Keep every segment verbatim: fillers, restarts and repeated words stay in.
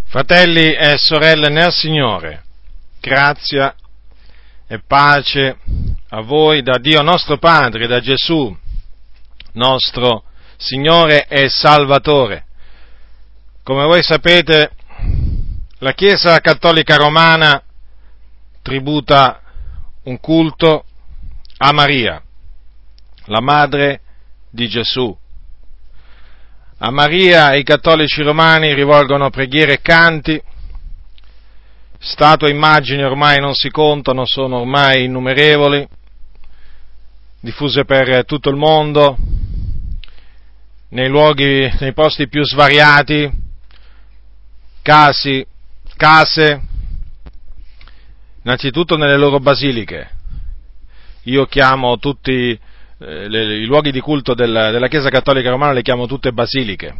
Fratelli e sorelle nel Signore, grazia e pace a voi da Dio nostro Padre, da Gesù, nostro Signore e Salvatore. Come voi sapete, la Chiesa Cattolica Romana tributa un culto a Maria, la madre di Gesù. A Maria i cattolici romani rivolgono preghiere e canti, statue e immagini ormai non si contano, sono ormai innumerevoli, diffuse per tutto il mondo, nei luoghi, nei posti più svariati, casi, case, innanzitutto nelle loro basiliche. Io chiamo tutti eh, le, i luoghi di culto della, della Chiesa Cattolica Romana, le chiamo tutte basiliche.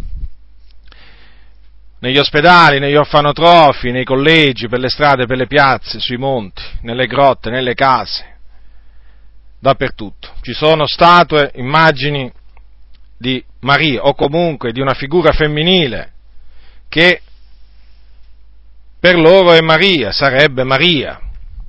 Negli ospedali, negli orfanotrofi, nei collegi, per le strade, per le piazze, sui monti, nelle grotte, nelle case, dappertutto. Ci sono statue, immagini di Maria, o comunque di una figura femminile, che per loro è Maria, sarebbe Maria.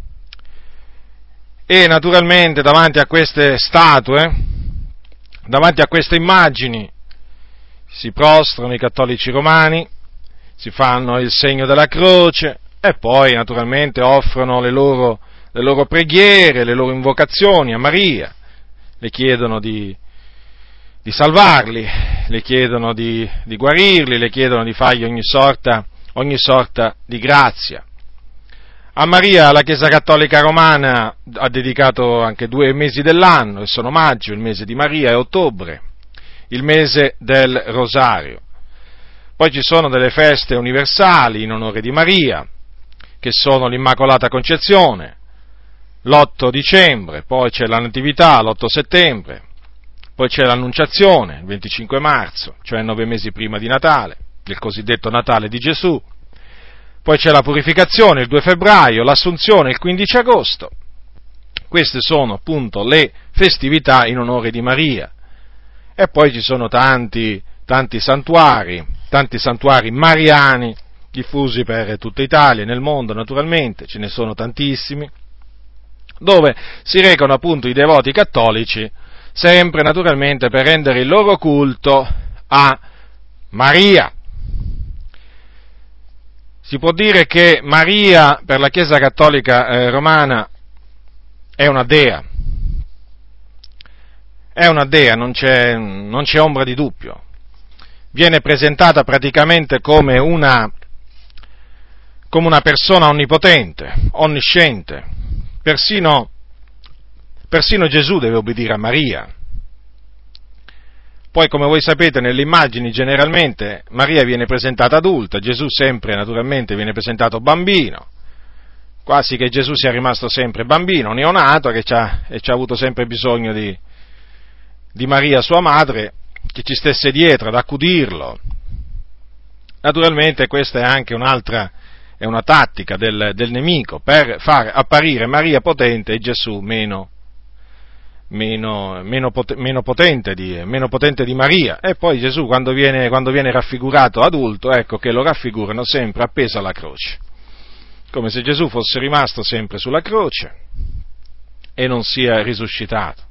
E naturalmente davanti a queste statue, davanti a queste immagini, si prostrano i cattolici romani, si fanno il segno della croce e poi naturalmente offrono le loro, le loro preghiere, le loro invocazioni a Maria, le chiedono di, di salvarli, le chiedono di, di guarirli, le chiedono di fargli ogni sorta, ogni sorta di grazia. A Maria la Chiesa Cattolica Romana ha dedicato anche due mesi dell'anno, e sono maggio, il mese di Maria, e ottobre, il mese del Rosario. Poi ci sono delle feste universali in onore di Maria, che sono l'Immacolata Concezione, l'otto dicembre, poi c'è la Natività, l'otto settembre, poi c'è l'Annunciazione, il venticinque marzo, cioè nove mesi prima di Natale, del cosiddetto Natale di Gesù. Poi c'è la Purificazione, il due febbraio, l'Assunzione, il quindici agosto. Queste sono appunto le festività in onore di Maria. E poi ci sono tanti, tanti santuari, tanti santuari mariani diffusi per tutta Italia e nel mondo naturalmente, ce ne sono tantissimi, dove si recano appunto i devoti cattolici, sempre naturalmente per rendere il loro culto a Maria. Si può dire che Maria per la Chiesa Cattolica eh, Romana è una dea, è una dea, non c'è, non c'è ombra di dubbio. Viene presentata praticamente come una, come una persona onnipotente, onnisciente. Persino, persino Gesù deve obbedire a Maria. Poi, come voi sapete, nelle immagini generalmente Maria viene presentata adulta, Gesù sempre naturalmente viene presentato bambino, quasi che Gesù sia rimasto sempre bambino, neonato, che c'ha, e c'ha avuto sempre bisogno di, di Maria, sua madre, che ci stesse dietro ad accudirlo. Naturalmente questa è anche un'altra, è una tattica del, del nemico per far apparire Maria potente e Gesù meno Meno, meno, pot- meno, potente di, meno potente di Maria. E poi Gesù quando viene, quando viene raffigurato adulto, ecco che lo raffigurano sempre appeso alla croce, come se Gesù fosse rimasto sempre sulla croce e non sia risuscitato.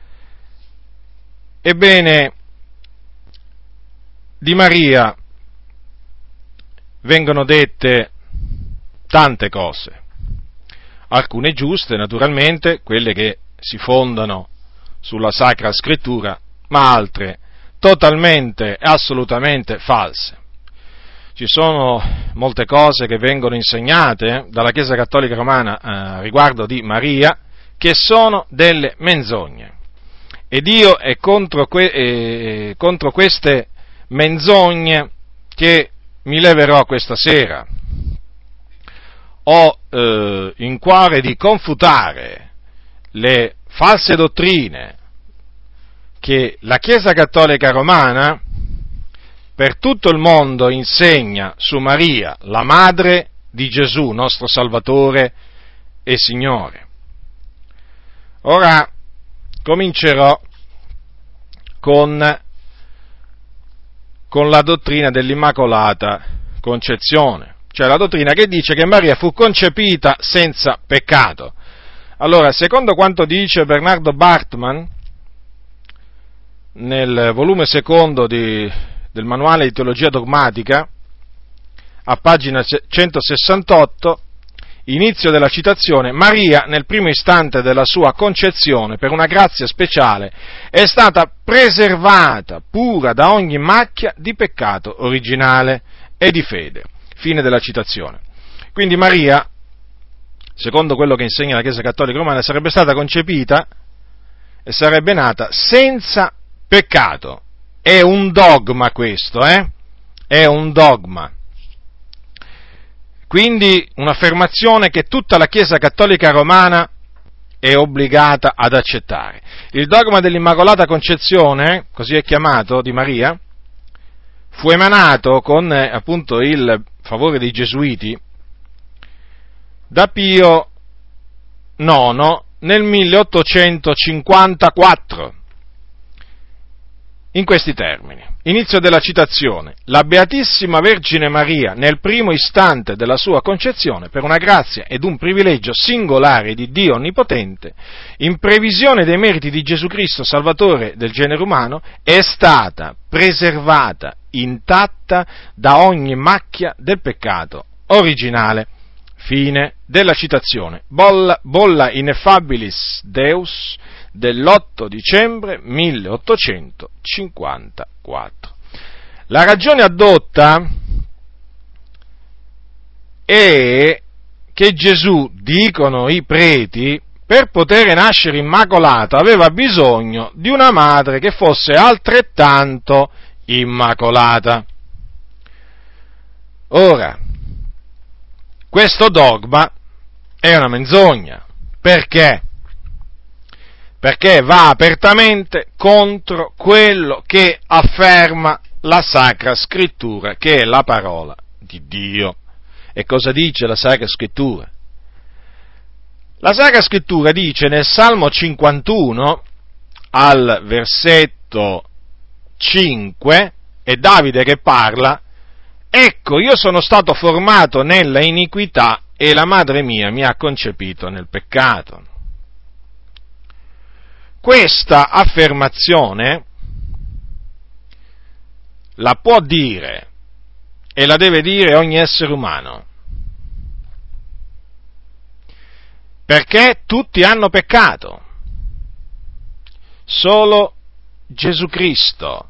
Ebbene, di Maria vengono dette tante cose, alcune giuste naturalmente, quelle che si fondano sulla Sacra Scrittura, ma altre totalmente e assolutamente false. Ci sono molte cose che vengono insegnate dalla Chiesa Cattolica Romana eh, riguardo di Maria che sono delle menzogne. E Dio è contro, que- eh, contro queste menzogne che mi leverò questa sera. Ho eh, in cuore di confutare le false dottrine che la Chiesa Cattolica Romana per tutto il mondo insegna su Maria, la madre di Gesù, nostro Salvatore e Signore. Ora comincerò con, con la dottrina dell'Immacolata concezione, cioè la dottrina che dice che Maria fu concepita senza peccato. Allora, secondo quanto dice Bernardo Bartman, nel volume secondo di, del manuale di teologia dogmatica, a pagina centosessantotto, inizio della citazione, Maria, nel primo istante della sua concezione, per una grazia speciale, è stata preservata pura da ogni macchia di peccato originale e di fede. Fine della citazione. Quindi Maria, secondo quello che insegna la Chiesa Cattolica Romana, sarebbe stata concepita e sarebbe nata senza peccato. È un dogma questo, eh? È un dogma. Quindi un'affermazione che tutta la Chiesa Cattolica Romana è obbligata ad accettare. Il dogma dell'Immacolata Concezione, così è chiamato, di Maria, fu emanato con eh, appunto il favore dei Gesuiti da Pio nono nel milleottocentocinquantaquattro, in questi termini. Inizio della citazione. La Beatissima Vergine Maria, nel primo istante della sua concezione, per una grazia ed un privilegio singolare di Dio Onnipotente, in previsione dei meriti di Gesù Cristo, Salvatore del genere umano, è stata preservata intatta da ogni macchia del peccato originale. Fine della citazione. Bolla, bolla ineffabilis Deus dell'otto dicembre milleottocentocinquantaquattro. La ragione addotta è che Gesù, dicono i preti, per poter nascere immacolato aveva bisogno di una madre che fosse altrettanto immacolata. Ora, questo dogma è una menzogna. Perché? Perché va apertamente contro quello che afferma la Sacra Scrittura, che è la parola di Dio. E cosa dice la Sacra Scrittura? La Sacra Scrittura dice nel Salmo cinquantuno, al versetto cinque, è Davide che parla: ecco, io sono stato formato nella iniquità e la madre mia mi ha concepito nel peccato. Questa affermazione la può dire e la deve dire ogni essere umano, perché tutti hanno peccato, solo Gesù Cristo,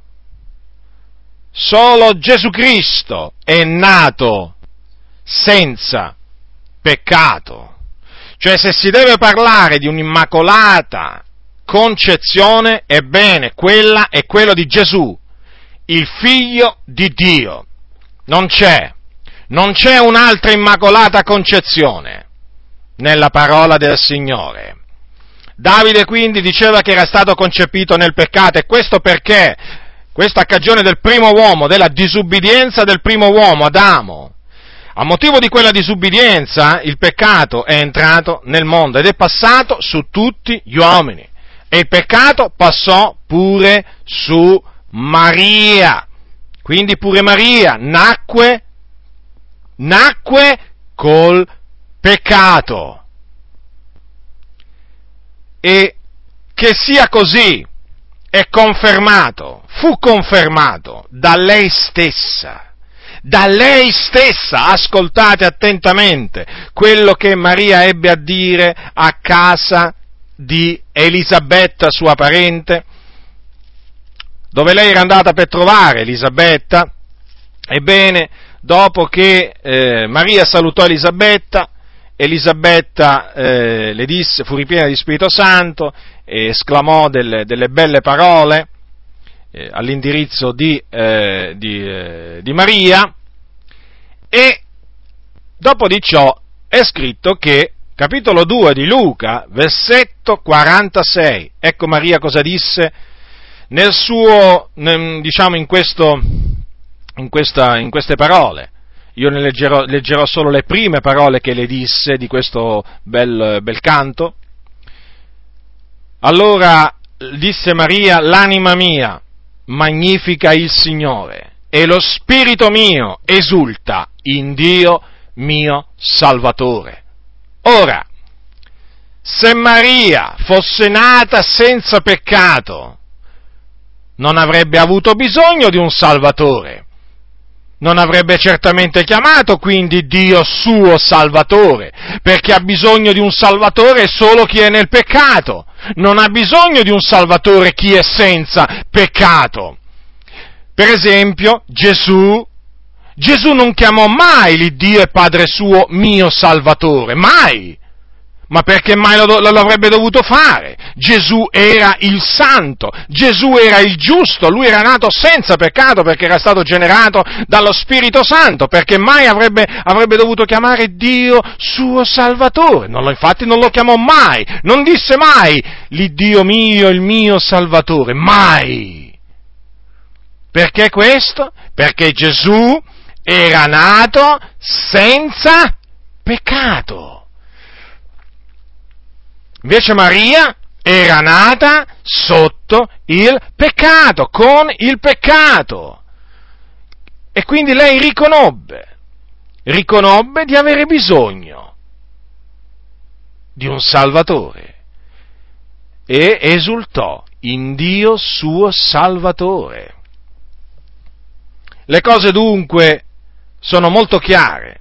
solo Gesù Cristo è nato senza peccato. Cioè, se si deve parlare di un'immacolata concezione, ebbene, quella è quello di Gesù, il Figlio di Dio. Non c'è, non c'è un'altra immacolata concezione nella parola del Signore. Davide quindi diceva che era stato concepito nel peccato, e questo perché? Questo a cagione del primo uomo, della disubbidienza del primo uomo, Adamo. A motivo di quella disubbidienza, il peccato è entrato nel mondo ed è passato su tutti gli uomini. E il peccato passò pure su Maria. Quindi pure Maria nacque, nacque col peccato. E che sia così è confermato, fu confermato da lei stessa. Da lei stessa, ascoltate attentamente quello che Maria ebbe a dire a casa di Elisabetta, sua parente, dove lei era andata per trovare Elisabetta. Ebbene, dopo che eh, Maria salutò Elisabetta, Elisabetta eh, le disse, fu ripiena di Spirito Santo e esclamò delle, delle belle parole eh, all'indirizzo di, eh, di, eh, di Maria, e dopo di ciò è scritto che, capitolo due di Luca, versetto quarantasei, ecco Maria cosa disse nel suo, nel, diciamo in questo, in questa, in queste parole. Io ne leggerò, leggerò solo le prime parole che le disse di questo bel, bel canto. Allora disse Maria: l'anima mia magnifica il Signore, e lo spirito mio esulta in Dio mio Salvatore. Ora, se Maria fosse nata senza peccato, non avrebbe avuto bisogno di un Salvatore. Non avrebbe certamente chiamato quindi Dio suo Salvatore, perché ha bisogno di un Salvatore solo chi è nel peccato, non ha bisogno di un Salvatore chi è senza peccato. Per esempio, Gesù, Gesù non chiamò mai l'Iddio e Padre suo mio Salvatore, mai! Ma perché mai lo, lo avrebbe dovuto fare? Gesù era il santo, Gesù era il giusto, lui era nato senza peccato perché era stato generato dallo Spirito Santo, perché mai avrebbe, avrebbe dovuto chiamare Dio suo Salvatore. Non lo, infatti non lo chiamò mai, non disse mai l'Iddio mio, il mio Salvatore, mai. Perché questo? Perché Gesù era nato senza peccato. Invece Maria era nata sotto il peccato, con il peccato. E quindi lei riconobbe, riconobbe di avere bisogno di un Salvatore e esultò in Dio suo Salvatore. Le cose dunque sono molto chiare.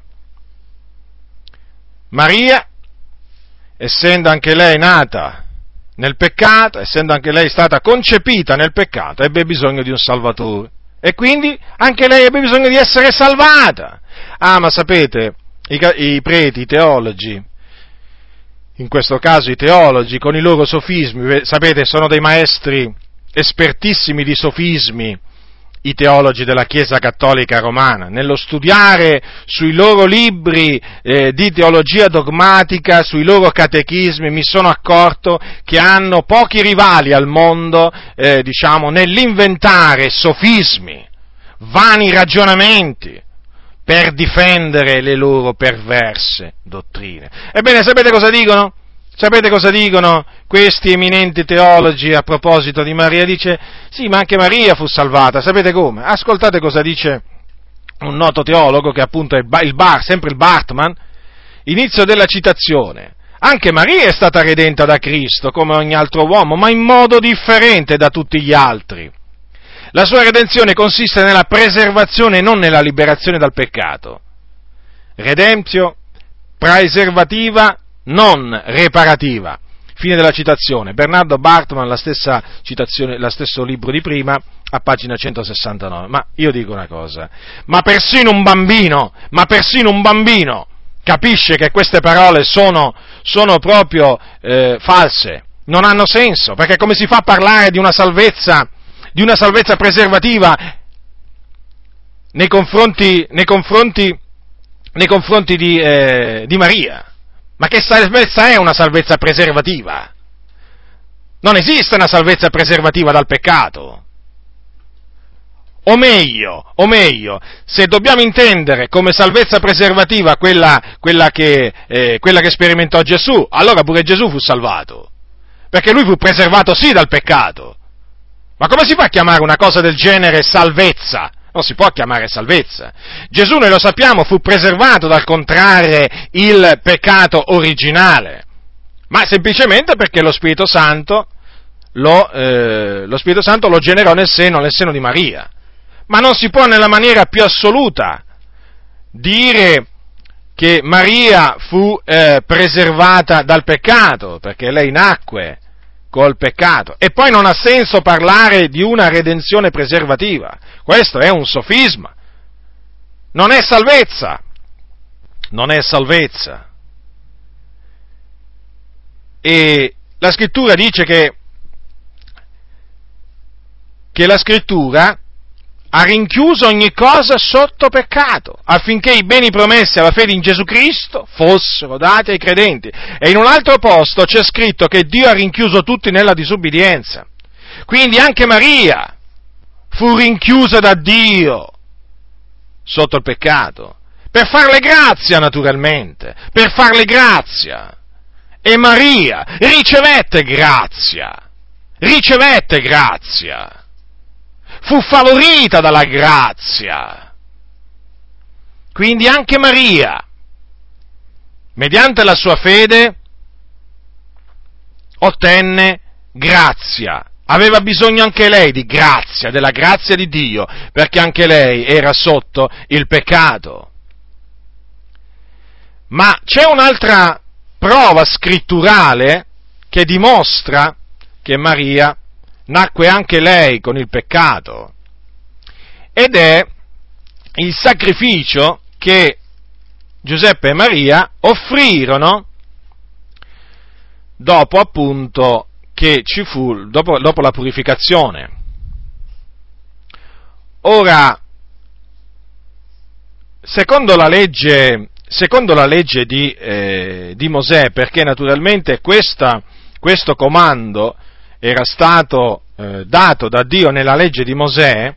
Maria, essendo anche lei nata nel peccato, essendo anche lei stata concepita nel peccato, ebbe bisogno di un Salvatore. E quindi anche lei ebbe bisogno di essere salvata. Ah, ma sapete, i, i preti, i teologi, in questo caso i teologi, con i loro sofismi, sapete, sono dei maestri espertissimi di sofismi, i teologi della Chiesa Cattolica Romana, nello studiare sui loro libri eh, di teologia dogmatica, sui loro catechismi, mi sono accorto che hanno pochi rivali al mondo, eh, diciamo, nell'inventare sofismi, vani ragionamenti, per difendere le loro perverse dottrine. Ebbene, sapete cosa dicono? Sapete cosa dicono questi eminenti teologi a proposito di Maria? Dice, sì, ma anche Maria fu salvata, sapete come? Ascoltate cosa dice un noto teologo, che appunto è il Bar, sempre il Bartman, inizio della citazione. Anche Maria è stata redenta da Cristo, come ogni altro uomo, ma in modo differente da tutti gli altri. La sua redenzione consiste nella preservazione e non nella liberazione dal peccato. Redemptio preservativa, non reparativa. Fine della citazione. Bernardo Bartman, la stessa citazione, lo stesso libro di prima, a pagina centosessantanove. Ma io dico una cosa, ma persino un bambino, ma persino un bambino capisce che queste parole sono, sono proprio eh, false, non hanno senso, perché come si fa a parlare di una salvezza, di una salvezza preservativa nei confronti, nei confronti, nei confronti di, eh, di Maria? Ma che salvezza è una salvezza preservativa? Non esiste una salvezza preservativa dal peccato. O meglio, o meglio, se dobbiamo intendere come salvezza preservativa quella, quella, che, eh, quella che sperimentò Gesù, allora pure Gesù fu salvato, perché lui fu preservato sì dal peccato. Ma come si fa a chiamare una cosa del genere salvezza? Non si può chiamare salvezza. Gesù, noi lo sappiamo, fu preservato dal contrarre il peccato originale, ma semplicemente perché lo Spirito Santo lo, eh, lo Spirito Santo lo generò nel seno, nel seno di Maria. Ma non si può nella maniera più assoluta dire che Maria fu eh, preservata dal peccato, perché lei nacque col peccato, e poi non ha senso parlare di una redenzione preservativa. Questo è un sofisma, non è salvezza, non è salvezza. E la Scrittura dice che, che la Scrittura ha rinchiuso ogni cosa sotto peccato, affinché i beni promessi alla fede in Gesù Cristo fossero dati ai credenti. E in un altro posto c'è scritto che Dio ha rinchiuso tutti nella disubbidienza. Quindi anche Maria fu rinchiusa da Dio sotto il peccato, per farle grazia naturalmente, per farle grazia. E Maria ricevette grazia, ricevette grazia. fu favorita dalla grazia. Quindi anche Maria, mediante la sua fede, ottenne grazia. Aveva bisogno anche lei di grazia, della grazia di Dio, perché anche lei era sotto il peccato. Ma c'è un'altra prova scritturale che dimostra che Maria nacque anche lei con il peccato, ed è il sacrificio che Giuseppe e Maria offrirono dopo appunto che ci fu, dopo, dopo la purificazione. Ora, secondo la legge, secondo la legge di, eh, di Mosè, perché naturalmente questa, questo comando era stato eh, dato da Dio nella legge di Mosè,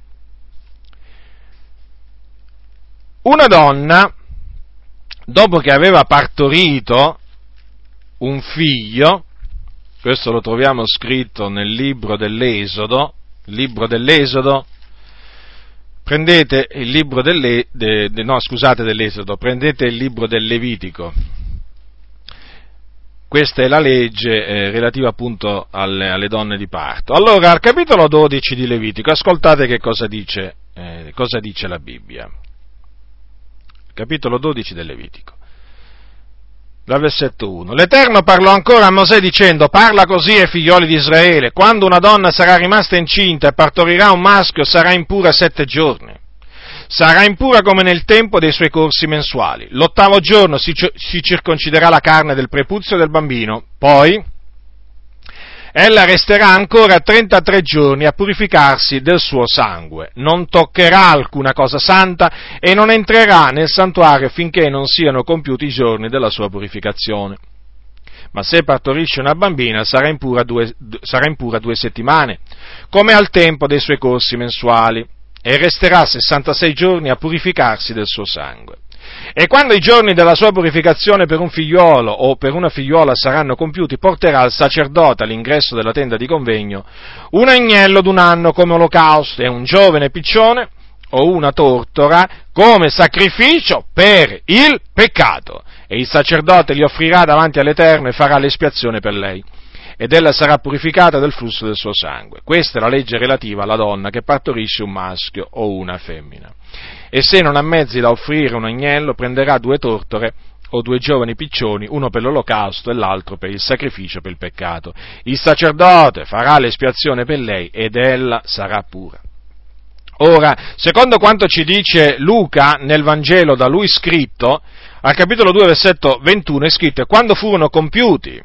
una donna, dopo che aveva partorito un figlio, questo lo troviamo scritto nel libro dell'Esodo, il libro dell'Esodo, prendete il libro delle, de, de, no scusate dell'Esodo, prendete il libro del Levitico, questa è la legge eh, relativa appunto alle, alle donne di parto. Allora, al capitolo dodici di Levitico, ascoltate che cosa dice, eh, cosa dice la Bibbia. Capitolo dodici del Levitico, dal versetto uno. L'Eterno parlò ancora a Mosè dicendo: parla così ai figlioli di Israele: quando una donna sarà rimasta incinta e partorirà un maschio, sarà impura sette giorni. Sarà impura come nel tempo dei suoi corsi mensuali. L'ottavo giorno si, si circonciderà la carne del prepuzio del bambino, poi ella resterà ancora trentatré giorni a purificarsi del suo sangue, non toccherà alcuna cosa santa e non entrerà nel santuario finché non siano compiuti i giorni della sua purificazione. Ma se partorisce una bambina sarà impura due, sarà impura due settimane, come al tempo dei suoi corsi mensuali, e resterà sessantasei giorni a purificarsi del suo sangue. E quando i giorni della sua purificazione per un figliuolo o per una figliuola saranno compiuti, porterà il sacerdote all'ingresso della tenda di convegno un agnello d'un anno come olocausto e un giovane piccione o una tortora come sacrificio per il peccato. E il sacerdote li offrirà davanti all'Eterno e farà l'espiazione per lei. Ed ella sarà purificata del flusso del suo sangue. Questa è la legge relativa alla donna che partorisce un maschio o una femmina. E se non ha mezzi da offrire un agnello, prenderà due tortore o due giovani piccioni, uno per l'olocausto e l'altro per il sacrificio per il peccato. Il sacerdote farà l'espiazione per lei ed ella sarà pura. Ora, secondo quanto ci dice Luca nel Vangelo da lui scritto, al capitolo due, versetto ventuno è scritto: e quando furono compiuti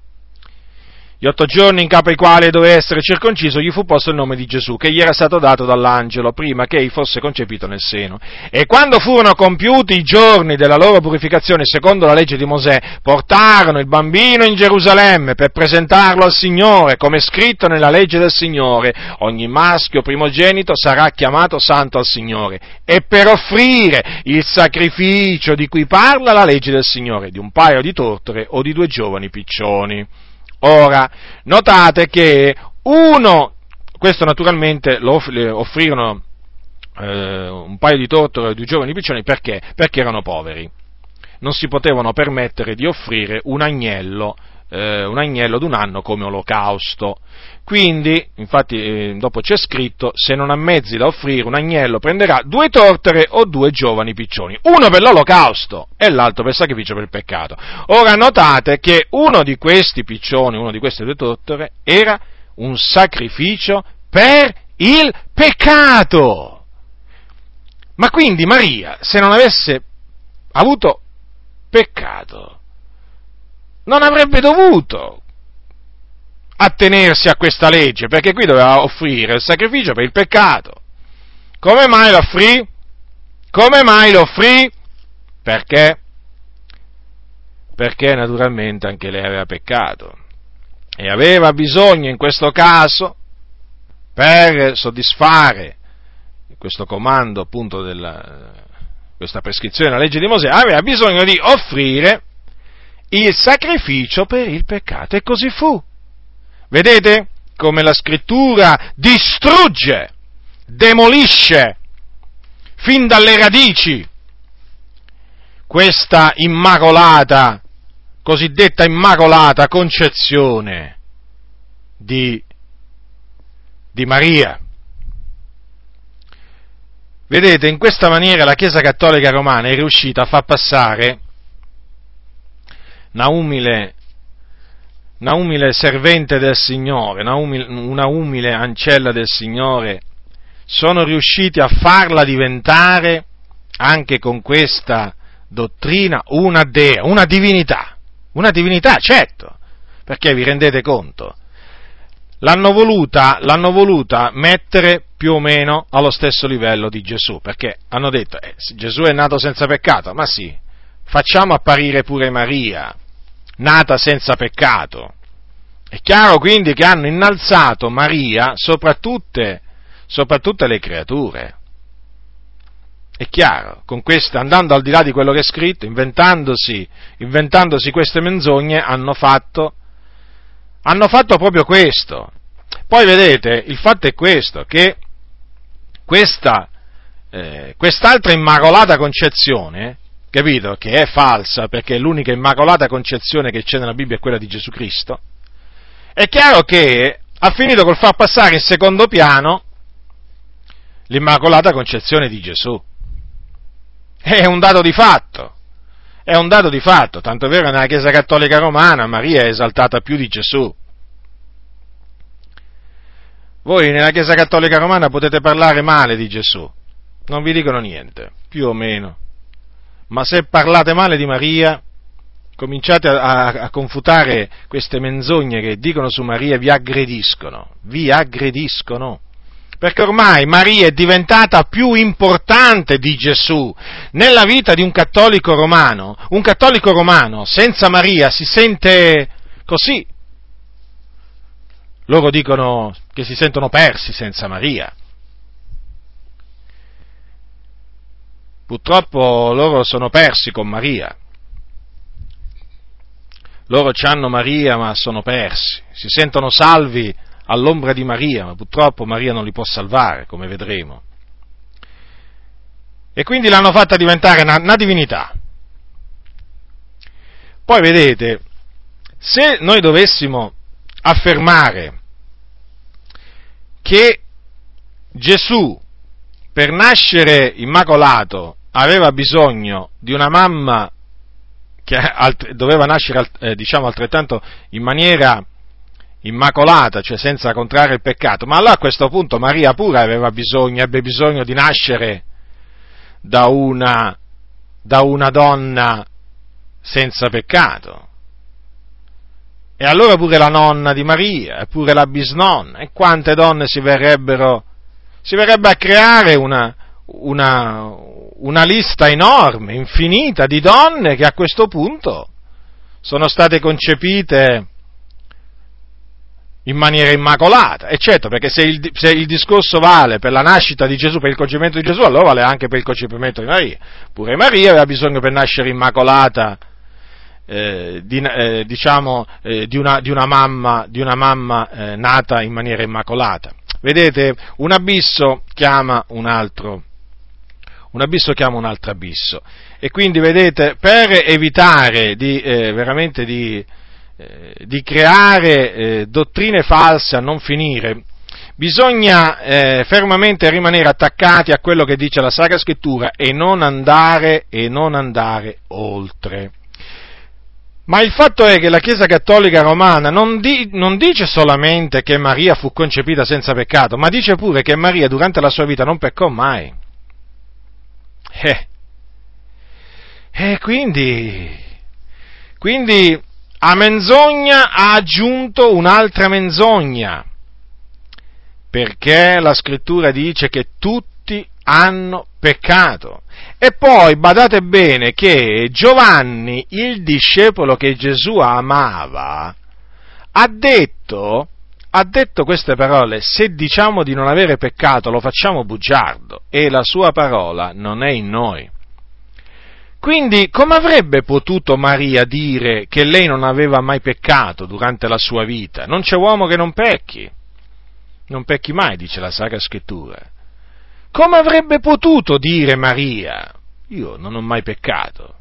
gli otto giorni in capo ai quali doveva essere circonciso, gli fu posto il nome di Gesù, che gli era stato dato dall'angelo prima che egli fosse concepito nel seno. E quando furono compiuti i giorni della loro purificazione, secondo la legge di Mosè, portarono il bambino in Gerusalemme per presentarlo al Signore, come scritto nella legge del Signore: ogni maschio primogenito sarà chiamato santo al Signore. E per offrire il sacrificio di cui parla la legge del Signore, di un paio di tortore o di due giovani piccioni. Ora, notate che uno, questo naturalmente lo offrirono eh, un paio di tortore e due giovani piccioni, perché? Perché erano poveri. Non si potevano permettere di offrire un agnello, eh, un agnello d'un anno come olocausto. Quindi, infatti, eh, dopo c'è scritto: se non ha mezzi da offrire un agnello, prenderà due tortere o due giovani piccioni, uno per l'olocausto e l'altro per il sacrificio per il peccato. Ora notate che uno di questi piccioni, uno di queste due tortere, era un sacrificio per il peccato. Ma quindi Maria, se non avesse avuto peccato, non avrebbe dovuto attenersi a questa legge, perché qui doveva offrire il sacrificio per il peccato. Come mai lo offrì? Come mai lo offrì? Perché? Perché naturalmente anche lei aveva peccato e aveva bisogno in questo caso, per soddisfare questo comando appunto della questa prescrizione della legge di Mosè, aveva bisogno di offrire il sacrificio per il peccato, e così fu. Vedete come la scrittura distrugge demolisce fin dalle radici questa immacolata, cosiddetta immacolata concezione di, di Maria. Vedete, in questa maniera la Chiesa Cattolica Romana è riuscita a far passare una umile, una umile servente del Signore, una umile, una umile ancella del Signore, sono riusciti a farla diventare, anche con questa dottrina, una dea, una divinità, una divinità, certo, perché vi rendete conto? L'hanno voluta, l'hanno voluta mettere più o meno allo stesso livello di Gesù, perché hanno detto, eh, Gesù è nato senza peccato, ma sì, facciamo apparire pure Maria, nata senza peccato. È chiaro quindi che hanno innalzato Maria sopra tutte, sopra tutte le creature. È chiaro, con queste, andando al di là di quello che è scritto, inventandosi, inventandosi queste menzogne, hanno fatto, hanno fatto proprio questo. Poi vedete, il fatto è questo, che questa, eh, quest'altra immacolata concezione, capito, che è falsa, perché l'unica immacolata concezione che c'è nella Bibbia è quella di Gesù Cristo, è chiaro che ha finito col far passare in secondo piano l'immacolata concezione di Gesù. È un dato di fatto, è un dato di fatto, tanto è vero che nella Chiesa Cattolica Romana Maria è esaltata più di Gesù. Voi nella Chiesa Cattolica Romana potete parlare male di Gesù, non vi dicono niente, più o meno, ma se parlate male di Maria, cominciate a, a, a confutare queste menzogne che dicono su Maria, vi aggrediscono, vi aggrediscono. Perché ormai Maria è diventata più importante di Gesù nella vita di un cattolico romano. Un cattolico romano senza Maria si sente così. Loro dicono che si sentono persi senza Maria. Purtroppo loro sono persi con Maria. Loro c'hanno Maria ma sono persi. Si sentono salvi all'ombra di Maria, ma purtroppo Maria non li può salvare, come vedremo. E quindi l'hanno fatta diventare una, una divinità. Poi vedete, se noi dovessimo affermare che Gesù, per nascere immacolato, aveva bisogno di una mamma che doveva nascere, eh, diciamo, altrettanto in maniera immacolata, cioè senza contrarre il peccato, ma allora a questo punto Maria pure aveva bisogno, ebbe bisogno di nascere da una, da una donna senza peccato. E allora pure la nonna di Maria, e pure la bisnonna, e quante donne si verrebbero, si verrebbe a creare una, una, una lista enorme, infinita di donne che a questo punto sono state concepite in maniera immacolata, e certo, perché se il, se il discorso vale per la nascita di Gesù, per il concepimento di Gesù, allora vale anche per il concepimento di Maria. Pure Maria aveva bisogno per nascere immacolata, eh, di, eh, diciamo, eh, di, una, di una mamma, di una mamma eh, nata in maniera immacolata. Vedete, un abisso chiama un altro, un abisso chiama un altro abisso, e quindi vedete, per evitare di, eh, veramente di, di creare eh, dottrine false a non finire, bisogna eh, fermamente rimanere attaccati a quello che dice la Sacra Scrittura e non andare e non andare oltre. Ma il fatto è che la Chiesa Cattolica Romana non, di, non dice solamente che Maria fu concepita senza peccato, ma dice pure che Maria durante la sua vita non peccò mai. Eh, e quindi, quindi a menzogna ha aggiunto un'altra menzogna, perché la Scrittura dice che tutti hanno peccato. E poi badate bene che Giovanni, il discepolo che Gesù amava, ha detto, ha detto queste parole: se diciamo di non avere peccato lo facciamo bugiardo e la sua parola non è in noi. Quindi, come avrebbe potuto Maria dire che lei non aveva mai peccato durante la sua vita? Non c'è uomo che non pecchi, non pecchi mai, dice la Sacra Scrittura. come avrebbe potuto dire Maria: io non ho mai peccato?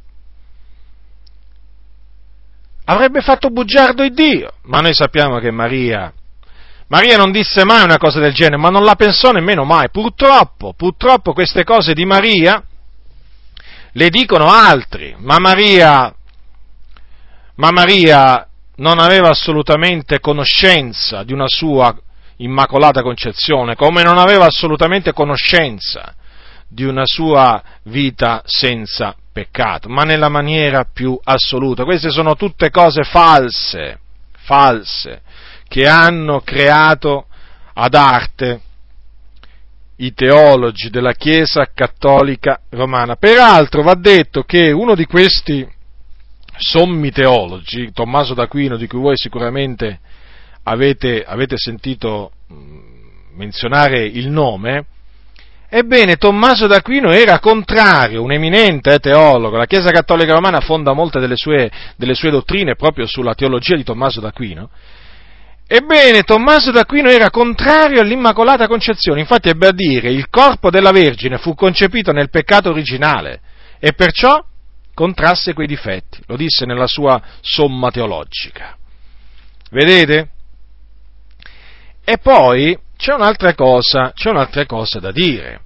Avrebbe fatto bugiardo il Dio, ma noi sappiamo che Maria, Maria non disse mai una cosa del genere, ma non la pensò nemmeno mai. Purtroppo, purtroppo queste cose di Maria le dicono altri, ma Maria, ma Maria non aveva assolutamente conoscenza di una sua immacolata concezione, come non aveva assolutamente conoscenza di una sua vita senza peccato, ma nella maniera più assoluta. Queste sono tutte cose false, false, che hanno creato ad arte i teologi della Chiesa Cattolica Romana. Peraltro va detto che uno di questi sommi teologi, Tommaso d'Aquino, di cui voi sicuramente avete, avete sentito menzionare il nome, ebbene, Tommaso d'Aquino era contrario, un eminente teologo. La Chiesa Cattolica Romana fonda molte delle sue, delle sue dottrine proprio sulla teologia di Tommaso d'Aquino. Ebbene, Tommaso d'Aquino era contrario all'Immacolata Concezione, infatti ebbe a dire: il corpo della Vergine fu concepito nel peccato originale e perciò contrasse quei difetti, lo disse nella sua somma teologica. Vedete? E poi c'è un'altra cosa, c'è un'altra cosa da dire,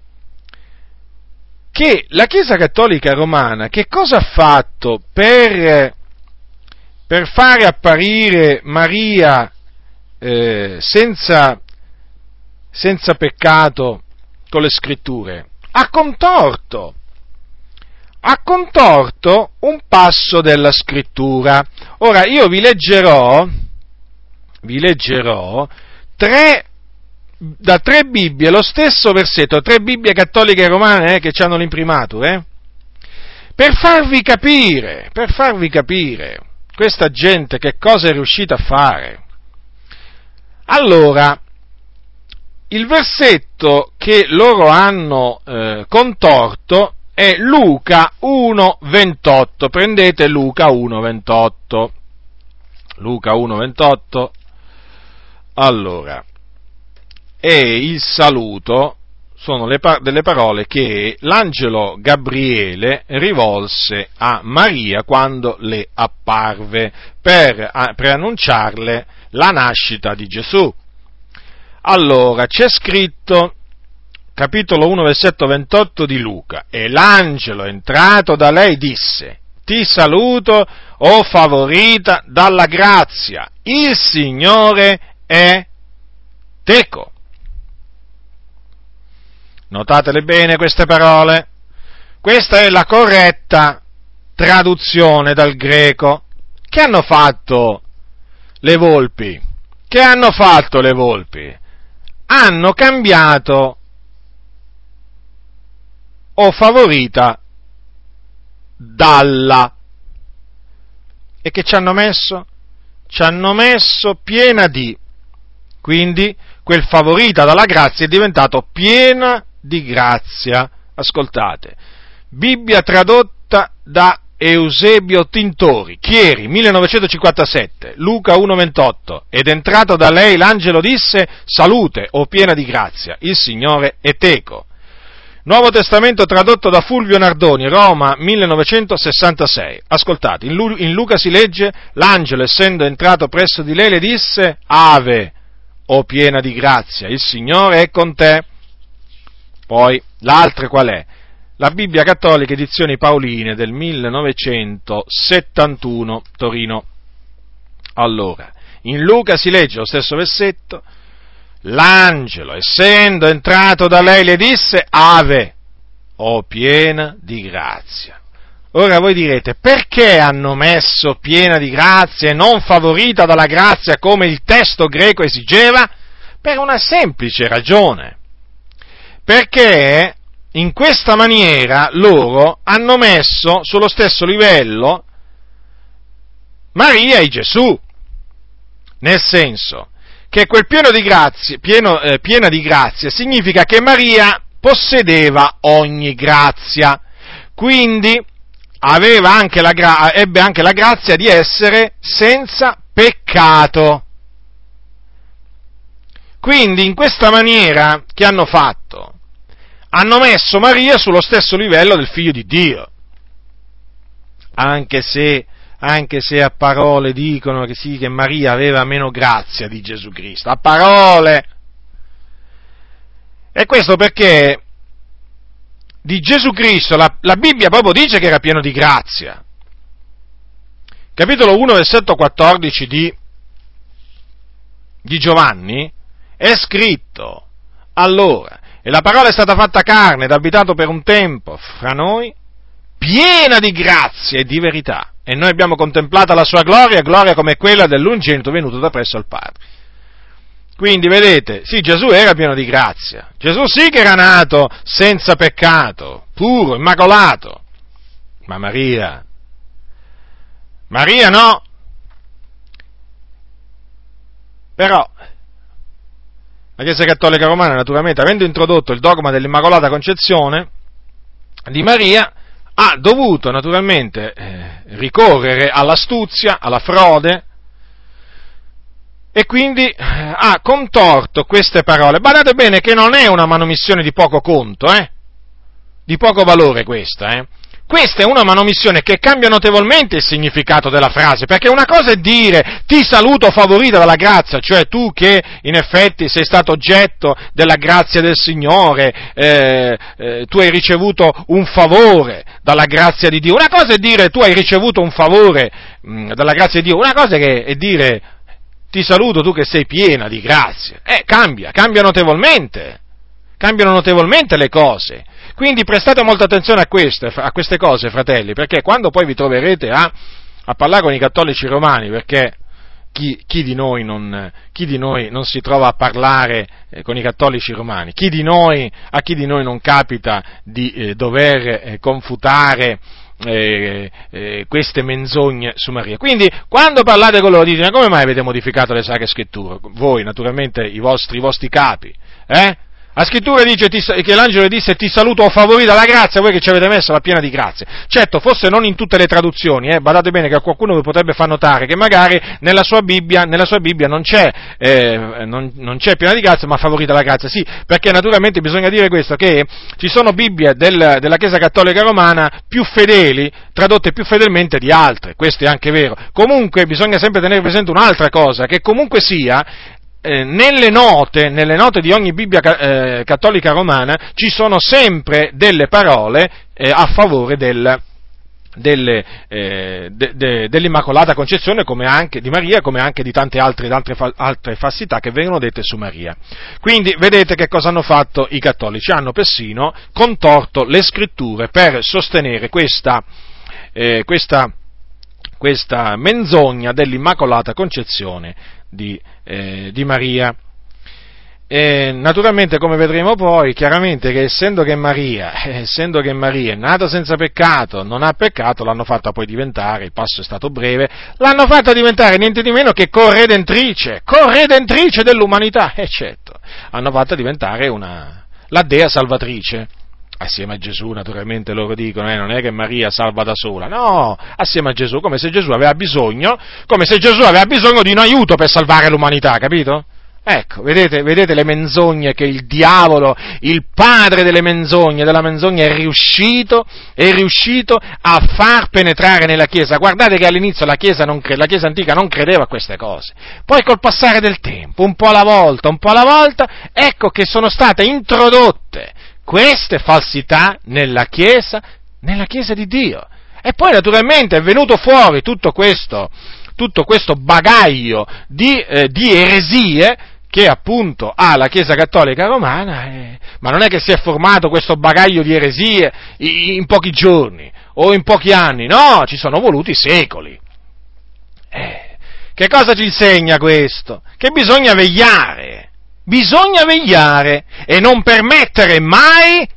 che la Chiesa Cattolica Romana che cosa ha fatto per, per fare apparire Maria Eh, senza, senza peccato con le scritture? Ha contorto, ha contorto un passo della scrittura. Ora io vi leggerò, vi leggerò tre, da tre Bibbie, lo stesso versetto, tre Bibbie cattoliche romane eh, che hanno l'imprimatur, eh, per farvi capire, per farvi capire questa gente che cosa è riuscita a fare. Allora, il versetto che loro hanno eh, contorto è Luca uno ventotto. Prendete Luca uno ventotto. Luca uno ventotto. Allora, e il saluto sono le par- delle parole che l'angelo Gabriele rivolse a Maria quando le apparve per a, preannunciarle la nascita di Gesù. Allora, c'è scritto, capitolo uno, versetto ventotto di Luca: e l'angelo entrato da lei disse: ti saluto, o favorita dalla grazia, il Signore è teco. Notatele bene queste parole. Questa è la corretta traduzione dal greco. Che hanno fatto le volpi? Che hanno fatto le volpi? Hanno cambiato o favorita dalla. E che ci hanno messo? Ci hanno messo piena di. Quindi quel favorita dalla grazia è diventato piena di grazia. Ascoltate, Bibbia tradotta da Eusebio Tintori, Chieri, millenovecentocinquantasette, Luca uno ventotto, ed entrato da lei l'angelo disse: salute, o piena di grazia, il Signore è teco. Nuovo Testamento tradotto da Fulvio Nardoni, Roma, millenovecentosessantasei. Ascoltate, in, Lu- in Luca si legge: l'angelo, essendo entrato presso di lei, le disse: ave, o piena di grazia, il Signore è con te. Poi, l'altra qual è? La Bibbia Cattolica, edizioni Paoline del millenovecentosettantuno, Torino. Allora, in Luca si legge lo stesso versetto: l'angelo, essendo entrato da lei, le disse: ave, o piena di grazia. Ora voi direte: perché hanno messo piena di grazia e non favorita dalla grazia come il testo greco esigeva? Per una semplice ragione. Perché in questa maniera loro hanno messo sullo stesso livello Maria e Gesù, nel senso che quel pieno di grazia, pieno, eh, piena di grazia significa che Maria possedeva ogni grazia, quindi aveva anche la gra- ebbe anche la grazia di essere senza peccato. Quindi in questa maniera che hanno fatto? hanno messo Maria sullo stesso livello del Figlio di Dio, anche se, anche se a parole dicono che sì, che Maria aveva meno grazia di Gesù Cristo, a parole. E questo perché di Gesù Cristo la, la Bibbia proprio dice che era pieno di grazia. Capitolo uno, versetto quattordici di, di Giovanni è scritto: allora, e la parola è stata fatta carne ed ha abitato per un tempo fra noi, piena di grazia e di verità, e noi abbiamo contemplata la sua gloria, gloria come quella dell'ungenito venuto da presso al Padre. Quindi, vedete, sì, Gesù era pieno di grazia, Gesù sì che era nato senza peccato, puro, immacolato, ma Maria, Maria no. Però la Chiesa Cattolica Romana, naturalmente, avendo introdotto il dogma dell'Immacolata Concezione di Maria, ha dovuto naturalmente eh, ricorrere all'astuzia, alla frode, e quindi eh, ha contorto queste parole. Badate bene che non è una manomissione di poco conto, eh? Di poco valore questa, eh? Questa è una manomissione che cambia notevolmente il significato della frase, perché una cosa è dire ti saluto favorita dalla grazia, cioè tu che in effetti sei stato oggetto della grazia del Signore, eh, eh, tu hai ricevuto un favore dalla grazia di Dio. Una cosa è dire tu hai ricevuto un favore mh, dalla grazia di Dio, una cosa è, è dire ti saluto tu che sei piena di grazia. Eh, cambia, cambia notevolmente, cambiano notevolmente le cose. Quindi prestate molta attenzione a queste, a queste cose, fratelli, perché quando poi vi troverete a, a parlare con i cattolici romani, perché chi, chi, di noi non, chi di noi non si trova a parlare eh, con i cattolici romani? Chi di noi, a chi di noi non capita di eh, dover eh, confutare Eh, eh, queste menzogne su Maria? Quindi quando parlate con loro dite: ma come mai avete modificato le Sacre Scritture? Voi, naturalmente, i vostri, i vostri capi, eh? La scrittura dice ti, che l'angelo disse ti saluto o favorita la grazia, voi che ci avete messo la piena di grazia. Certo, forse non in tutte le traduzioni, eh, badate bene che qualcuno vi potrebbe far notare che magari nella sua Bibbia, nella sua Bibbia non c'è, eh, non, non c'è piena di grazia, ma favorita la grazia. Sì, perché naturalmente bisogna dire questo, che ci sono Bibbie del, della Chiesa Cattolica Romana più fedeli, tradotte più fedelmente di altre, questo è anche vero. Comunque bisogna sempre tenere presente un'altra cosa, che comunque sia, Eh, nelle note, nelle note di ogni Bibbia eh, cattolica romana ci sono sempre delle parole eh, a favore del, delle, eh, de, de, dell'Immacolata Concezione, come anche di Maria, come anche di tante altre, altre, altre falsità che vengono dette su Maria. Quindi vedete che cosa hanno fatto i cattolici? Hanno persino contorto le scritture per sostenere questa, eh, questa, questa menzogna dell'Immacolata Concezione Di, eh, di Maria. E naturalmente, come vedremo poi, chiaramente che essendo che Maria, eh, essendo che Maria è nata senza peccato, non ha peccato, l'hanno fatta poi diventare, il passo è stato breve, l'hanno fatta diventare niente di meno che corredentrice, corredentrice dell'umanità, e certo, hanno fatta diventare una, la Dea salvatrice. Assieme a Gesù, naturalmente, loro dicono, eh, non è che Maria salva da sola, no, assieme a Gesù, come se Gesù aveva bisogno, come se Gesù aveva bisogno di un aiuto per salvare l'umanità, capito? Ecco, vedete, vedete le menzogne che il diavolo, il padre delle menzogne, della menzogna è riuscito, è riuscito a far penetrare nella Chiesa. Guardate che all'inizio la Chiesa, non cre- la Chiesa antica non credeva a queste cose, poi col passare del tempo, un po' alla volta, un po' alla volta, ecco che sono state introdotte queste falsità nella Chiesa, nella Chiesa di Dio. E poi naturalmente è venuto fuori tutto questo, tutto questo bagaglio di, eh, di eresie che appunto ha la Chiesa Cattolica Romana, eh, ma non è che si è formato questo bagaglio di eresie in, in pochi giorni o in pochi anni, no, ci sono voluti secoli. Eh, che cosa ci insegna questo? Che bisogna vegliare. Bisogna vegliare e non permettere mai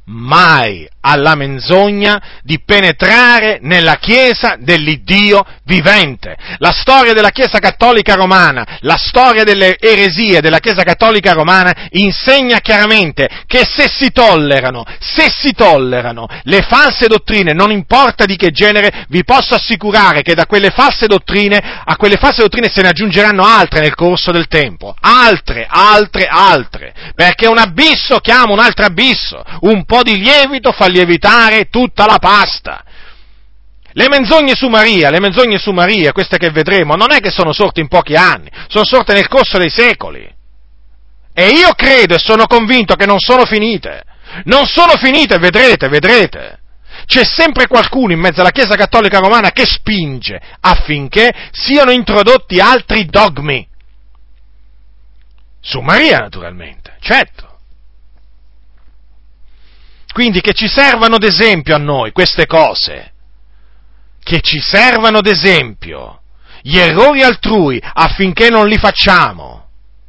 mai alla menzogna di penetrare nella Chiesa dell'Iddio vivente. La storia della Chiesa Cattolica Romana, la storia delle eresie della Chiesa Cattolica Romana insegna chiaramente che se si tollerano, se si tollerano le false dottrine, non importa di che genere, vi posso assicurare che da quelle false dottrine, a quelle false dottrine se ne aggiungeranno altre nel corso del tempo, altre, altre, altre, perché un abisso chiama un altro abisso, un po' di lievito fa lievitare tutta la pasta. Le menzogne su Maria, le menzogne su Maria, queste che vedremo, non è che sono sorte in pochi anni, sono sorte nel corso dei secoli. E io credo e sono convinto che non sono finite. Non sono finite, vedrete, vedrete. C'è sempre qualcuno in mezzo alla Chiesa Cattolica Romana che spinge affinché siano introdotti altri dogmi. Su Maria, naturalmente, certo. Quindi che ci servano d'esempio a noi queste cose, che ci servano d'esempio gli errori altrui affinché non li facciamo.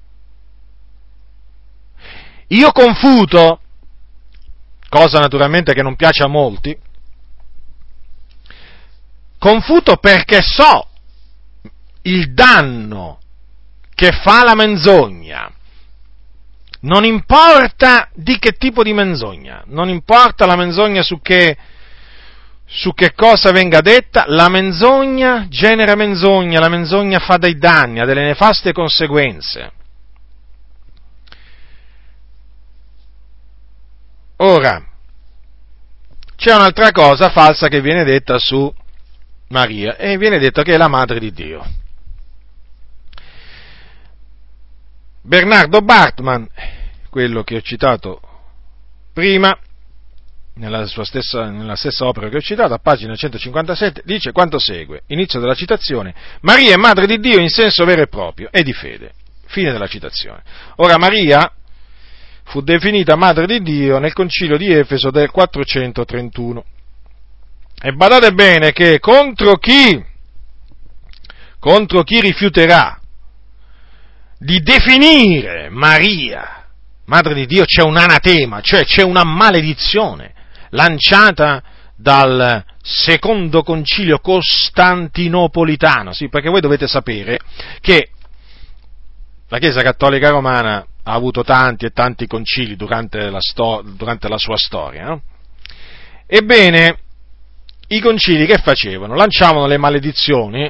Io confuto, cosa naturalmente che non piace a molti, confuto perché so il danno che fa la menzogna. Non importa di che tipo di menzogna, non importa la menzogna su che, su che cosa venga detta, la menzogna genera menzogna, la menzogna fa dei danni, ha delle nefaste conseguenze. Ora, c'è un'altra cosa falsa che viene detta su Maria, e viene detto che è la madre di Dio. Bernardo Bartman, quello che ho citato prima, nella sua stessa, nella stessa opera che ho citato, a pagina centocinquantasette, dice quanto segue. Inizio della citazione: Maria è madre di Dio in senso vero e proprio e di fede. Fine della citazione. Ora, Maria fu definita madre di Dio nel concilio di Efeso del quattrocentotrentuno. E badate bene che contro chi, contro chi rifiuterà di definire Maria madre di Dio c'è un anatema, cioè c'è una maledizione lanciata dal secondo concilio costantinopolitano, sì, perché voi dovete sapere che la Chiesa Cattolica Romana ha avuto tanti e tanti concili durante la, sto- durante la sua storia, no? Ebbene, i concili che facevano? Lanciavano le maledizioni.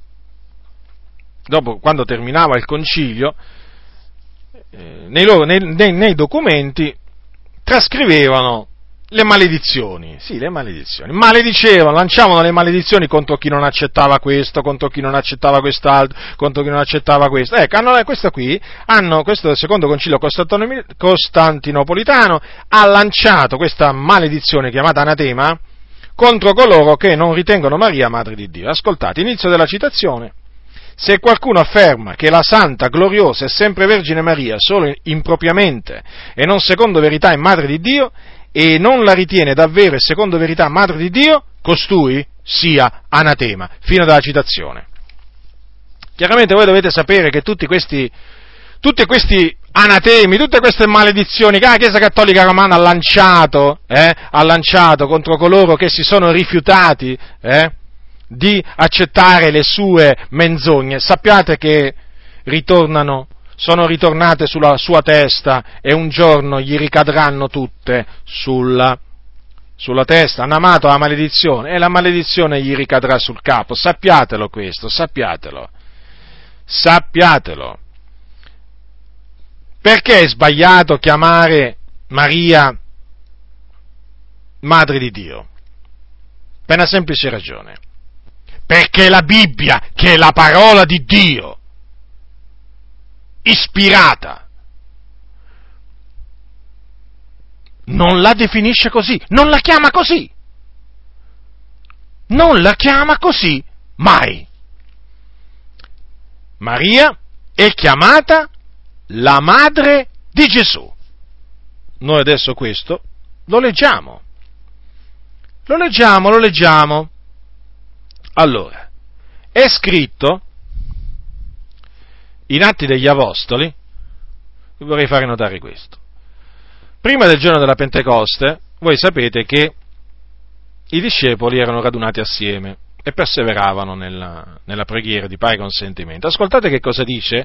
Dopo, quando terminava il concilio, eh, nei, loro, nei, nei, nei documenti trascrivevano le maledizioni, sì, le maledizioni, maledicevano, lanciavano le maledizioni contro chi non accettava questo, contro chi non accettava quest'altro, contro chi non accettava questo. Ecco, hanno, questo qui, hanno, questo secondo concilio costantinopolitano ha lanciato questa maledizione chiamata anatema contro coloro che non ritengono Maria madre di Dio. Ascoltate, inizio della citazione. Se qualcuno afferma che la santa, gloriosa e sempre Vergine Maria, solo impropriamente e non secondo verità è madre di Dio, e non la ritiene davvero e secondo verità madre di Dio, costui sia anatema. Fino della citazione. Chiaramente voi dovete sapere che tutti questi, tutti questi anatemi, tutte queste maledizioni che la Chiesa Cattolica Romana ha lanciato, eh, ha lanciato contro coloro che si sono rifiutati, eh, di accettare le sue menzogne, sappiate che ritornano, sono ritornate sulla sua testa e un giorno gli ricadranno tutte sulla, sulla testa. Hanno amato la maledizione e la maledizione gli ricadrà sul capo. Sappiatelo questo, sappiatelo, sappiatelo. Perché è sbagliato chiamare Maria madre di Dio? Per una semplice ragione. Perché la Bibbia, che è la parola di Dio, ispirata, non la definisce così, non la chiama così, non la chiama così, mai. Maria è chiamata la madre di Gesù. Noi adesso questo lo leggiamo, lo leggiamo, lo leggiamo. Allora, è scritto in Atti degli Apostoli, vi vorrei fare notare questo. Prima del giorno della Pentecoste, voi sapete che i discepoli erano radunati assieme e perseveravano nella, nella preghiera di pari consentimento. Ascoltate che cosa dice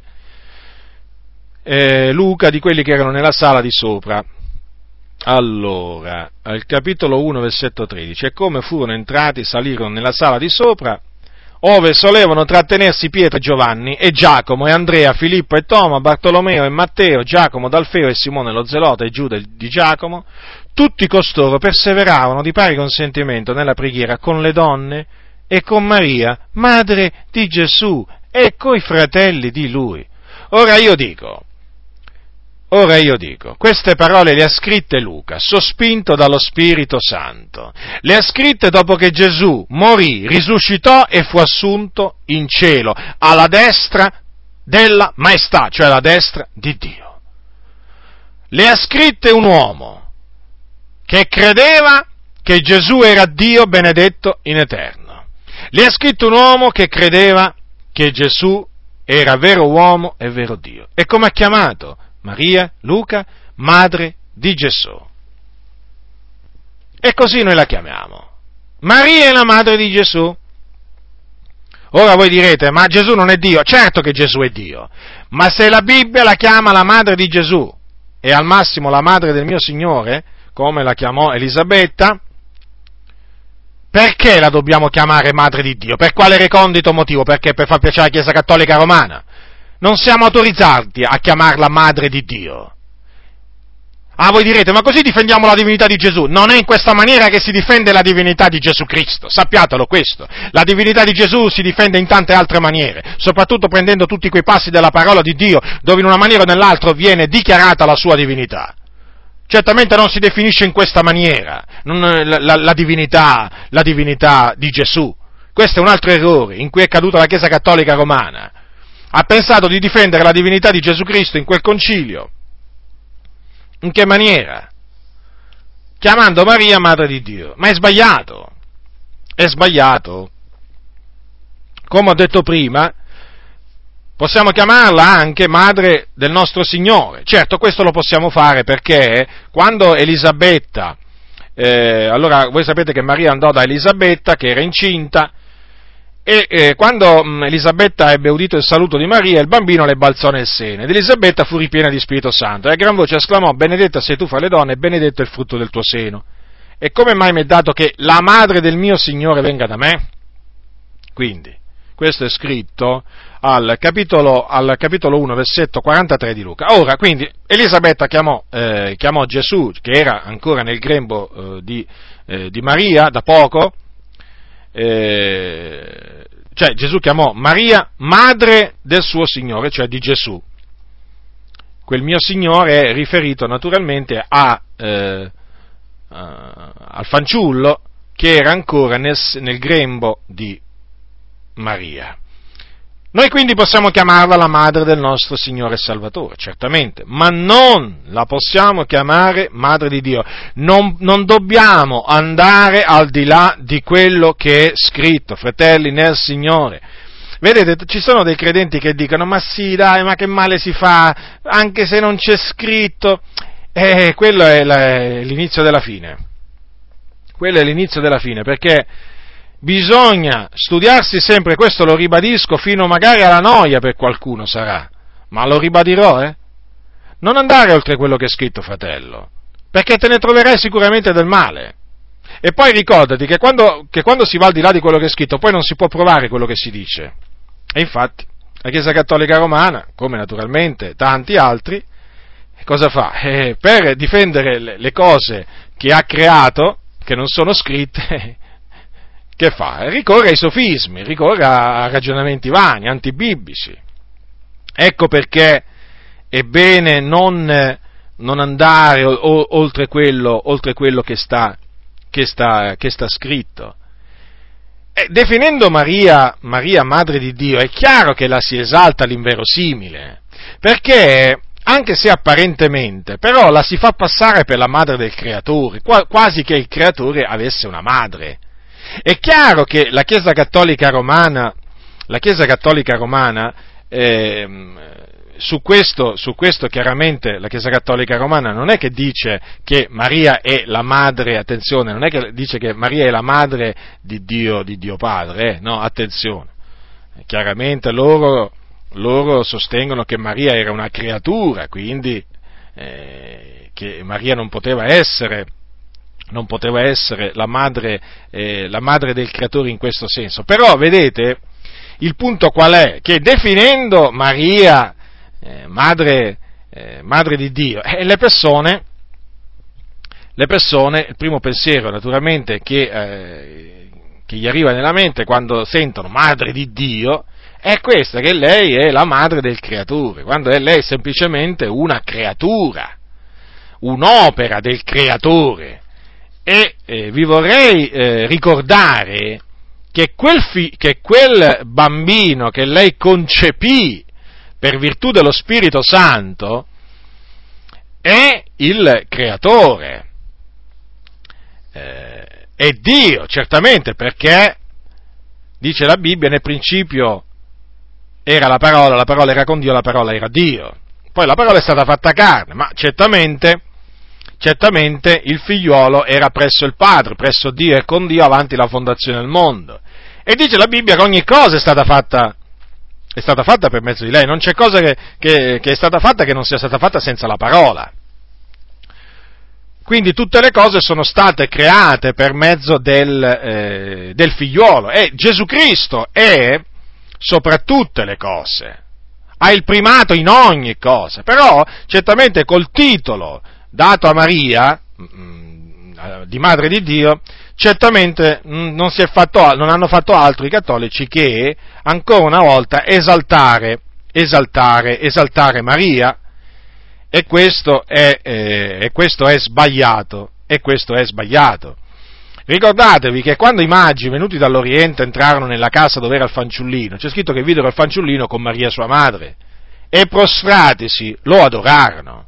eh, Luca di quelli che erano nella sala di sopra. Allora, al capitolo uno, versetto tredici, e come furono entrati, salirono nella sala di sopra, ove solevano trattenersi Pietro e Giovanni, e Giacomo, e Andrea, Filippo e Toma, Bartolomeo e Matteo, Giacomo d'Alfeo e Simone lo Zelota e Giuda di Giacomo. Tutti costoro perseveravano di pari consentimento nella preghiera con le donne e con Maria, madre di Gesù, e coi fratelli di lui. Ora io dico, Ora io dico, queste parole le ha scritte Luca, sospinto dallo Spirito Santo. Le ha scritte dopo che Gesù morì, risuscitò e fu assunto in cielo, alla destra della maestà, cioè alla destra di Dio. Le ha scritte un uomo che credeva che Gesù era Dio benedetto in eterno. Le ha scritto un uomo che credeva che Gesù era vero uomo e vero Dio. E come ha chiamato Maria, Luca, madre di Gesù. E così noi la chiamiamo. Maria è la madre di Gesù. Ora voi direte, ma Gesù non è Dio? Certo che Gesù è Dio, ma se la Bibbia la chiama la madre di Gesù, e al massimo la madre del mio Signore, come la chiamò Elisabetta, perché la dobbiamo chiamare madre di Dio? Per quale recondito motivo? Perché per far piacere alla Chiesa Cattolica Romana? Non siamo autorizzati a chiamarla madre di Dio. Ah, voi direte, ma così difendiamo la divinità di Gesù? Non è in questa maniera che si difende la divinità di Gesù Cristo, sappiatelo questo. La divinità di Gesù si difende in tante altre maniere, soprattutto prendendo tutti quei passi della parola di Dio, dove in una maniera o nell'altra viene dichiarata la sua divinità. Certamente non si definisce in questa maniera non, la, la, la divinità, la divinità di Gesù. Questo è un altro errore in cui è caduta la Chiesa Cattolica Romana. Ha pensato di difendere la divinità di Gesù Cristo in quel concilio. In che maniera? Chiamando Maria madre di Dio. Ma è sbagliato. È sbagliato. Come ho detto prima, possiamo chiamarla anche madre del nostro Signore. Certo, questo lo possiamo fare perché quando Elisabetta, eh, allora voi sapete che Maria andò da Elisabetta che era incinta, e eh, quando mh, Elisabetta ebbe udito il saluto di Maria, il bambino le balzò nel seno, ed Elisabetta fu ripiena di Spirito Santo, e a gran voce esclamò: benedetta sei tu fra le donne, e benedetto è il frutto del tuo seno. E come mai mi è dato che la madre del mio Signore venga da me? Quindi, questo è scritto al capitolo, al capitolo uno, versetto quarantatré di Luca. Ora, quindi, Elisabetta chiamò, eh, chiamò Gesù, che era ancora nel grembo eh, di, eh, di Maria, da poco, Eh, cioè Gesù chiamò Maria madre del suo Signore, cioè di Gesù. Quel mio Signore è riferito naturalmente a, eh, a, al fanciullo che era ancora nel, nel grembo di Maria. Noi quindi possiamo chiamarla la madre del nostro Signore e Salvatore, certamente, ma non la possiamo chiamare madre di Dio. Non, non dobbiamo andare al di là di quello che è scritto, fratelli nel Signore. Vedete, ci sono dei credenti che dicono: ma sì, dai, ma che male si fa, anche se non c'è scritto. Eh, quello è, la, è l'inizio della fine. Quello è l'inizio della fine, perché bisogna studiarsi sempre, questo lo ribadisco, fino magari alla noia per qualcuno sarà, ma lo ribadirò, eh? Non andare oltre quello che è scritto, fratello, perché te ne troverai sicuramente del male. E poi ricordati che quando, che quando si va al di là di quello che è scritto, poi non si può provare quello che si dice. E infatti, la Chiesa Cattolica Romana, come naturalmente tanti altri, cosa fa? Eh, per difendere le, le cose che ha creato, che non sono scritte, che fa? Ricorre ai sofismi, ricorre a ragionamenti vani, antibiblici. Ecco perché è bene non, non andare o, o, oltre quello, oltre quello che sta, che sta, che sta scritto. E definendo Maria, Maria madre di Dio, è chiaro che la si esalta all'inverosimile, perché anche se apparentemente, però la si fa passare per la madre del creatore, quasi che il creatore avesse una madre. È chiaro che la Chiesa Cattolica Romana, la Chiesa Cattolica Romana eh, su questo, su questo chiaramente la Chiesa Cattolica Romana non è che dice che Maria è la madre, attenzione, non è che dice che Maria è la madre di Dio, di Dio Padre, eh, no, attenzione, chiaramente loro, loro sostengono che Maria era una creatura, quindi eh, che Maria non poteva essere non poteva essere la madre, eh, la madre del creatore in questo senso. Però, vedete, il punto qual è? Che definendo Maria eh, madre, eh, madre di Dio, eh, le persone, le persone, il primo pensiero naturalmente che, eh, che gli arriva nella mente quando sentono madre di Dio, è questa, che lei è la madre del creatore, quando è lei semplicemente una creatura, un'opera del creatore. E eh, vi vorrei eh, ricordare che quel, fi- che quel bambino che lei concepì per virtù dello Spirito Santo è il creatore, eh, è Dio, certamente, perché dice la Bibbia, nel principio era la parola, la parola era con Dio, la parola era Dio. Poi la parola è stata fatta carne, ma certamente Certamente il figliuolo era presso il Padre, presso Dio e con Dio avanti la fondazione del mondo. E dice la Bibbia che ogni cosa è stata fatta, è stata fatta per mezzo di lei, non c'è cosa che, che, che è stata fatta che non sia stata fatta senza la parola. Quindi tutte le cose sono state create per mezzo del, eh, del figliuolo, e Gesù Cristo è sopra tutte le cose, ha il primato in ogni cosa, però certamente col titolo dato a Maria, di Madre di Dio, certamente non, si è fatto, non hanno fatto altro i cattolici che, ancora una volta, esaltare, esaltare, esaltare Maria, e questo è, eh, e questo è sbagliato, e questo è sbagliato. Ricordatevi che quando i magi venuti dall'Oriente entrarono nella casa dove era il fanciullino, c'è scritto che videro il fanciullino con Maria sua madre, e prostratisi lo adorarono.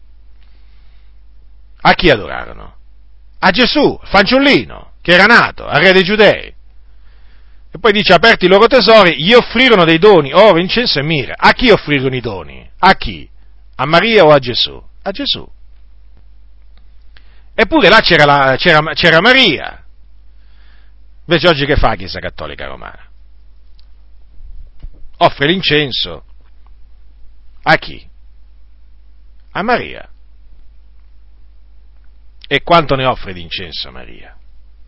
A chi adorarono? A Gesù, il fanciullino, che era nato, al re dei Giudei. E poi dice, aperti i loro tesori, gli offrirono dei doni, oro, incenso e mirra. A chi offrirono i doni? A chi? A Maria o a Gesù? A Gesù. Eppure là c'era, la, c'era, c'era Maria. Invece oggi che fa la Chiesa Cattolica Romana? Offre l'incenso. A chi? A Maria. E quanto ne offre di incenso a Maria?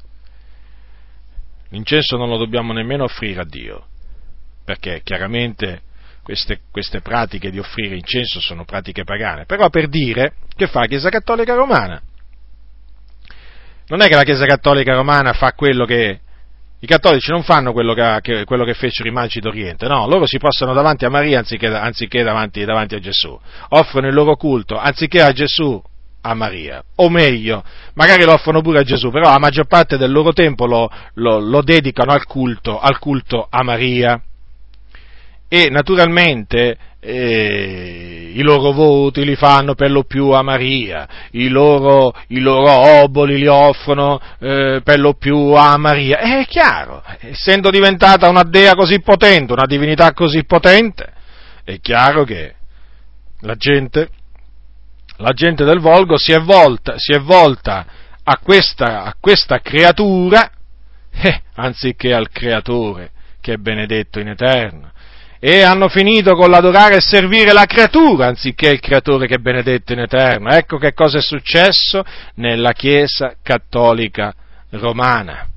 L'incenso non lo dobbiamo nemmeno offrire a Dio, perché chiaramente queste, queste pratiche di offrire incenso sono pratiche pagane. Però per dire, che fa la Chiesa Cattolica Romana? Non è che la Chiesa Cattolica Romana fa quello che... I cattolici non fanno quello che, che, quello che fecero i magi d'Oriente, no, loro si postano davanti a Maria anziché, anziché davanti, davanti a Gesù, offrono il loro culto anziché a Gesù, a Maria, o meglio, magari lo offrono pure a Gesù, però la maggior parte del loro tempo lo, lo, lo dedicano al culto, al culto a Maria. E naturalmente eh, i loro voti li fanno per lo più a Maria, i loro, i loro oboli li offrono eh, per lo più a Maria. È chiaro, essendo diventata una dea così potente, una divinità così potente, è chiaro che la gente, la gente del volgo si è volta, si è volta a questa, a questa creatura, eh, anziché al creatore che è benedetto in eterno. E hanno finito con l'adorare e servire la creatura anziché il creatore che è benedetto in eterno. Ecco che cosa è successo nella Chiesa Cattolica Romana.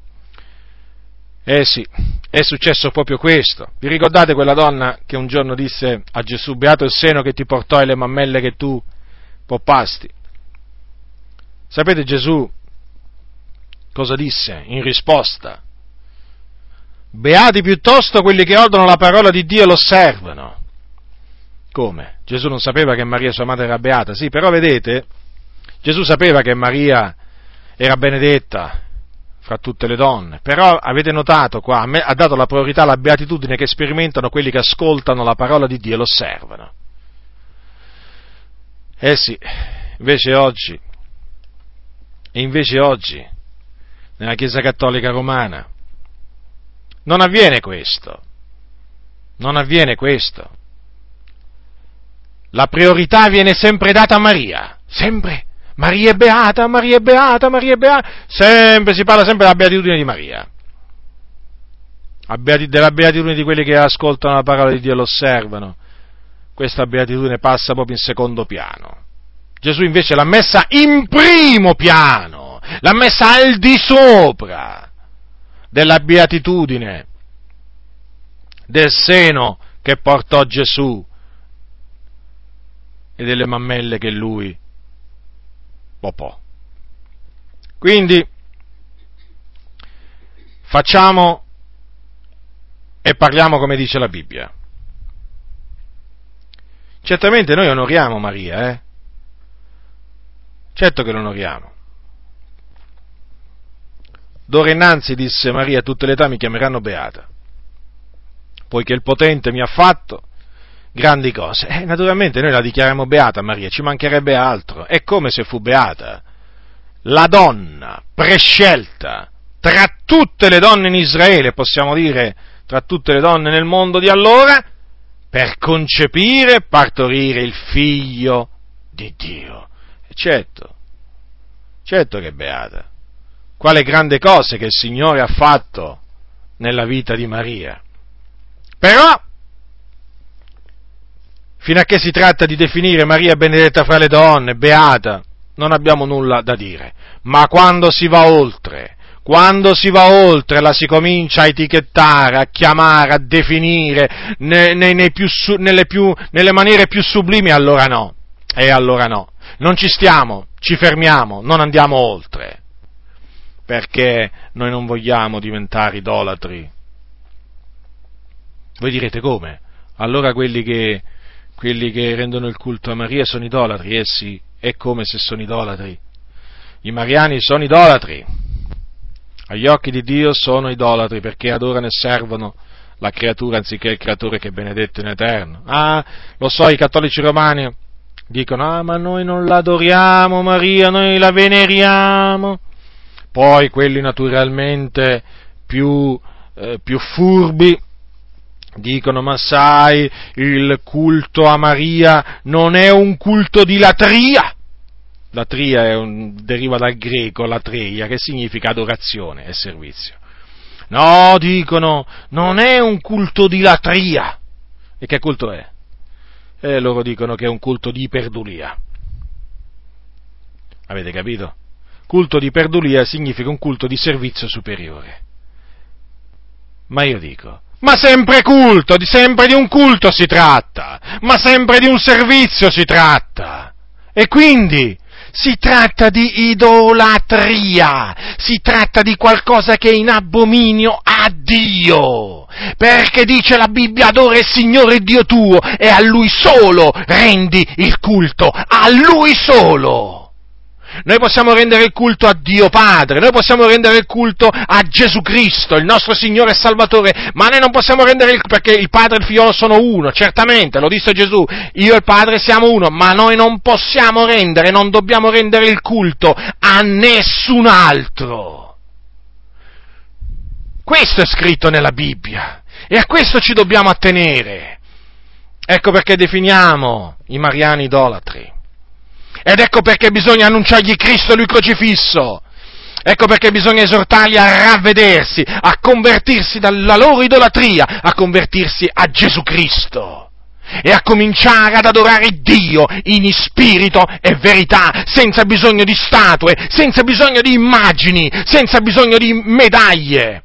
Eh sì, è successo proprio questo. Vi ricordate quella donna che un giorno disse a Gesù, beato il seno che ti portò e le mammelle che tu poppasti? Sapete Gesù cosa disse in risposta? Beati piuttosto quelli che odono la parola di Dio e lo osservano. Come? Gesù non sapeva che Maria sua madre era beata? Sì, però vedete, Gesù sapeva che Maria era benedetta fra tutte le donne, però avete notato qua, ha dato la priorità alla beatitudine che sperimentano quelli che ascoltano la parola di Dio e lo osservano. Eh sì, invece oggi, e invece oggi, nella Chiesa Cattolica Romana, non avviene questo, non avviene questo. la priorità viene sempre data a Maria, sempre. Maria è beata, Maria è beata, Maria è beata, sempre si parla sempre della beatitudine di Maria, della beatitudine di quelli che ascoltano la parola di Dio e l'osservano. Questa beatitudine passa proprio in secondo piano. Gesù invece l'ha messa in primo piano, l'ha messa al di sopra della beatitudine del seno che portò Gesù e delle mammelle che lui popò. Quindi facciamo e parliamo come dice la Bibbia. Certamente noi onoriamo Maria, eh? Certo che l'onoriamo. D'ora innanzi, disse Maria, tutte le età mi chiameranno beata, poiché il Potente mi ha fatto grandi cose. E eh, naturalmente noi la dichiariamo beata Maria, ci mancherebbe altro. È come se fu beata la donna prescelta tra tutte le donne in Israele, possiamo dire tra tutte le donne nel mondo di allora, per concepire e partorire il figlio di Dio. E certo, certo che è beata. Quale grande cose che il Signore ha fatto nella vita di Maria. Però, fino a che si tratta di definire Maria benedetta fra le donne, beata, non abbiamo nulla da dire. Ma quando si va oltre, quando si va oltre, la si comincia a etichettare, a chiamare, a definire nei, nei, nei più, nelle, più, nelle maniere più sublimi, allora no. E allora no. Non ci stiamo, ci fermiamo, non andiamo oltre. Perché noi non vogliamo diventare idolatri. Voi direte come? Allora quelli che, quelli che rendono il culto a Maria sono idolatri? Eh sì, è come se sono idolatri. I mariani sono idolatri. Agli occhi di Dio sono idolatri perché adorano e servono la creatura anziché il creatore che è benedetto in eterno. Ah, lo so, i cattolici romani dicono, ah, ma noi non l'adoriamo Maria, noi la veneriamo. Poi quelli naturalmente più, eh, più furbi dicono, ma sai, il culto a Maria non è un culto di latria. Latria è un, deriva dal greco, latreia, che significa adorazione e servizio. No, dicono, non è un culto di latria. E che culto è? E loro dicono che è un culto di iperdulia. Avete capito? Culto di iperdulia significa un culto di servizio superiore. Ma io dico, ma sempre culto, di sempre di un culto si tratta, ma sempre di un servizio si tratta. E quindi si tratta di idolatria, si tratta di qualcosa che è in abominio a Dio, perché dice la Bibbia, adora il Signore Dio tuo e a Lui solo rendi il culto, a Lui solo. Noi possiamo rendere il culto a Dio Padre, noi possiamo rendere il culto a Gesù Cristo, il nostro Signore e Salvatore, ma noi non possiamo rendere il perché il Padre e il Figlio sono uno, certamente, lo disse Gesù, io e il Padre siamo uno, ma noi non possiamo rendere, non dobbiamo rendere il culto a nessun altro. Questo è scritto nella Bibbia e a questo ci dobbiamo attenere. Ecco perché definiamo i mariani idolatri. Ed ecco perché bisogna annunciargli Cristo e Lui crocifisso. Ecco perché bisogna esortarli a ravvedersi, a convertirsi dalla loro idolatria, a convertirsi a Gesù Cristo e a cominciare ad adorare Dio in spirito e verità, senza bisogno di statue, senza bisogno di immagini, senza bisogno di medaglie.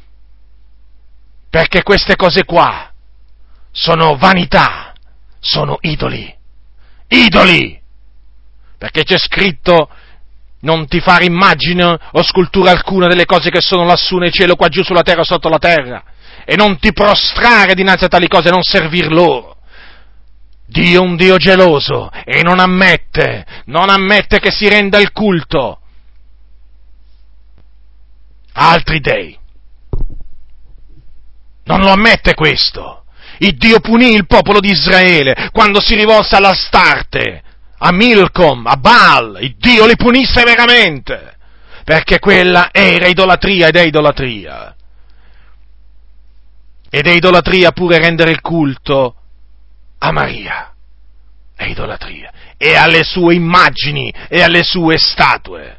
Perché queste cose qua sono vanità, sono idoli. Idoli! Perché c'è scritto, non ti fare immagine o scultura alcuna delle cose che sono lassù nel cielo, qua giù sulla terra o sotto la terra, e non ti prostrare dinanzi a tali cose, non servir loro. Dio è un Dio geloso e non ammette, non ammette che si renda il culto a altri dei. Non lo ammette questo. Il Dio punì il popolo di Israele quando si rivolse all'Astarte, a Milcom, a Baal, il Dio li punì severamente, perché quella era idolatria ed è idolatria. Ed è idolatria pure rendere il culto a Maria. è idolatria, e alle sue immagini e alle sue statue.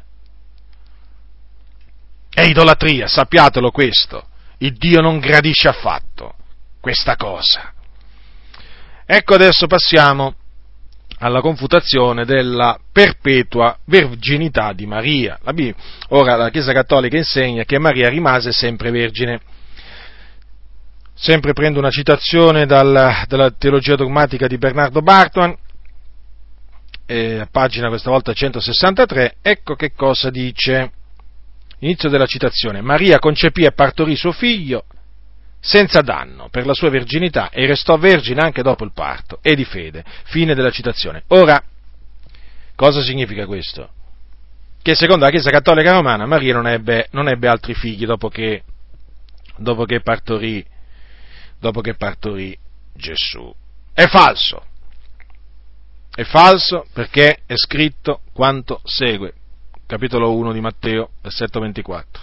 È idolatria, sappiatelo questo. Il Dio non gradisce affatto questa cosa. Ecco, adesso passiamo alla confutazione della perpetua verginità di Maria. La Bibbia, ora la Chiesa Cattolica insegna che Maria rimase sempre vergine. Sempre prendo una citazione dal, dalla teologia dogmatica di Bernardo Bartman, eh, a pagina questa volta centosessantatré, ecco che cosa dice. Inizio della citazione: Maria concepì e partorì suo figlio senza danno per la sua verginità e restò vergine anche dopo il parto, e di fede. Fine della citazione. Ora, cosa significa questo? Che secondo la Chiesa Cattolica Romana Maria non ebbe, non ebbe altri figli dopo che, dopo che partorì, dopo che partorì Gesù. È falso. È falso perché è scritto quanto segue. Capitolo uno di Matteo, versetto ventiquattro.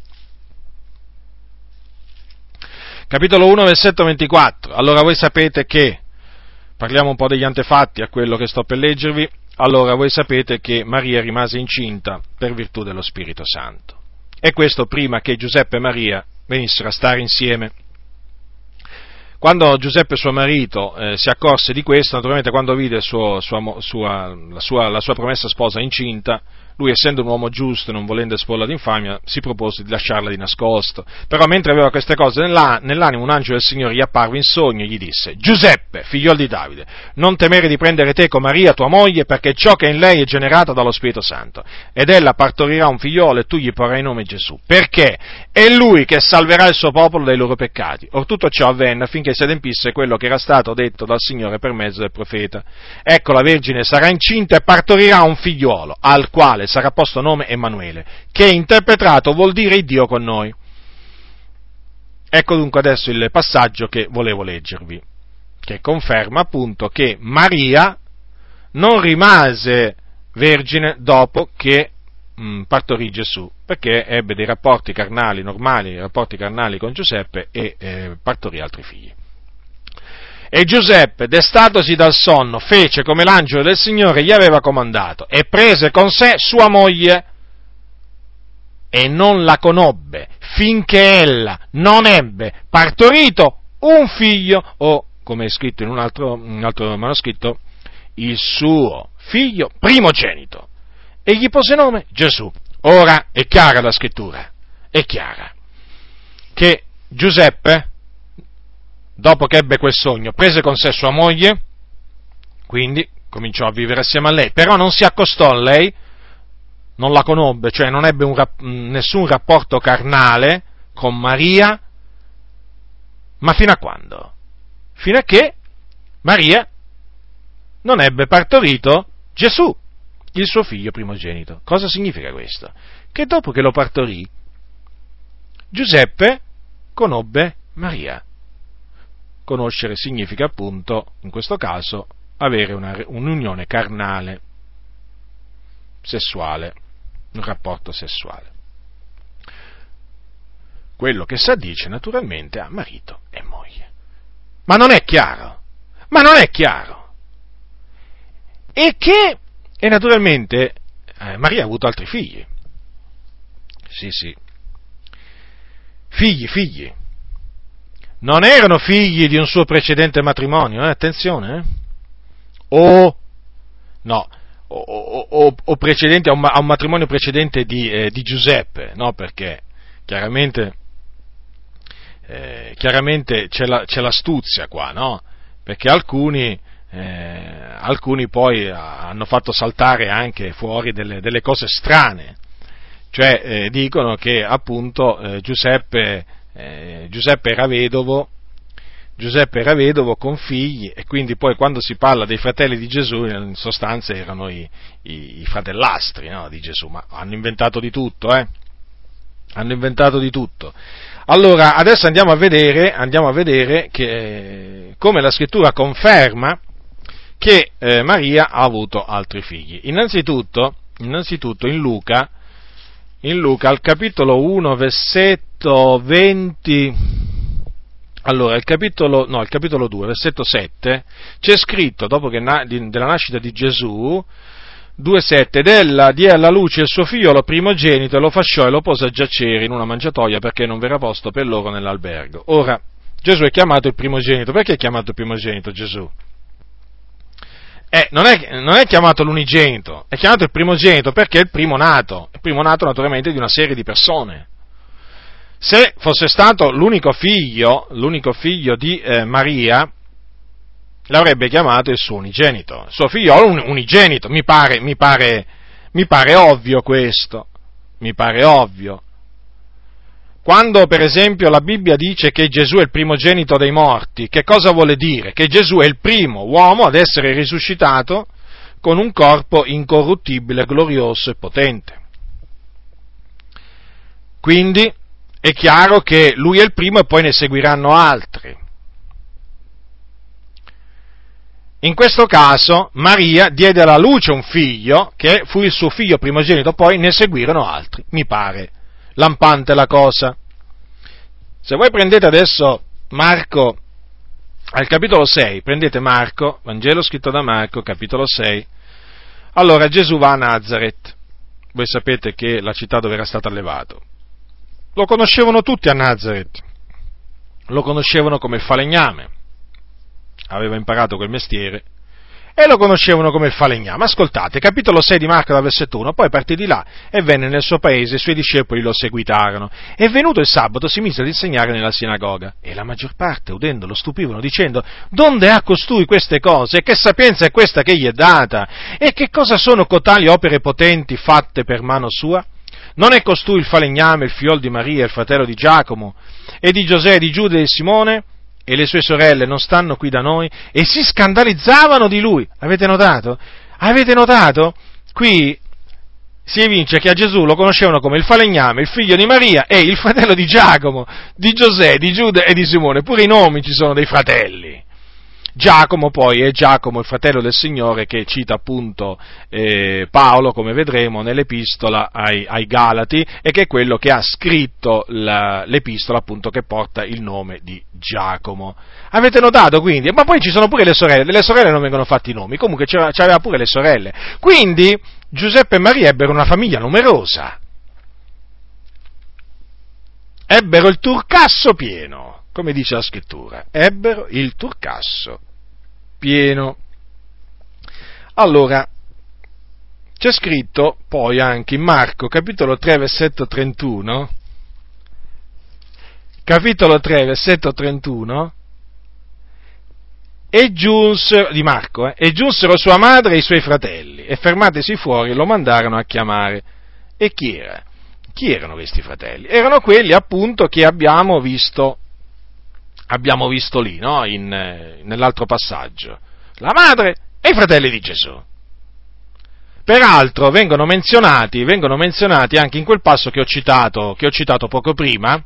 Capitolo uno, versetto ventiquattro. Allora voi sapete che, parliamo un po' degli antefatti a quello che sto per leggervi, allora voi sapete che Maria rimase incinta per virtù dello Spirito Santo. E questo prima che Giuseppe e Maria venissero a stare insieme. Quando Giuseppe, suo marito, eh, si accorse di questo, naturalmente quando vide suo, sua, sua, la, sua, la sua promessa sposa incinta, lui, essendo un uomo giusto e non volendo esporla d'infamia, si propose di lasciarla di nascosto. Però mentre aveva queste cose nell'animo, un angelo del Signore gli apparve in sogno e gli disse: Giuseppe, figliol di Davide, non temere di prendere teco Maria, tua moglie, perché ciò che è in lei è generato dallo Spirito Santo. Ed ella partorirà un figliolo e tu gli porrai nome Gesù, perché è lui che salverà il suo popolo dai loro peccati. Or tutto ciò avvenne affinché si adempisse quello che era stato detto dal Signore per mezzo del profeta. Ecco, la Vergine sarà incinta e partorirà un figliolo, al quale sarà posto nome Emanuele, che interpretato vuol dire Dio con noi. Ecco dunque adesso il passaggio che volevo leggervi, che conferma appunto che Maria non rimase vergine dopo che mh, partorì Gesù, perché ebbe dei rapporti carnali normali, rapporti carnali con Giuseppe e eh, partorì altri figli. E Giuseppe, destatosi dal sonno, fece come l'angelo del Signore gli aveva comandato e prese con sé sua moglie e non la conobbe finché ella non ebbe partorito un figlio, o come è scritto in un altro, un altro manoscritto, il suo figlio primogenito, e gli pose nome Gesù. Ora è chiara la scrittura, è chiara che Giuseppe, dopo che ebbe quel sogno, prese con sé sua moglie, quindi cominciò a vivere assieme a lei, però non si accostò a lei, non la conobbe, cioè non ebbe un, nessun rapporto carnale con Maria, ma fino a quando? Fino a che Maria non ebbe partorito Gesù, il suo figlio primogenito. Cosa significa questo? Che dopo che lo partorì, Giuseppe conobbe Maria. Conoscere significa appunto, in questo caso, avere una, un'unione carnale, sessuale, un rapporto sessuale. Quello che si addice naturalmente a marito e moglie. Ma non è chiaro, ma non è chiaro. E che, e naturalmente, eh, Maria ha avuto altri figli. Sì, sì. Figli, figli. Non erano figli di un suo precedente matrimonio, eh? Attenzione, eh? O, no, o, o, o, o precedente, a un, a un matrimonio precedente di, eh, di Giuseppe, no? Perché chiaramente, eh, chiaramente c'è, la, c'è l'astuzia qua, no? Perché alcuni, eh, alcuni poi hanno fatto saltare anche fuori delle, delle cose strane, cioè eh, dicono che appunto eh, Giuseppe Eh, Giuseppe era vedovo, Giuseppe era vedovo con figli, e quindi poi quando si parla dei fratelli di Gesù, in sostanza erano i, i, i fratellastri, no, di Gesù, ma hanno inventato di tutto, eh? Hanno inventato di tutto. Allora, adesso andiamo a vedere, andiamo a vedere che, come la scrittura conferma che eh, Maria ha avuto altri figli. Innanzitutto, innanzitutto in Luca, in Luca al capitolo uno, versetto venti, allora, il capitolo, no, il capitolo due, versetto sette, c'è scritto, dopo che na, di, della nascita di Gesù, due sette, ed ella diè alla luce il suo figlio primogenito e lo fasciò e lo pose a giacere in una mangiatoia perché non v'era posto per loro nell'albergo. Ora, Gesù è chiamato il primogenito. Perché è chiamato il primogenito Gesù? Eh, non è, non è chiamato l'unigenito, è chiamato il primogenito perché è il primo nato, il primo nato naturalmente di una serie di persone. Se fosse stato l'unico figlio, l'unico figlio di eh, Maria, l'avrebbe chiamato il suo unigenito, il suo figliolo un unigenito, mi pare, mi pare, mi pare ovvio questo, mi pare ovvio. Quando per esempio la Bibbia dice che Gesù è il primogenito dei morti, che cosa vuole dire? Che Gesù è il primo uomo ad essere risuscitato con un corpo incorruttibile, glorioso e potente. Quindi è chiaro che lui è il primo e poi ne seguiranno altri. In questo caso Maria diede alla luce un figlio che fu il suo figlio primogenito, poi ne seguirono altri, mi pare lampante la cosa. Se voi prendete adesso Marco, al capitolo sei, prendete Marco, Vangelo scritto da Marco, capitolo sei, allora Gesù va a Nazaret, voi sapete che la città dove era stato allevato, lo conoscevano tutti a Nazaret, lo conoscevano come il falegname, aveva imparato quel mestiere, e lo conoscevano come il falegname. Ascoltate, capitolo sei di Marco, dal versetto uno, poi partì di là e venne nel suo paese, i suoi discepoli lo seguitarono, e venuto il sabato si mise ad insegnare nella sinagoga, e la maggior parte, udendolo, stupivano, dicendo, donde ha costui queste cose, e che sapienza è questa che gli è data, e che cosa sono cotali opere potenti fatte per mano sua? Non è costui il falegname, il figliol di Maria, il fratello di Giacomo, e di Giosè, di Giuda e di Simone? E le sue sorelle non stanno qui da noi? E si scandalizzavano di lui. Avete notato? Avete notato? Qui si evince che a Gesù lo conoscevano come il falegname, il figlio di Maria e il fratello di Giacomo, di Giosè, di Giuda e di Simone. Pure i nomi ci sono dei fratelli. Giacomo poi è Giacomo, il fratello del Signore, che cita appunto eh, Paolo, come vedremo, nell'epistola ai, ai Galati, e che è quello che ha scritto la, l'epistola appunto che porta il nome di Giacomo. Avete notato quindi? Ma poi ci sono pure le sorelle, delle sorelle non vengono fatti i nomi, comunque c'aveva pure le sorelle. Quindi Giuseppe e Maria ebbero una famiglia numerosa, ebbero il turcasso pieno. Come dice la scrittura, ebbero il turcasso pieno. Allora, c'è scritto poi anche in Marco, capitolo tre, versetto trentuno, capitolo tre, versetto trentuno, e giunsero, di Marco, eh, e giunsero sua madre e i suoi fratelli, e fermatisi fuori lo mandarono a chiamare. E chi era? Chi erano questi fratelli? Erano quelli appunto che abbiamo visto Abbiamo visto lì, no? In, nell'altro passaggio, la madre e i fratelli di Gesù. Peraltro vengono menzionati, vengono menzionati anche in quel passo che ho citato, che ho citato poco prima,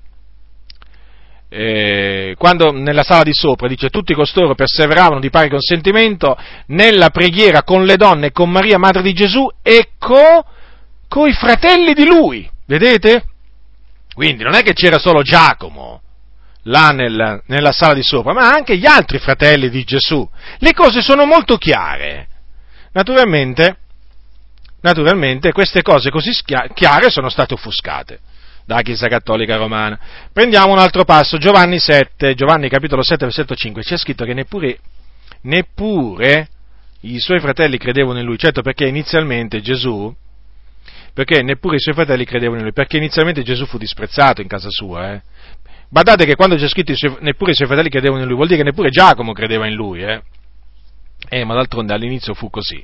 eh, quando nella sala di sopra dice tutti costoro perseveravano di pari consentimento nella preghiera con le donne e con Maria, madre di Gesù, e co, coi fratelli di lui, vedete? Quindi non è che c'era solo Giacomo là nel, nella sala di sopra, ma anche gli altri fratelli di Gesù. Le cose sono molto chiare. Naturalmente, naturalmente queste cose così chiare sono state offuscate dalla Chiesa Cattolica Romana. Prendiamo un altro passo, Giovanni sette, Giovanni capitolo sette, versetto cinque, c'è scritto che neppure, neppure i suoi fratelli credevano in lui, certo perché inizialmente Gesù, perché neppure i suoi fratelli credevano in lui, perché inizialmente Gesù fu disprezzato in casa sua, eh. Badate che quando c'è scritto neppure i suoi fratelli credevano in lui, vuol dire che neppure Giacomo credeva in lui, eh? Eh, ma d'altronde all'inizio fu così.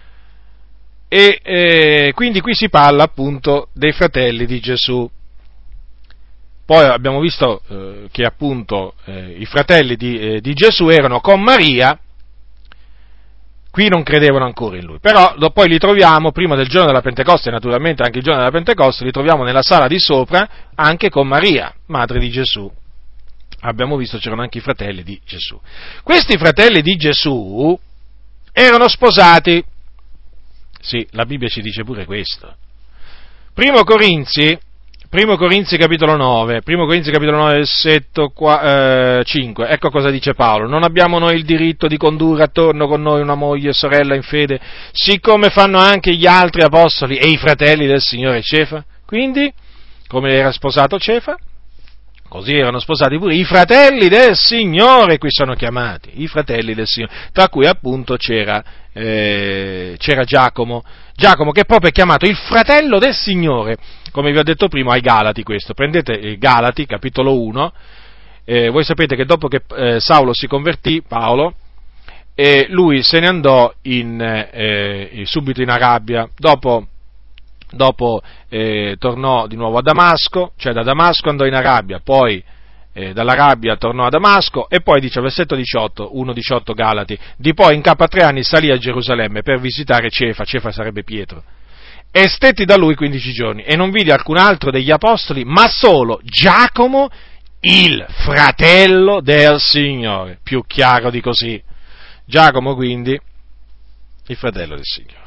E eh, quindi qui si parla appunto dei fratelli di Gesù. Poi abbiamo visto eh, che appunto eh, i fratelli di, eh, di Gesù erano con Maria. Qui non credevano ancora in lui, però poi li troviamo prima del giorno della Pentecoste, naturalmente anche il giorno della Pentecoste, li troviamo nella sala di sopra anche con Maria, madre di Gesù. Abbiamo visto c'erano anche i fratelli di Gesù. Questi fratelli di Gesù erano sposati. Sì, la Bibbia ci dice pure questo. Primo Corinzi, Primo Corinzi capitolo nove, Primo Corinzi capitolo nove, versetto cinque, ecco cosa dice Paolo: non abbiamo noi il diritto di condurre attorno con noi una moglie e sorella in fede, siccome fanno anche gli altri apostoli e i fratelli del Signore Cefa? Quindi, come era sposato Cefa, così erano sposati pure i fratelli del Signore, qui sono chiamati, i fratelli del Signore, tra cui appunto c'era, eh, c'era Giacomo, Giacomo che proprio è chiamato il fratello del Signore, come vi ho detto prima ai Galati questo, prendete Galati, capitolo uno, eh, voi sapete che dopo che eh, Saulo si convertì, Paolo, eh, lui se ne andò in, eh, subito in Arabia, dopo... Dopo eh, tornò di nuovo a Damasco, cioè da Damasco andò in Arabia, poi eh, dall'Arabia tornò a Damasco e poi dice versetto diciotto, uno diciotto Galati, di poi in capo a tre anni salì a Gerusalemme per visitare Cefa, Cefa sarebbe Pietro, e stetti da lui quindici giorni e non vidi alcun altro degli apostoli, ma solo Giacomo, il fratello del Signore, più chiaro di così, Giacomo quindi, il fratello del Signore.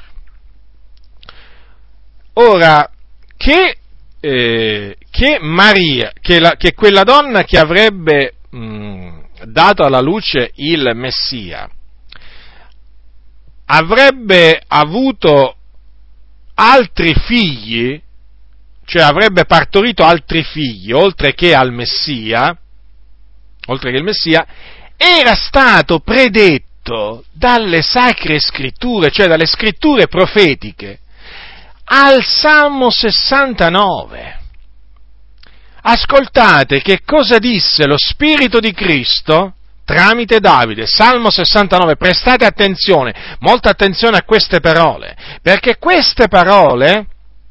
Ora, che, eh, che Maria, che, la, che quella donna che avrebbe mh, dato alla luce il Messia, avrebbe avuto altri figli, cioè avrebbe partorito altri figli, oltre che al Messia, oltre che il Messia, era stato predetto dalle sacre scritture, cioè dalle scritture profetiche, al Salmo sessantanove. Ascoltate che cosa disse lo Spirito di Cristo tramite Davide, Salmo sessantanove, prestate attenzione, molta attenzione a queste parole, perché queste parole,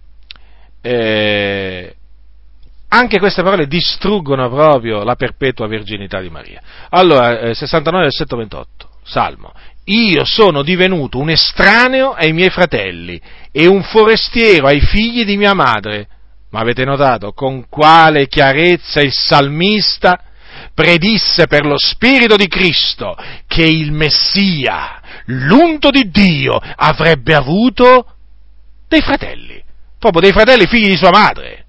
eh, anche queste parole distruggono proprio la perpetua virginità di Maria. Allora, eh, sessantanove, versetto ventotto, Salmo: io sono divenuto un estraneo ai miei fratelli e un forestiero ai figli di mia madre. Ma avete notato con quale chiarezza il salmista predisse per lo Spirito di Cristo che il Messia, l'unto di Dio, avrebbe avuto dei fratelli, proprio dei fratelli figli di sua madre.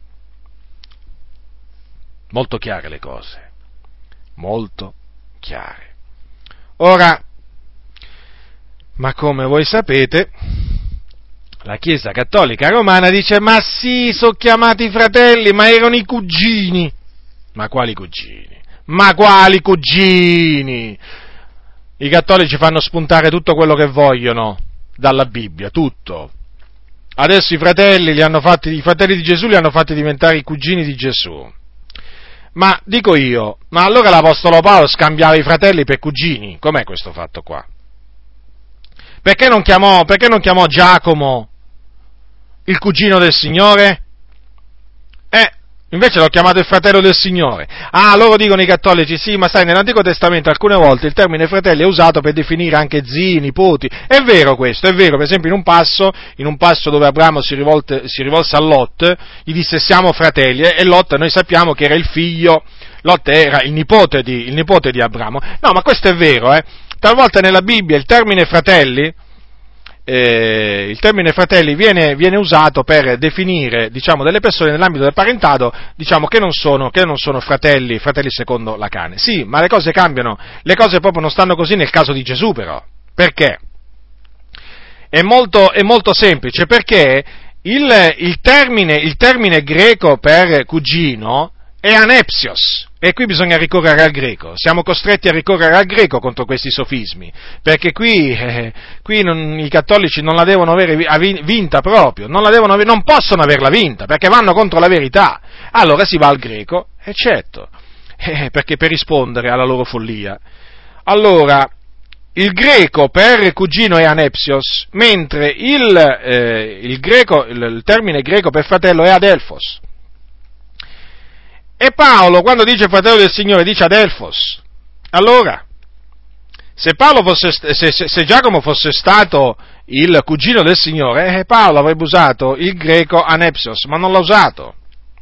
Molto chiare le cose, molto chiare. Ora, ma come voi sapete, la Chiesa Cattolica Romana dice: ma sì, sono chiamati fratelli, ma erano i cugini. Ma quali cugini? Ma quali cugini? I cattolici fanno spuntare tutto quello che vogliono dalla Bibbia, tutto. Adesso i fratelli li hanno fatti, i fratelli di Gesù li hanno fatti diventare i cugini di Gesù. Ma dico io, ma allora l'Apostolo Paolo scambiava i fratelli per cugini? Com'è questo fatto qua? Perché non chiamò, perché non chiamò Giacomo il cugino del Signore? Eh, invece l'ho chiamato il fratello del Signore. Ah, loro dicono i cattolici: sì, ma sai, nell'Antico Testamento alcune volte il termine fratelli è usato per definire anche zii, nipoti. È vero questo, è vero. Per esempio in un passo, in un passo dove Abramo si, rivolte, si rivolse a Lot, gli disse: siamo fratelli, e Lot noi sappiamo che era il figlio, Lot era il nipote di, il nipote di Abramo. No, ma questo è vero, eh. Talvolta nella Bibbia il termine fratelli, eh, il termine fratelli viene, viene usato per definire, diciamo, delle persone nell'ambito del parentado, diciamo, che non sono, che non sono fratelli, fratelli secondo la carne. Sì, ma le cose cambiano, le cose proprio non stanno così nel caso di Gesù però. Perché? È molto, è molto semplice, perché il, il, termine, il termine greco per cugino è anepsios, e qui bisogna ricorrere al greco, siamo costretti a ricorrere al greco contro questi sofismi, perché qui, eh, qui non, i cattolici non la devono avere vinta proprio, non, la devono, non possono averla vinta, perché vanno contro la verità. Allora si va al greco, e certo, eh, perché per rispondere alla loro follia. Allora, il greco per cugino è anepsios, mentre il, eh, il, greco, il, il termine greco per fratello è adelphos. E Paolo, quando dice fratello del Signore, dice adelphos. Allora, se, Paolo fosse, se, se, se Giacomo fosse stato il cugino del Signore, eh, Paolo avrebbe usato il greco anepsios, ma non l'ha usato.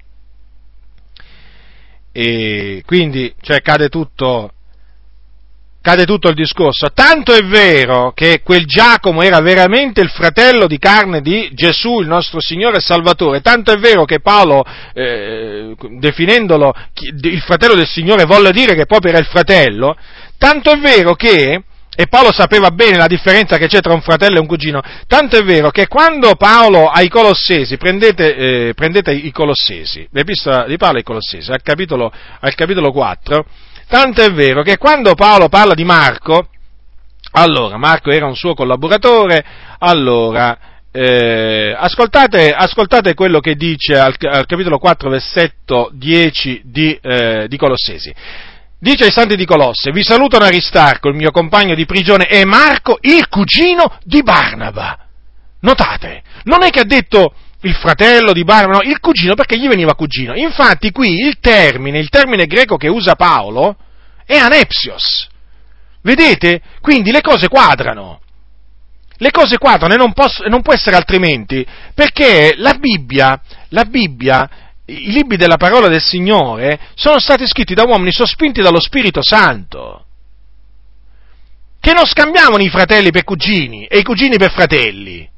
E quindi, cioè, cade tutto, cade tutto il discorso. Tanto è vero che quel Giacomo era veramente il fratello di carne di Gesù, il nostro Signore e Salvatore, tanto è vero che Paolo, eh, definendolo il fratello del Signore, volle dire che proprio era il fratello, tanto è vero che, e Paolo sapeva bene la differenza che c'è tra un fratello e un cugino, tanto è vero che quando Paolo ai Colossesi, prendete, eh, prendete i Colossesi, l'epistola di Paolo ai Colossesi, al capitolo, al capitolo quattro, tanto è vero che quando Paolo parla di Marco, allora, Marco era un suo collaboratore, allora, eh, ascoltate, ascoltate quello che dice al, al capitolo quattro, versetto dieci di, eh, di Colossesi. Dice ai santi di Colosse: vi salutano Aristarco, il mio compagno di prigione, e Marco, il cugino di Barnaba. Notate, non è che ha detto il fratello di Barnaba, no, il cugino, perché gli veniva cugino. Infatti qui il termine, il termine greco che usa Paolo è anepsios. Vedete? Quindi le cose quadrano. Le cose quadrano e non, posso, non può essere altrimenti, perché la Bibbia, la Bibbia, i libri della parola del Signore sono stati scritti da uomini sospinti dallo Spirito Santo, che non scambiavano i fratelli per cugini e i cugini per fratelli.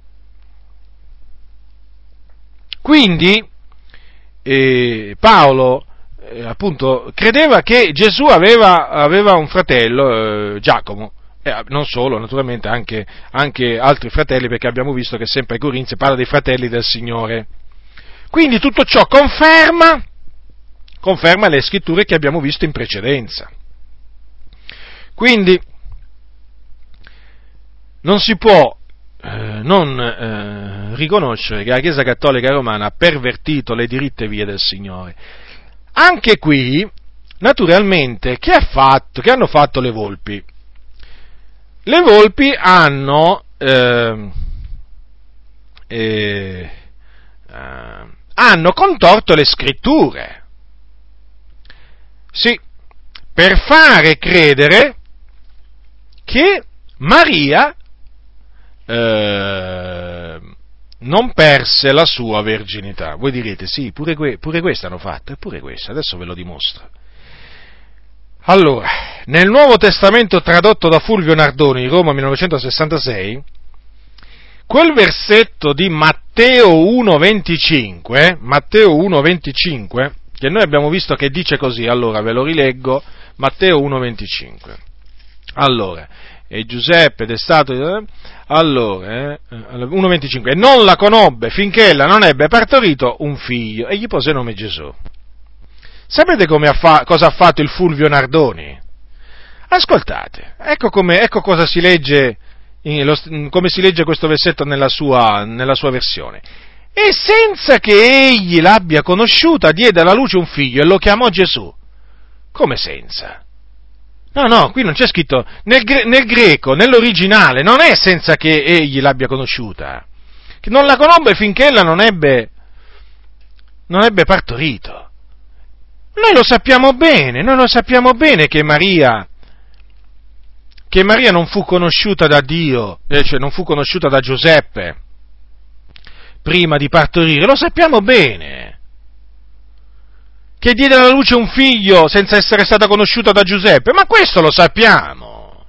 Quindi eh, Paolo eh, appunto credeva che Gesù aveva, aveva un fratello, eh, Giacomo, e non solo, naturalmente anche, anche altri fratelli, perché abbiamo visto che sempre ai Corinzi parla dei fratelli del Signore. Quindi tutto ciò conferma, conferma le scritture che abbiamo visto in precedenza. Quindi non si può eh, non eh, riconoscere che la Chiesa Cattolica Romana ha pervertito le diritte vie del Signore. Anche qui, naturalmente, che ha fatto, che hanno fatto le volpi? Le volpi hanno eh, eh, eh, hanno contorto le scritture, sì, per fare credere che Maria eh, non perse la sua verginità. Voi direte, sì, pure, que- pure queste hanno fatto, e pure queste, adesso ve lo dimostro. Allora, nel Nuovo Testamento tradotto da Fulvio Nardoni, Roma millenovecentosessantasei, quel versetto di Matteo uno venticinque, Matteo uno venticinque, che noi abbiamo visto che dice così, allora ve lo rileggo, Matteo uno venticinque. Allora, e Giuseppe ed è stato, allora, eh, uno venticinque, e non la conobbe finché ella non ebbe partorito un figlio, e gli pose nome Gesù. Sapete come ha fa- cosa ha fatto il Fulvio Nardoni? Ascoltate, ecco, come, ecco cosa si legge, in, lo, come si legge questo versetto nella sua, nella sua versione. E senza che egli l'abbia conosciuta, diede alla luce un figlio e lo chiamò Gesù. Come senza? No, no, qui non c'è scritto, nel, gre- nel greco, nell'originale, non è senza che egli l'abbia conosciuta, che non la conobbe finché ella non ebbe, non ebbe partorito. Noi lo sappiamo bene, noi lo sappiamo bene che Maria, che Maria non fu conosciuta da Dio, eh, cioè non fu conosciuta da Giuseppe prima di partorire, lo sappiamo bene. Che diede alla luce un figlio senza essere stata conosciuta da Giuseppe, ma questo lo sappiamo.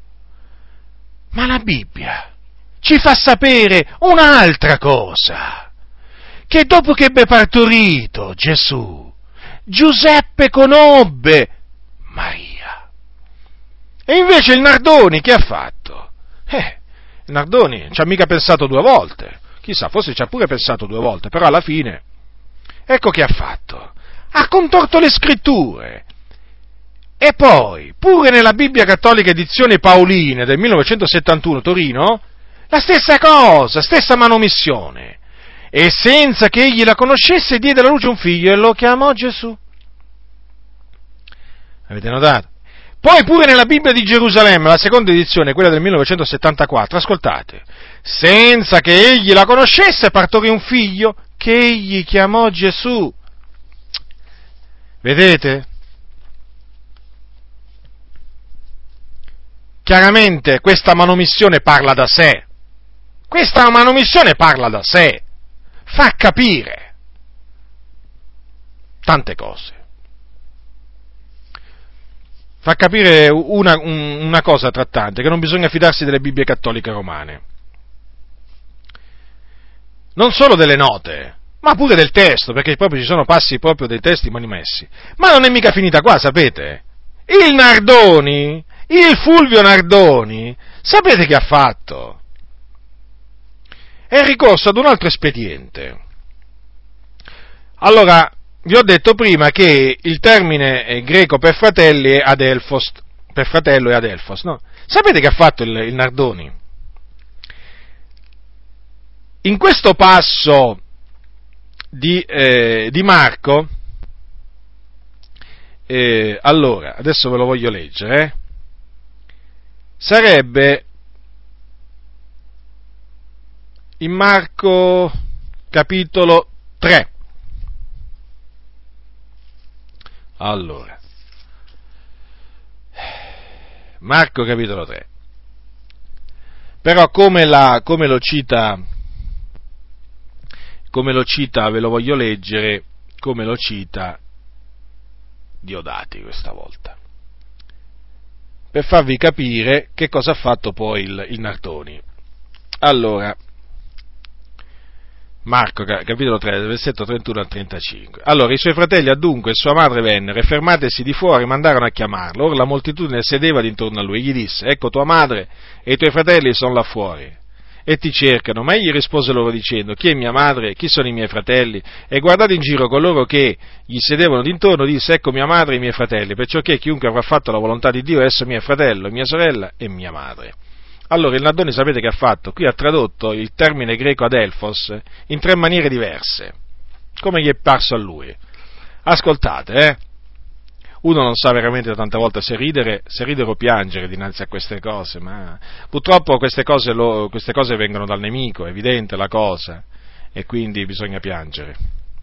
Ma la Bibbia ci fa sapere un'altra cosa, che dopo che ebbe partorito Gesù, Giuseppe conobbe Maria. E invece il Nardoni che ha fatto? Eh, il Nardoni non ci ha mica pensato due volte, chissà, forse ci ha pure pensato due volte, però alla fine, ecco che ha fatto. Ha contorto le scritture. E poi, pure nella Bibbia Cattolica edizione Paoline del millenovecentosettantuno, Torino, la stessa cosa, stessa manomissione. E senza che egli la conoscesse, diede alla luce un figlio e lo chiamò Gesù. Avete notato? Poi pure nella Bibbia di Gerusalemme, la seconda edizione, quella del millenovecentosettantaquattro, ascoltate, senza che egli la conoscesse, partorì un figlio che egli chiamò Gesù. Vedete? Chiaramente questa manomissione parla da sé. Questa manomissione parla da sé. Fa capire tante cose. fa capire una, una cosa tra tante, che non bisogna fidarsi delle Bibbie cattoliche romane. Non solo delle note, ma pure del testo, perché proprio ci sono passi proprio dei testi manomessi. Ma non è mica finita qua, sapete? Il Nardoni, il Fulvio Nardoni, sapete che ha fatto? È ricorso ad un altro espediente. Allora, vi ho detto prima che il termine greco per fratelli è adelphos, per fratello è adelphos, no? Sapete che ha fatto il, il Nardoni? In questo passo di, eh, di Marco, eh, allora, adesso ve lo voglio leggere, eh? Sarebbe in Marco capitolo tre. Allora, Marco capitolo tre. Però come, la, come lo cita, come lo cita, ve lo voglio leggere, come lo cita Diodati questa volta, per farvi capire che cosa ha fatto poi il, il Nardoni. Allora, Marco, capitolo tre, versetto trentuno al trentacinque. Allora, i suoi fratelli adunque e sua madre vennero e fermatesi di fuori mandarono a chiamarlo. Ora la moltitudine sedeva d'intorno a lui e gli disse: ecco tua madre e i tuoi fratelli sono là fuori e ti cercano. Ma egli rispose loro dicendo: chi è mia madre? Chi sono i miei fratelli? E guardato in giro coloro che gli sedevano d'intorno, disse: ecco mia madre e i miei fratelli, perciò che chiunque avrà fatto la volontà di Dio, esso mio fratello, mia sorella e mia madre. Allora il Nardoni sapete che ha fatto? Qui ha tradotto il termine greco adelphos in tre maniere diverse, come gli è parso a lui. Ascoltate, eh? Uno non sa veramente tante volte se ridere, se ridere o piangere dinanzi a queste cose, ma purtroppo queste cose, lo, queste cose vengono dal nemico, è evidente la cosa, e quindi bisogna piangere.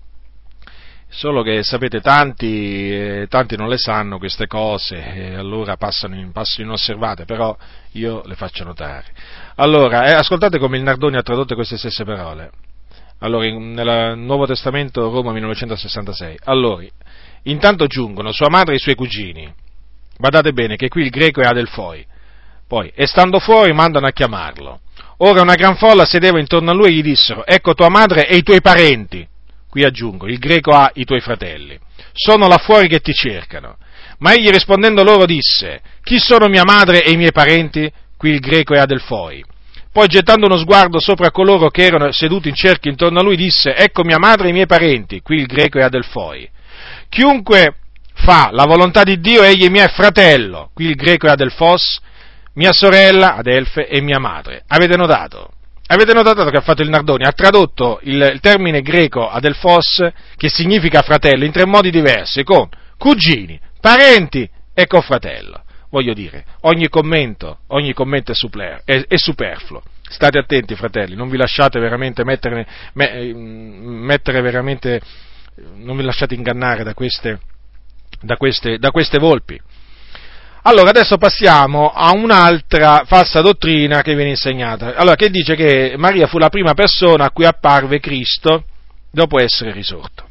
Solo che, sapete, tanti, eh, tanti non le sanno queste cose, e allora passano, in, passano inosservate, però io le faccio notare. Allora, eh, ascoltate come il Nardoni ha tradotto queste stesse parole. Allora, in, nel Nuovo Testamento, Roma millenovecentosessantasei. Allora, intanto giungono sua madre e i suoi cugini. Badate bene che qui il greco è adelphoi. Poi, e stando fuori, mandano a chiamarlo. Ora una gran folla sedeva intorno a lui e gli dissero: ecco tua madre e i tuoi parenti. Qui aggiungo, il greco ha i tuoi fratelli. Sono là fuori che ti cercano. Ma egli rispondendo loro disse: chi sono mia madre e i miei parenti? Qui il greco è adelphoi. Poi gettando uno sguardo sopra coloro che erano seduti in cerchio intorno a lui disse: ecco mia madre e i miei parenti. Qui il greco è adelphoi. Chiunque fa la volontà di Dio, egli è mio fratello. Qui il greco è adelphos, mia sorella, adelfe, e mia madre. Avete notato? Avete notato che ha fatto il Nardoni? Ha tradotto il, il termine greco adelphos, che significa fratello, in tre modi diversi, con cugini, parenti e confratello. Voglio dire, ogni commento, ogni commento è, supler, è, è superfluo. State attenti, fratelli, non vi lasciate veramente mettere, me, mettere veramente, non vi lasciate ingannare da queste, da queste, da queste volpi. Allora, adesso passiamo a un'altra falsa dottrina che viene insegnata. Allora, che dice che Maria fu la prima persona a cui apparve Cristo dopo essere risorto.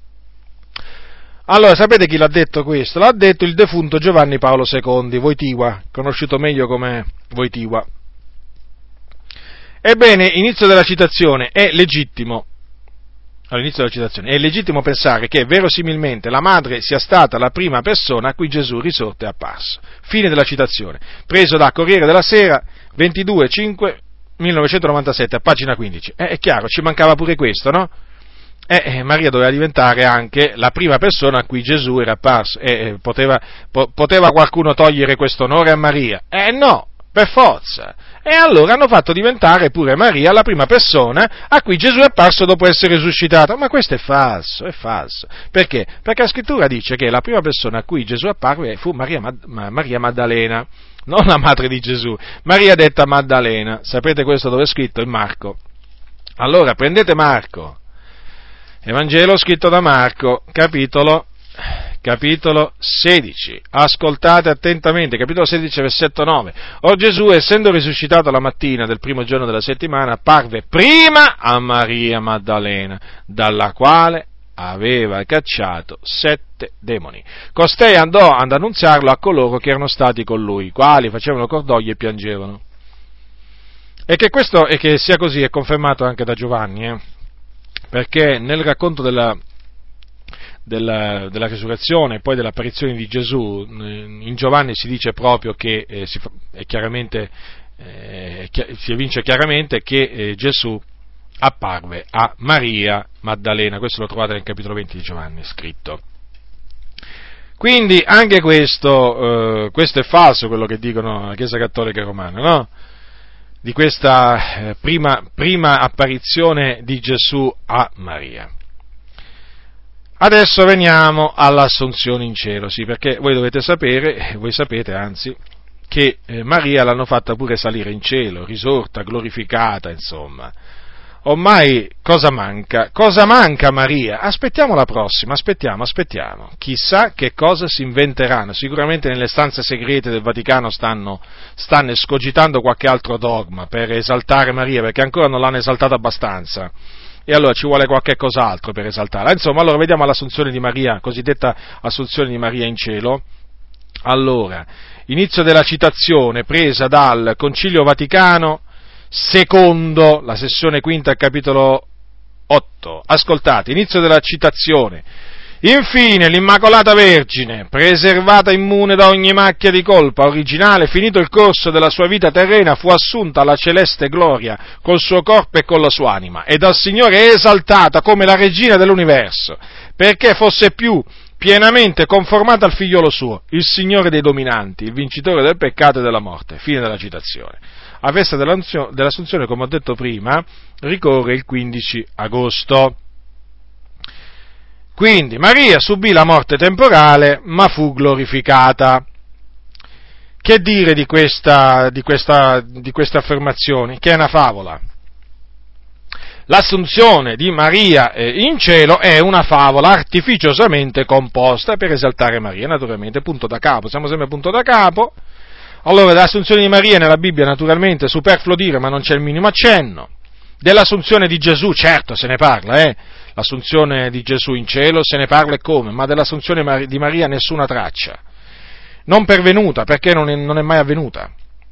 Allora, sapete chi l'ha detto questo? L'ha detto il defunto Giovanni Paolo secondo, Wojtyła, conosciuto meglio come Wojtyła. Ebbene, inizio della citazione, è legittimo. All'inizio della citazione, è legittimo pensare che verosimilmente la madre sia stata la prima persona a cui Gesù risorto è apparso. Fine della citazione. Preso da Corriere della Sera, ventidue cinque millenovecentonovantasette, a pagina quindici. Eh, è chiaro, ci mancava pure questo, no? Eh, Maria doveva diventare anche la prima persona a cui Gesù era apparso. Eh, poteva, po- poteva qualcuno togliere questo onore a Maria? Eh no, per forza. E allora hanno fatto diventare pure Maria la prima persona a cui Gesù è apparso dopo essere risuscitato. Ma questo è falso, è falso. Perché? Perché la scrittura dice che la prima persona a cui Gesù apparve fu Maria, Maria Maddalena, non la madre di Gesù, Maria detta Maddalena. Sapete questo dove è scritto? In Marco. Allora prendete Marco, Evangelo scritto da Marco, capitolo Capitolo sedici, ascoltate attentamente, capitolo sedici, versetto nove. Or Gesù, essendo risuscitato la mattina del primo giorno della settimana, apparve prima a Maria Maddalena, dalla quale aveva cacciato sette sette demoni. Costei andò ad annunziarlo a coloro che erano stati con lui, quali facevano cordoglio e piangevano. E che questo, e che sia così, è confermato anche da Giovanni, eh? Perché nel racconto della, della, della resurrezione e poi dell'apparizione di Gesù, in Giovanni si dice proprio che, eh, si, è chiaramente, eh, si evince chiaramente che eh, Gesù apparve a Maria Maddalena. Questo lo trovate nel capitolo venti di Giovanni scritto. Quindi anche questo, eh, questo è falso, quello che dicono la Chiesa Cattolica Romana, no? Di questa eh, prima, prima apparizione di Gesù a Maria. Adesso veniamo all'assunzione in cielo, sì, perché voi dovete sapere, voi sapete anzi, che eh, Maria l'hanno fatta pure salire in cielo, risorta, glorificata, insomma. Ormai cosa manca? Cosa manca a Maria? Aspettiamo la prossima, aspettiamo, aspettiamo. Chissà che cosa si inventeranno. Sicuramente nelle stanze segrete del Vaticano stanno, stanno escogitando qualche altro dogma per esaltare Maria, perché ancora non l'hanno esaltata abbastanza. E allora ci vuole qualche cos'altro per esaltarla. Insomma, allora vediamo l'assunzione di Maria, cosiddetta assunzione di Maria in cielo. Allora, inizio della citazione presa dal Concilio Vaticano secondo, la sessione quinta, capitolo otto. Ascoltate, inizio della citazione. Infine, l'Immacolata Vergine, preservata immune da ogni macchia di colpa originale, finito il corso della sua vita terrena, fu assunta alla celeste gloria col suo corpo e con la sua anima, e dal Signore esaltata come la regina dell'universo, perché fosse più pienamente conformata al figliolo suo, il Signore dei dominanti, il vincitore del peccato e della morte. Fine della citazione. La festa dell'Assunzione, come ho detto prima, ricorre il quindici agosto. Quindi Maria subì la morte temporale, ma fu glorificata. Che dire di questa, di questa, di queste affermazioni? Che è una favola. L'assunzione di Maria in cielo è una favola artificiosamente composta per esaltare Maria, naturalmente, punto da capo, siamo sempre punto da capo. Allora, dell'assunzione di Maria nella Bibbia, naturalmente, è superfluo dire, ma non c'è il minimo accenno. Dell'assunzione di Gesù, certo, se ne parla, eh. L'assunzione di Gesù in cielo se ne parla e come, ma dell'assunzione di Maria nessuna traccia. Non pervenuta, perché non è, non è mai avvenuta.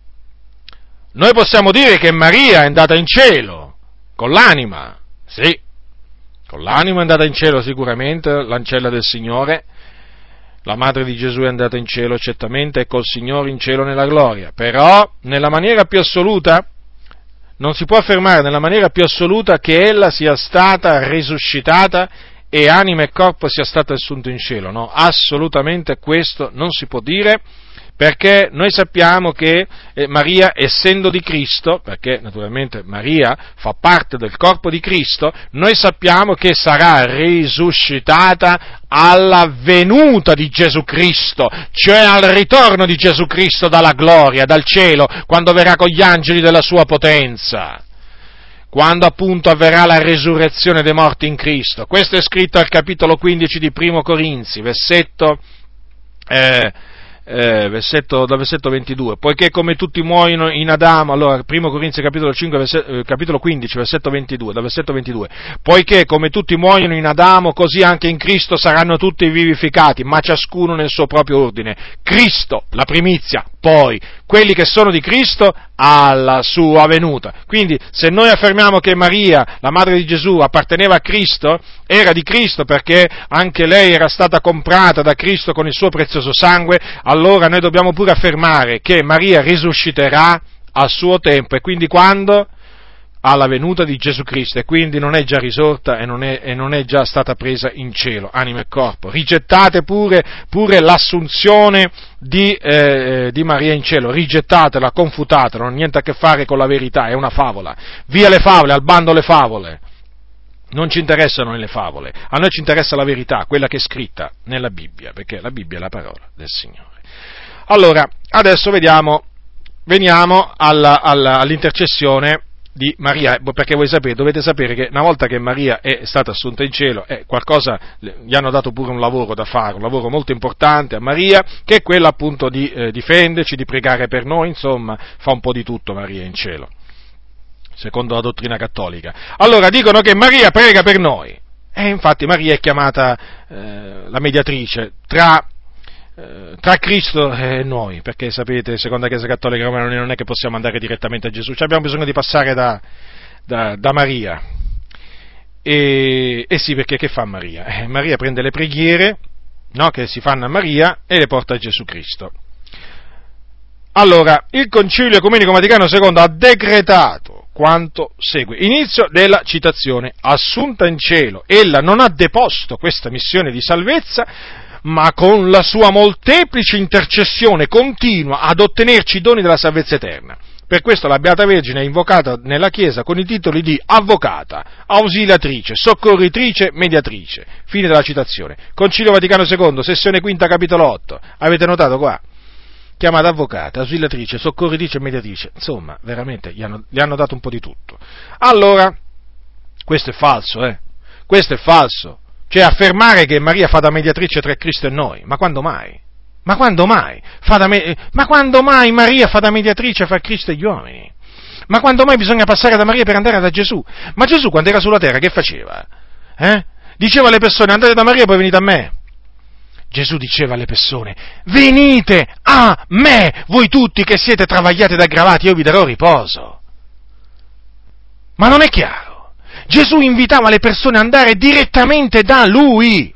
Noi possiamo dire che Maria è andata in cielo, con l'anima, sì, con l'anima è andata in cielo sicuramente, l'ancella del Signore. La madre di Gesù è andata in cielo certamente e col Signore in cielo nella gloria, però nella maniera più assoluta, non si può affermare nella maniera più assoluta che ella sia stata risuscitata e anima e corpo sia stato assunto in cielo, no, assolutamente questo non si può dire, perché noi sappiamo che eh, Maria, essendo di Cristo, perché naturalmente Maria fa parte del corpo di Cristo, noi sappiamo che sarà risuscitata alla venuta di Gesù Cristo, cioè al ritorno di Gesù Cristo dalla gloria, dal cielo, quando verrà con gli angeli della sua potenza, quando appunto avverrà la resurrezione dei morti in Cristo. Questo è scritto al capitolo quindici di Primo Corinzi, versetto... Eh, Eh, versetto, dal versetto ventidue, poiché come tutti muoiono in Adamo, allora Primo Corinzi capitolo cinque, versetto, eh, capitolo quindici, versetto ventidue, dal versetto ventidue, poiché come tutti muoiono in Adamo, così anche in Cristo saranno tutti vivificati, ma ciascuno nel suo proprio ordine. Cristo, la primizia, poi quelli che sono di Cristo alla sua venuta. Quindi se noi affermiamo che Maria, la madre di Gesù, apparteneva a Cristo, era di Cristo perché anche lei era stata comprata da Cristo con il suo prezioso sangue, allora noi dobbiamo pure affermare che Maria risusciterà a suo tempo, e quindi quando? Alla venuta di Gesù Cristo, e quindi non è già risorta e non è, e non è già stata presa in cielo, anima e corpo. Rigettate pure, pure l'assunzione di, eh, di Maria in cielo, rigettatela, confutatela, non ha niente a che fare con la verità, è una favola. Via le favole, al bando le favole. Non ci interessano le favole, a noi ci interessa la verità, quella che è scritta nella Bibbia, perché la Bibbia è la parola del Signore. Allora, adesso vediamo, veniamo alla, alla, all'intercessione di Maria, perché voi sapete, dovete sapere che una volta che Maria è stata assunta in cielo, è qualcosa, gli hanno dato pure un lavoro da fare, un lavoro molto importante a Maria, che è quello appunto di eh, difenderci, di pregare per noi, insomma, fa un po' di tutto Maria in cielo, secondo la dottrina cattolica. Allora dicono che Maria prega per noi, E infatti Maria è chiamata eh, la mediatrice tra, eh, tra Cristo e noi, perché sapete, secondo la Chiesa Cattolica Romana, noi non è che possiamo andare direttamente a Gesù, cioè abbiamo bisogno di passare da, da, da Maria. E, e sì, perché che fa Maria? Eh, Maria prende le preghiere, no, che si fanno a Maria e le porta a Gesù Cristo. Allora, il Concilio Ecumenico Vaticano secondo ha decretato quanto segue. Inizio della citazione. Assunta in cielo, ella non ha deposto questa missione di salvezza, ma con la sua molteplice intercessione continua ad ottenerci i doni della salvezza eterna. Per questo la Beata Vergine è invocata nella Chiesa con i titoli di avvocata, ausiliatrice, soccorritrice, mediatrice. Fine della citazione. Concilio Vaticano secondo, sessione quinta, capitolo otto. Avete notato qua? Chiamata avvocata, ausiliatrice, soccorritrice e mediatrice. Insomma, veramente gli hanno, gli hanno dato un po' di tutto. Allora, questo è falso, eh? Questo è falso. Cioè, affermare che Maria fa da mediatrice tra Cristo e noi. Ma quando mai? Ma quando mai? Fa da me- ma quando mai Maria fa da mediatrice fra Cristo e gli uomini? Ma quando mai bisogna passare da Maria per andare da Gesù? Ma Gesù, quando era sulla terra, che faceva? Eh? Diceva alle persone, andate da Maria e poi venite a me. Gesù diceva alle persone, venite a me, voi tutti che siete travagliati ed aggravati, io vi darò riposo. Ma non è chiaro? Gesù invitava le persone ad andare direttamente da Lui.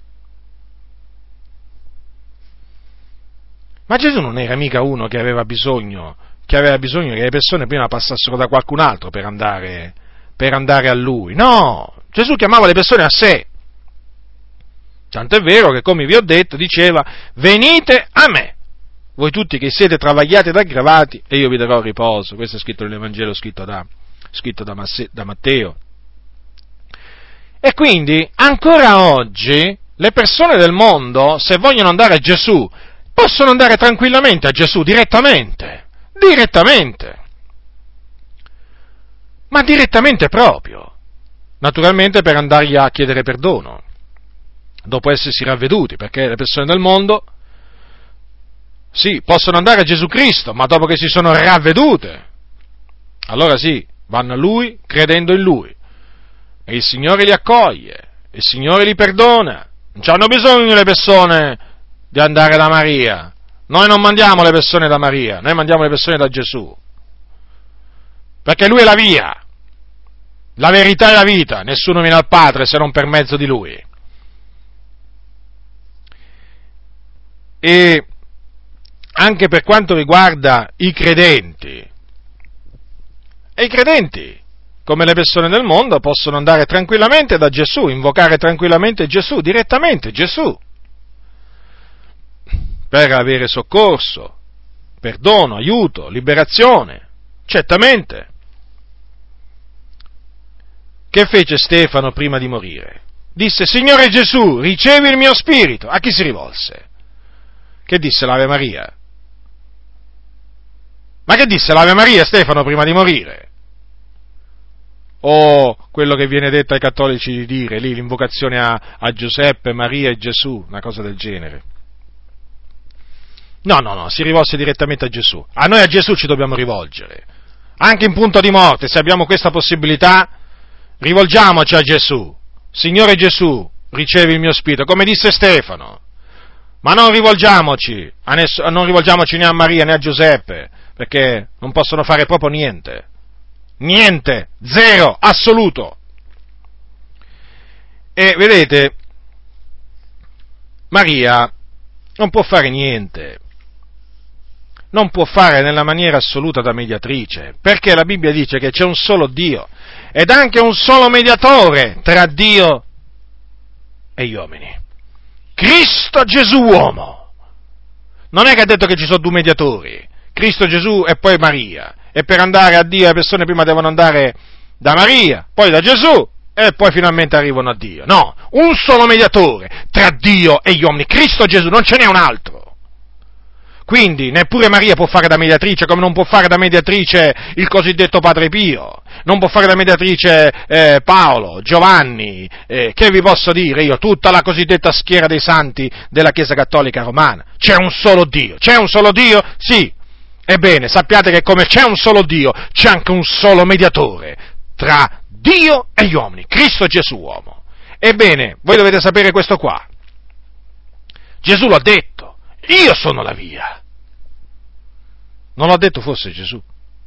Ma Gesù non era mica uno che aveva bisogno, che aveva bisogno che le persone prima passassero da qualcun altro per andare, per andare a Lui. No, Gesù chiamava le persone a sé. Tanto è vero che, come vi ho detto, diceva, venite a me, voi tutti che siete travagliati ed aggravati, e io vi darò riposo. Questo è scritto nell'Evangelo scritto da, scritto da, Masse, da Matteo. E quindi, ancora oggi, le persone del mondo, se vogliono andare a Gesù, possono andare tranquillamente a Gesù, direttamente, direttamente, ma direttamente proprio, naturalmente per andargli a chiedere perdono, dopo essersi ravveduti, perché le persone del mondo, sì, possono andare a Gesù Cristo, ma dopo che si sono ravvedute, allora sì, vanno a Lui credendo in Lui, e il Signore li accoglie, il Signore li perdona, non c'hanno bisogno le persone di andare da Maria, noi non mandiamo le persone da Maria, noi mandiamo le persone da Gesù, perché Lui è la via, la verità e la vita, nessuno viene al Padre se non per mezzo di Lui. E anche per quanto riguarda i credenti, e i credenti, come le persone del mondo, possono andare tranquillamente da Gesù, invocare tranquillamente Gesù, direttamente Gesù, per avere soccorso, perdono, aiuto, liberazione, certamente. Che fece Stefano prima di morire? Disse, Signore Gesù, ricevi il mio spirito. A chi si rivolse? Che disse l'Ave Maria? Ma che disse l'Ave Maria Stefano prima di morire? O quello che viene detto ai cattolici di dire, lì l'invocazione a, a Giuseppe, Maria e Gesù, una cosa del genere. No, no, no, si rivolse direttamente a Gesù. A noi a Gesù ci dobbiamo rivolgere. Anche in punto di morte, se abbiamo questa possibilità, rivolgiamoci a Gesù. Signore Gesù, ricevi il mio spirito, come disse Stefano. Ma non rivolgiamoci, a ness- non rivolgiamoci né a Maria né a Giuseppe, perché non possono fare proprio niente. Niente, zero, assoluto. E vedete, Maria non può fare niente, non può fare nella maniera assoluta da mediatrice, perché la Bibbia dice che c'è un solo Dio, ed anche un solo mediatore tra Dio e gli uomini. Cristo Gesù uomo. Non è che ha detto che ci sono due mediatori, Cristo Gesù e poi Maria, e per andare a Dio le persone prima devono andare da Maria, poi da Gesù, e poi finalmente arrivano a Dio. No, un solo mediatore tra Dio e gli uomini, Cristo Gesù, non ce n'è un altro. Quindi neppure Maria può fare da mediatrice, come non può fare da mediatrice il cosiddetto Padre Pio, non può fare da mediatrice eh, Paolo, Giovanni, eh, che vi posso dire io, tutta la cosiddetta schiera dei santi della Chiesa Cattolica Romana. C'è un solo Dio, c'è un solo Dio? Sì. Ebbene, sappiate che come c'è un solo Dio, c'è anche un solo mediatore tra Dio e gli uomini, Cristo Gesù uomo. Ebbene, voi dovete sapere questo qua. Gesù l'ha detto, io sono la via. Non l'ha detto forse Gesù?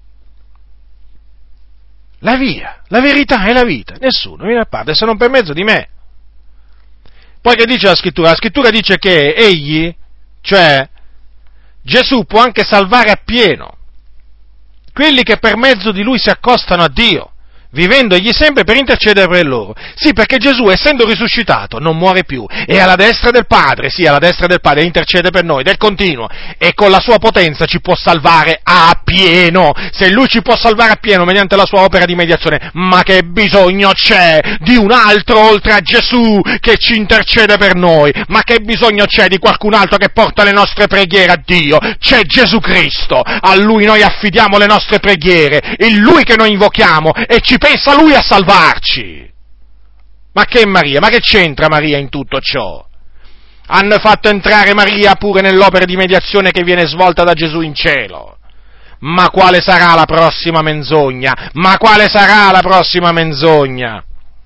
La via, la verità e la vita. Nessuno viene al Padre se non per mezzo di me. Poi che dice la Scrittura? La Scrittura dice che egli, cioè Gesù, può anche salvare appieno quelli che per mezzo di lui si accostano a Dio, vivendo egli sempre per intercedere per loro. Sì, perché Gesù, essendo risuscitato, non muore più, è alla destra del Padre, sì, alla destra del Padre, intercede per noi, del continuo, e con la sua potenza ci può salvare a pieno. Se lui ci può salvare a pieno mediante la sua opera di mediazione, ma che bisogno c'è di un altro oltre a Gesù che ci intercede per noi? Ma che bisogno c'è di qualcun altro che porta le nostre preghiere a Dio? C'è Gesù Cristo, a lui noi affidiamo le nostre preghiere, è lui che noi invochiamo e ci pensa lui a salvarci. Ma che Maria? Ma che c'entra Maria in tutto ciò? Hanno fatto entrare Maria pure nell'opera di mediazione che viene svolta da Gesù in cielo. Ma quale sarà la prossima menzogna? Ma quale sarà la prossima menzogna?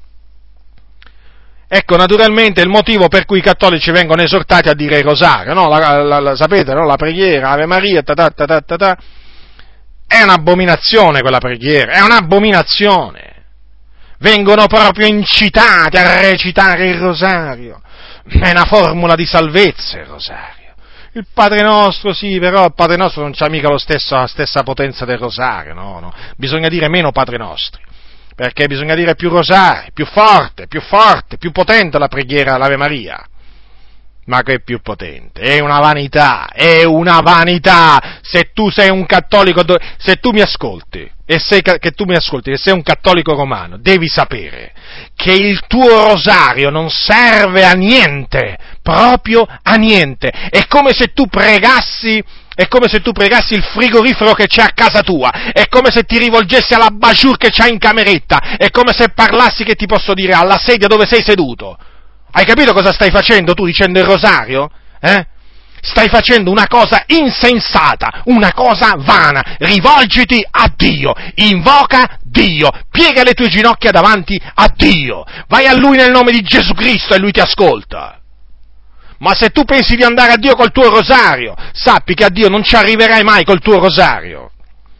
Ecco, naturalmente il motivo per cui i cattolici vengono esortati a dire il rosario, no? La, la, la, sapete, no? La preghiera, Ave Maria, ta ta ta ta ta ta. È un'abominazione quella preghiera, è un'abominazione. Vengono proprio incitati a recitare il rosario. È una formula di salvezza il rosario. Il Padre Nostro, sì, però il Padre Nostro non c'ha mica lo stesso, la stessa potenza del rosario, no, no. Bisogna dire meno Padre Nostri, perché bisogna dire più rosario, più forte, più forte, più potente la preghiera all'Ave Maria. Ma che è più potente? È una vanità, è una vanità. Se tu sei un cattolico, se tu mi ascolti, e sei, che tu mi ascolti, e sei un cattolico romano, devi sapere che il tuo rosario non serve a niente, proprio a niente. È come se tu pregassi, è come se tu pregassi il frigorifero che c'è a casa tua, è come se ti rivolgessi alla bajour che c'hai in cameretta, è come se parlassi, che ti posso dire, alla sedia dove sei seduto. Hai capito cosa stai facendo tu dicendo il rosario? Eh? Stai facendo una cosa insensata, una cosa vana. Rivolgiti a Dio, invoca Dio, piega le tue ginocchia davanti a Dio, vai a Lui nel nome di Gesù Cristo e Lui ti ascolta. Ma se tu pensi di andare a Dio col tuo rosario, sappi che a Dio non ci arriverai mai col tuo rosario.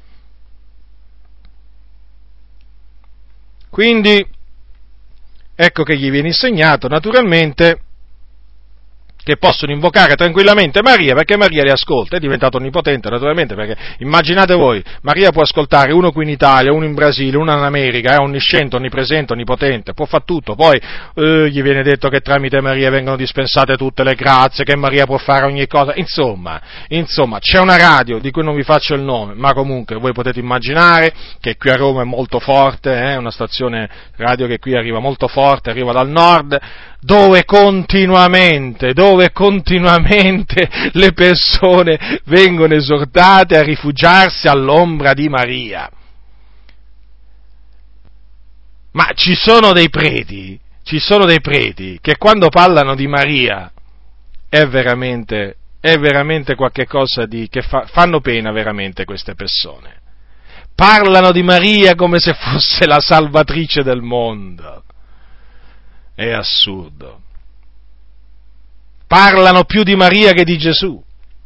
Quindi, ecco che gli viene insegnato, naturalmente, che possono invocare tranquillamente Maria, perché Maria li ascolta, è diventato onnipotente naturalmente, perché immaginate voi, Maria può ascoltare uno qui in Italia, uno in Brasile, uno in America, è onnisciente, onnipresente, onnipotente, può fare tutto, poi eh, gli viene detto che tramite Maria vengono dispensate tutte le grazie, che Maria può fare ogni cosa, insomma, insomma, c'è una radio di cui non vi faccio il nome, ma comunque voi potete immaginare che qui a Roma è molto forte, è eh, una stazione radio che qui arriva molto forte, arriva dal nord, dove continuamente, dove continuamente le persone vengono esortate a rifugiarsi all'ombra di Maria. Ma ci sono dei preti, ci sono dei preti che quando parlano di Maria è veramente, è veramente qualche cosa di, che fa, fanno pena veramente queste persone. Parlano di Maria come se fosse la salvatrice del mondo. È assurdo. Parlano più di Maria che di Gesù.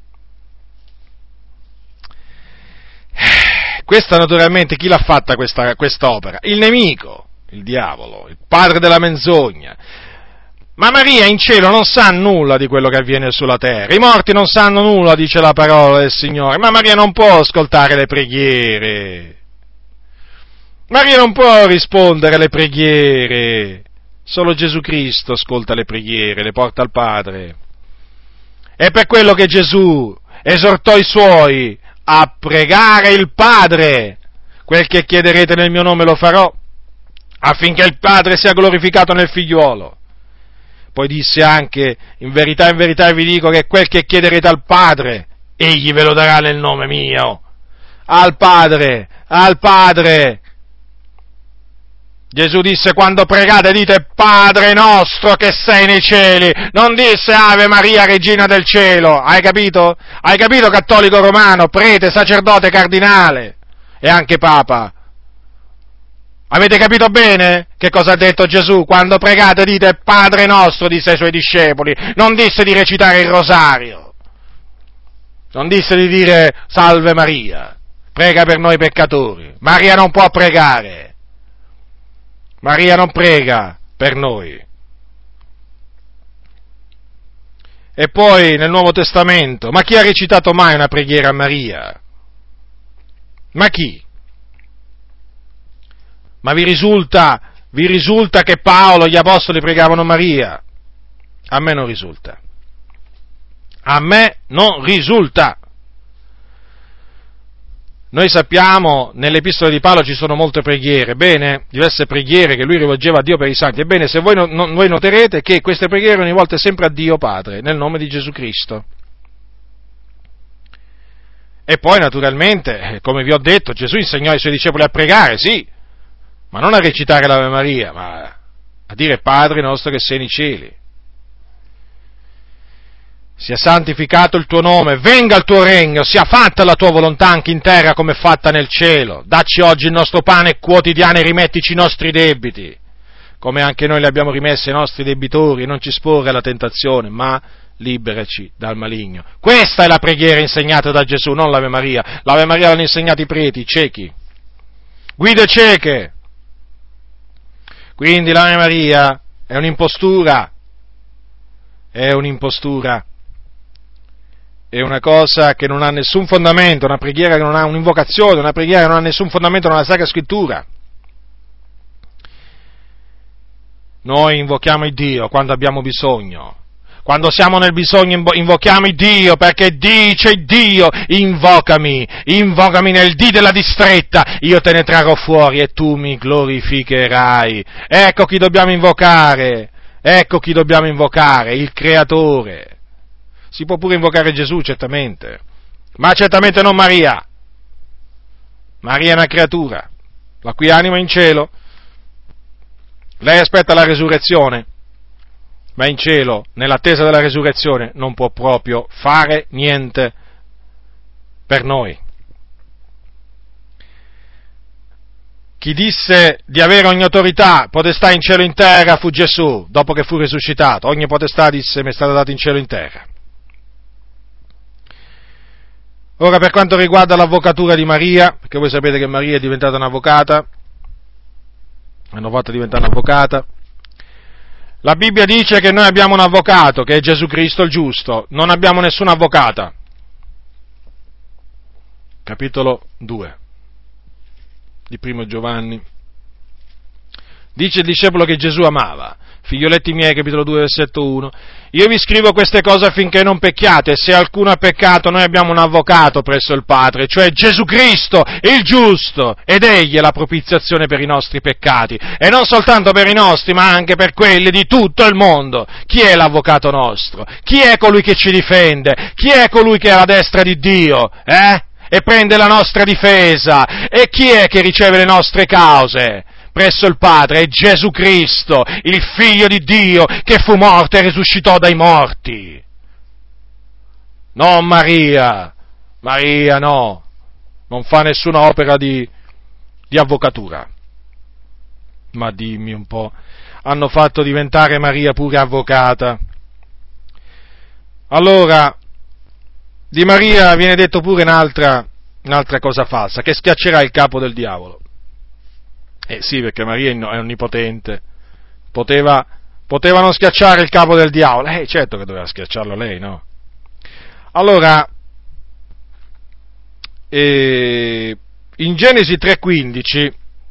Questa naturalmente, chi l'ha fatta questa quest'opera? Il nemico, il diavolo, il padre della menzogna. Ma Maria in cielo non sa nulla di quello che avviene sulla terra, i morti non sanno nulla, dice la parola del Signore, ma Maria non può ascoltare le preghiere. Maria non può rispondere alle preghiere. Solo Gesù Cristo ascolta le preghiere, le porta al Padre. È per quello che Gesù esortò i Suoi a pregare il Padre. Quel che chiederete nel mio nome lo farò, affinché il Padre sia glorificato nel Figliuolo. Poi disse anche, in verità, in verità vi dico che quel che chiederete al Padre, Egli ve lo darà nel nome mio. Al Padre, al Padre. Gesù disse, quando pregate dite Padre nostro che sei nei cieli, non disse Ave Maria Regina del cielo, hai capito? Hai capito, cattolico romano, prete, sacerdote, cardinale e anche papa? Avete capito bene che cosa ha detto Gesù? Quando pregate dite Padre nostro, disse ai suoi discepoli, non disse di recitare il rosario, non disse di dire Salve Maria, prega per noi peccatori. Maria non può pregare, Maria non prega per noi. E poi nel Nuovo Testamento, ma chi ha recitato mai una preghiera a Maria? Ma chi? Ma vi risulta, vi risulta che Paolo, gli apostoli pregavano Maria? A me non risulta. A me non risulta. Noi sappiamo, nelle epistole di Paolo ci sono molte preghiere, bene, diverse preghiere che lui rivolgeva a Dio per i santi. Ebbene, se voi, no, no, voi noterete che queste preghiere erano rivolte sempre a Dio Padre, nel nome di Gesù Cristo. E poi, naturalmente, come vi ho detto, Gesù insegnò ai suoi discepoli a pregare, sì, ma non a recitare l'Ave Maria, ma a dire Padre nostro che sei nei cieli. Sia santificato il tuo nome, venga il tuo regno, sia fatta la tua volontà anche in terra come è fatta nel cielo. Dacci oggi il nostro pane quotidiano e rimettici i nostri debiti, come anche noi li abbiamo rimessi ai nostri debitori, non ci esporre alla tentazione, ma liberaci dal maligno. Questa è la preghiera insegnata da Gesù, non l'Ave Maria. L'Ave Maria l'hanno insegnata i preti, i ciechi, guide cieche. Quindi l'Ave Maria è un'impostura, è un'impostura. È una cosa che non ha nessun fondamento, una preghiera che non ha un'invocazione, una preghiera che non ha nessun fondamento nella Sacra Scrittura. Noi invochiamo il Dio quando abbiamo bisogno. Quando siamo nel bisogno invochiamo il Dio, perché dice Dio, invocami, invocami nel dì della distretta, io te ne trarrò fuori e tu mi glorificherai. Ecco chi dobbiamo invocare, ecco chi dobbiamo invocare, il Creatore. Si può pure invocare Gesù, certamente, ma certamente non Maria. Maria è una creatura, la cui anima è in cielo. Lei aspetta la resurrezione, ma in cielo, nell'attesa della resurrezione, non può proprio fare niente per noi. Chi disse di avere ogni autorità, potestà in cielo e in terra, fu Gesù, dopo che fu risuscitato. Ogni potestà, disse, mi è stata data in cielo e in terra. Ora, per quanto riguarda l'avvocatura di Maria, perché voi sapete che Maria è diventata un'avvocata, hanno fatto diventare un'avvocata, la Bibbia dice che noi abbiamo un avvocato, che è Gesù Cristo il giusto, non abbiamo nessuna avvocata. Capitolo due di Primo Giovanni. Dice il discepolo che Gesù amava. Figlioletti miei, capitolo due, versetto uno. Io vi scrivo queste cose affinché non pecchiate, e se alcuno ha peccato noi abbiamo un avvocato presso il Padre, cioè Gesù Cristo, il giusto, ed egli è la propiziazione per i nostri peccati, e non soltanto per i nostri, ma anche per quelli di tutto il mondo. Chi è l'avvocato nostro? Chi è colui che ci difende? Chi è colui che è alla destra di Dio? Eh? E prende la nostra difesa? E chi è che riceve le nostre cause? Presso il Padre è Gesù Cristo, il Figlio di Dio, che fu morto e risuscitò dai morti. Non Maria, Maria no, non fa nessuna opera di, di avvocatura. Ma dimmi un po', hanno fatto diventare Maria pure avvocata. Allora, di Maria viene detto pure un'altra, un'altra cosa falsa, che schiaccerà il capo del diavolo. Eh sì, perché Maria è onnipotente, poteva, poteva non schiacciare il capo del diavolo, eh certo che doveva schiacciarlo lei, no? Allora, eh, in Genesi tre quindici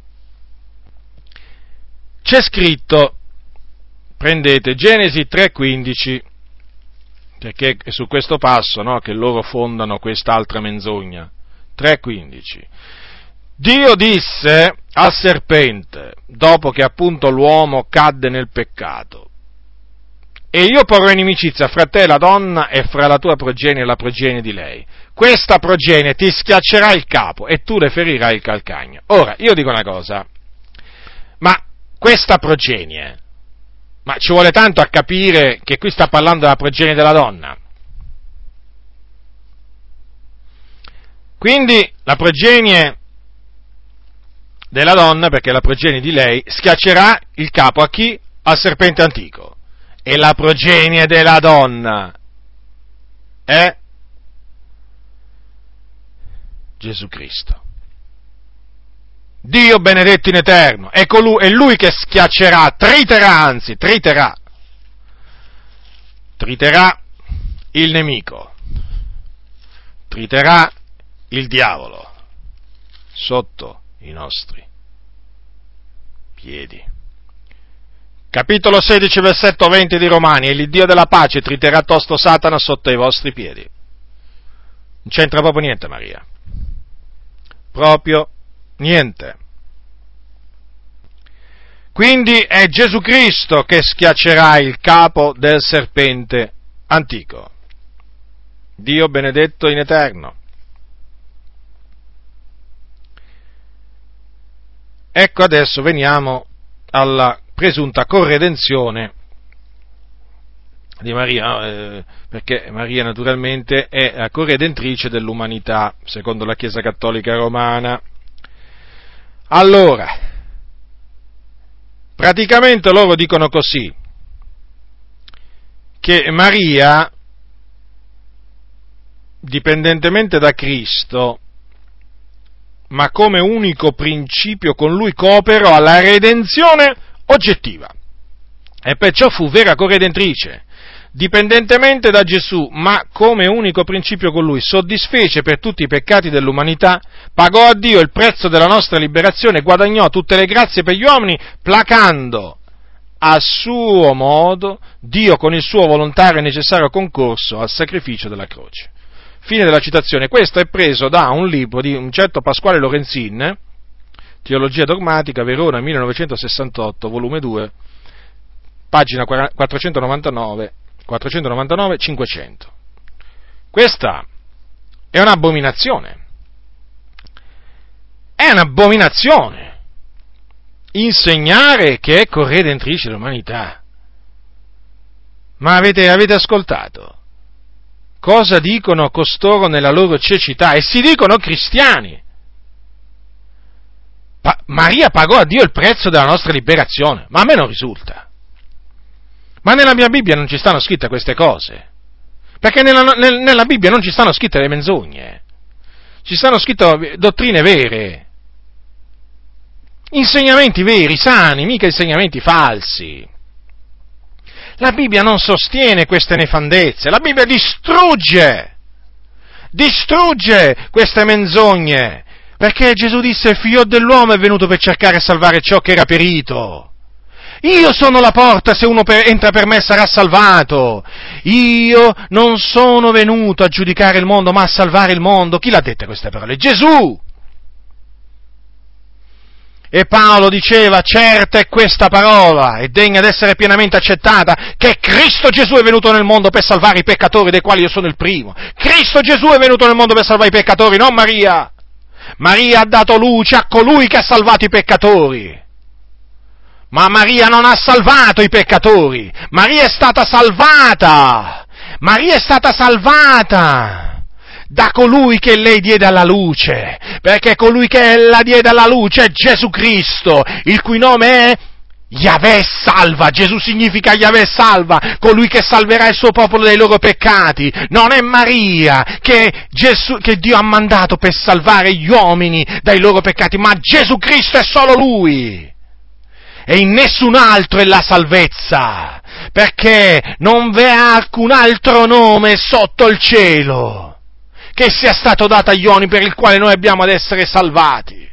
c'è scritto, prendete Genesi tre quindici, perché è su questo passo, no, che loro fondano quest'altra menzogna, tre quindici. Dio disse al serpente, dopo che appunto l'uomo cadde nel peccato, e io porrò inimicizia fra te e la donna e fra la tua progenie e la progenie di lei. Questa progenie ti schiaccerà il capo e tu le ferirai il calcagno. Ora, io dico una cosa, ma questa progenie, ma ci vuole tanto a capire che qui sta parlando della progenie della donna? Quindi la progenie della donna, perché la progenie di lei schiaccerà il capo a chi? Al serpente antico. E la progenie della donna è Gesù Cristo. Dio benedetto in eterno, è colui, è Lui che schiaccerà, triterà, anzi, triterà, triterà il nemico, triterà il diavolo sotto i nostri piedi. Capitolo sedici, versetto venti di Romani, e l'Iddio della pace triterà tosto Satana sotto i vostri piedi. Non c'entra proprio niente Maria. Proprio niente. Quindi è Gesù Cristo che schiaccerà il capo del serpente antico. Dio benedetto in eterno. Ecco, adesso veniamo alla presunta corredenzione di Maria, eh, perché Maria naturalmente è la corredentrice dell'umanità, secondo la Chiesa Cattolica Romana. Allora, praticamente loro dicono così, che Maria, dipendentemente da Cristo, ma come unico principio con Lui cooperò alla redenzione oggettiva, e perciò fu vera corredentrice. Dipendentemente da Gesù, ma come unico principio con Lui, soddisfece per tutti i peccati dell'umanità, pagò a Dio il prezzo della nostra liberazione, guadagnò tutte le grazie per gli uomini, placando a suo modo Dio con il suo volontario e necessario concorso al sacrificio della croce. Fine della citazione. Questo è preso da un libro di un certo Pasquale Lorenzin, Teologia dogmatica, Verona, millenovecentosessantotto, volume due, pagina quattrocentonovantanove, quattrocentonovantanove cinquecento. Questa è un'abominazione. È un'abominazione insegnare che è corredentrice dell'umanità. Ma avete, avete ascoltato cosa dicono costoro nella loro cecità? E si dicono cristiani. Pa- Maria pagò a Dio il prezzo della nostra liberazione, ma a me non risulta. Ma nella mia Bibbia non ci stanno scritte queste cose, perché nella, nel, nella Bibbia non ci stanno scritte le menzogne, ci stanno scritte dottrine vere, insegnamenti veri, sani, mica insegnamenti falsi. La Bibbia non sostiene queste nefandezze, la Bibbia distrugge, distrugge queste menzogne, perché Gesù disse: il figlio dell'uomo è venuto per cercare e salvare ciò che era perito. Io sono la porta, se uno per, entra per me sarà salvato. Io non sono venuto a giudicare il mondo, ma a salvare il mondo. Chi l'ha dette queste parole? Gesù! E Paolo diceva: certa è questa parola, è degna d'essere pienamente accettata, che Cristo Gesù è venuto nel mondo per salvare i peccatori, dei quali io sono il primo. Cristo Gesù è venuto nel mondo per salvare i peccatori, non Maria. Maria ha dato luce a colui che ha salvato i peccatori. Ma Maria non ha salvato i peccatori, Maria è stata salvata, Maria è stata salvata da colui che lei diede alla luce, perché colui che la diede alla luce è Gesù Cristo, il cui nome è Yahweh salva. Gesù significa Yahweh salva, colui che salverà il suo popolo dai loro peccati. Non è Maria che, Gesù, che Dio ha mandato per salvare gli uomini dai loro peccati, ma Gesù Cristo è solo Lui. E in nessun altro è la salvezza, perché non v'è alcun altro nome sotto il cielo che sia stato dato agli uomini per il quale noi abbiamo ad essere salvati.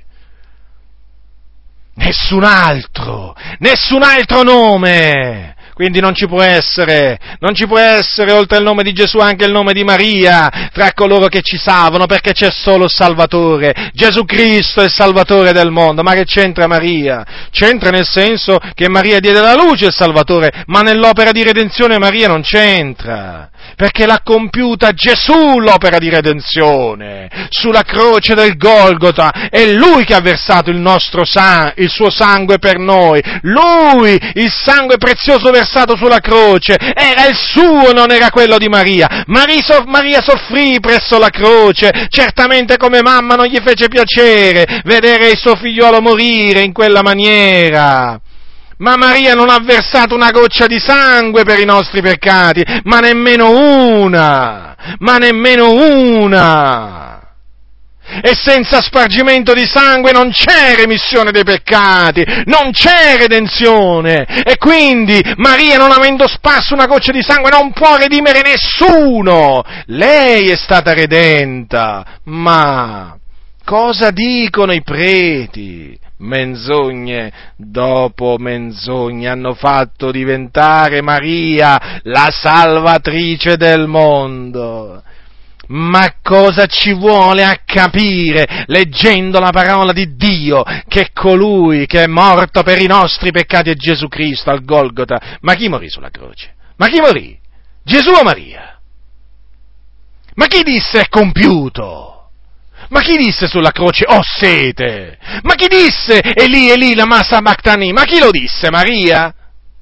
Nessun altro, nessun altro nome. Quindi non ci può essere, non ci può essere oltre il nome di Gesù anche il nome di Maria fra coloro che ci salvano, perché c'è solo il Salvatore. Gesù Cristo è il Salvatore del mondo. Ma che c'entra Maria? C'entra nel senso che Maria diede alla luce il Salvatore, ma nell'opera di redenzione Maria non c'entra, perché l'ha compiuta Gesù l'opera di redenzione sulla croce del Golgota. È Lui che ha versato il nostro sangue, il suo sangue per noi. Lui, il sangue prezioso versato versato sulla croce era il suo, non era quello di Maria. Maria soffrì presso la croce, certamente come mamma non gli fece piacere vedere il suo figliuolo morire in quella maniera. Ma Maria non ha versato una goccia di sangue per i nostri peccati, ma nemmeno una, ma nemmeno una. E senza spargimento di sangue non c'è remissione dei peccati, non c'è redenzione. E quindi Maria, non avendo sparso una goccia di sangue, non può redimere nessuno. Lei è stata redenta, ma cosa dicono i preti? Menzogne dopo menzogne hanno fatto diventare Maria la salvatrice del mondo. Ma cosa ci vuole a capire, leggendo la parola di Dio, che colui che è morto per i nostri peccati è Gesù Cristo al Golgota? Ma chi morì sulla croce? Ma chi morì? Gesù o Maria? Ma chi disse è compiuto? Ma chi disse sulla croce ho sete? Ma chi disse Eli, Eli, lama sabachthani? Ma chi lo disse? Maria?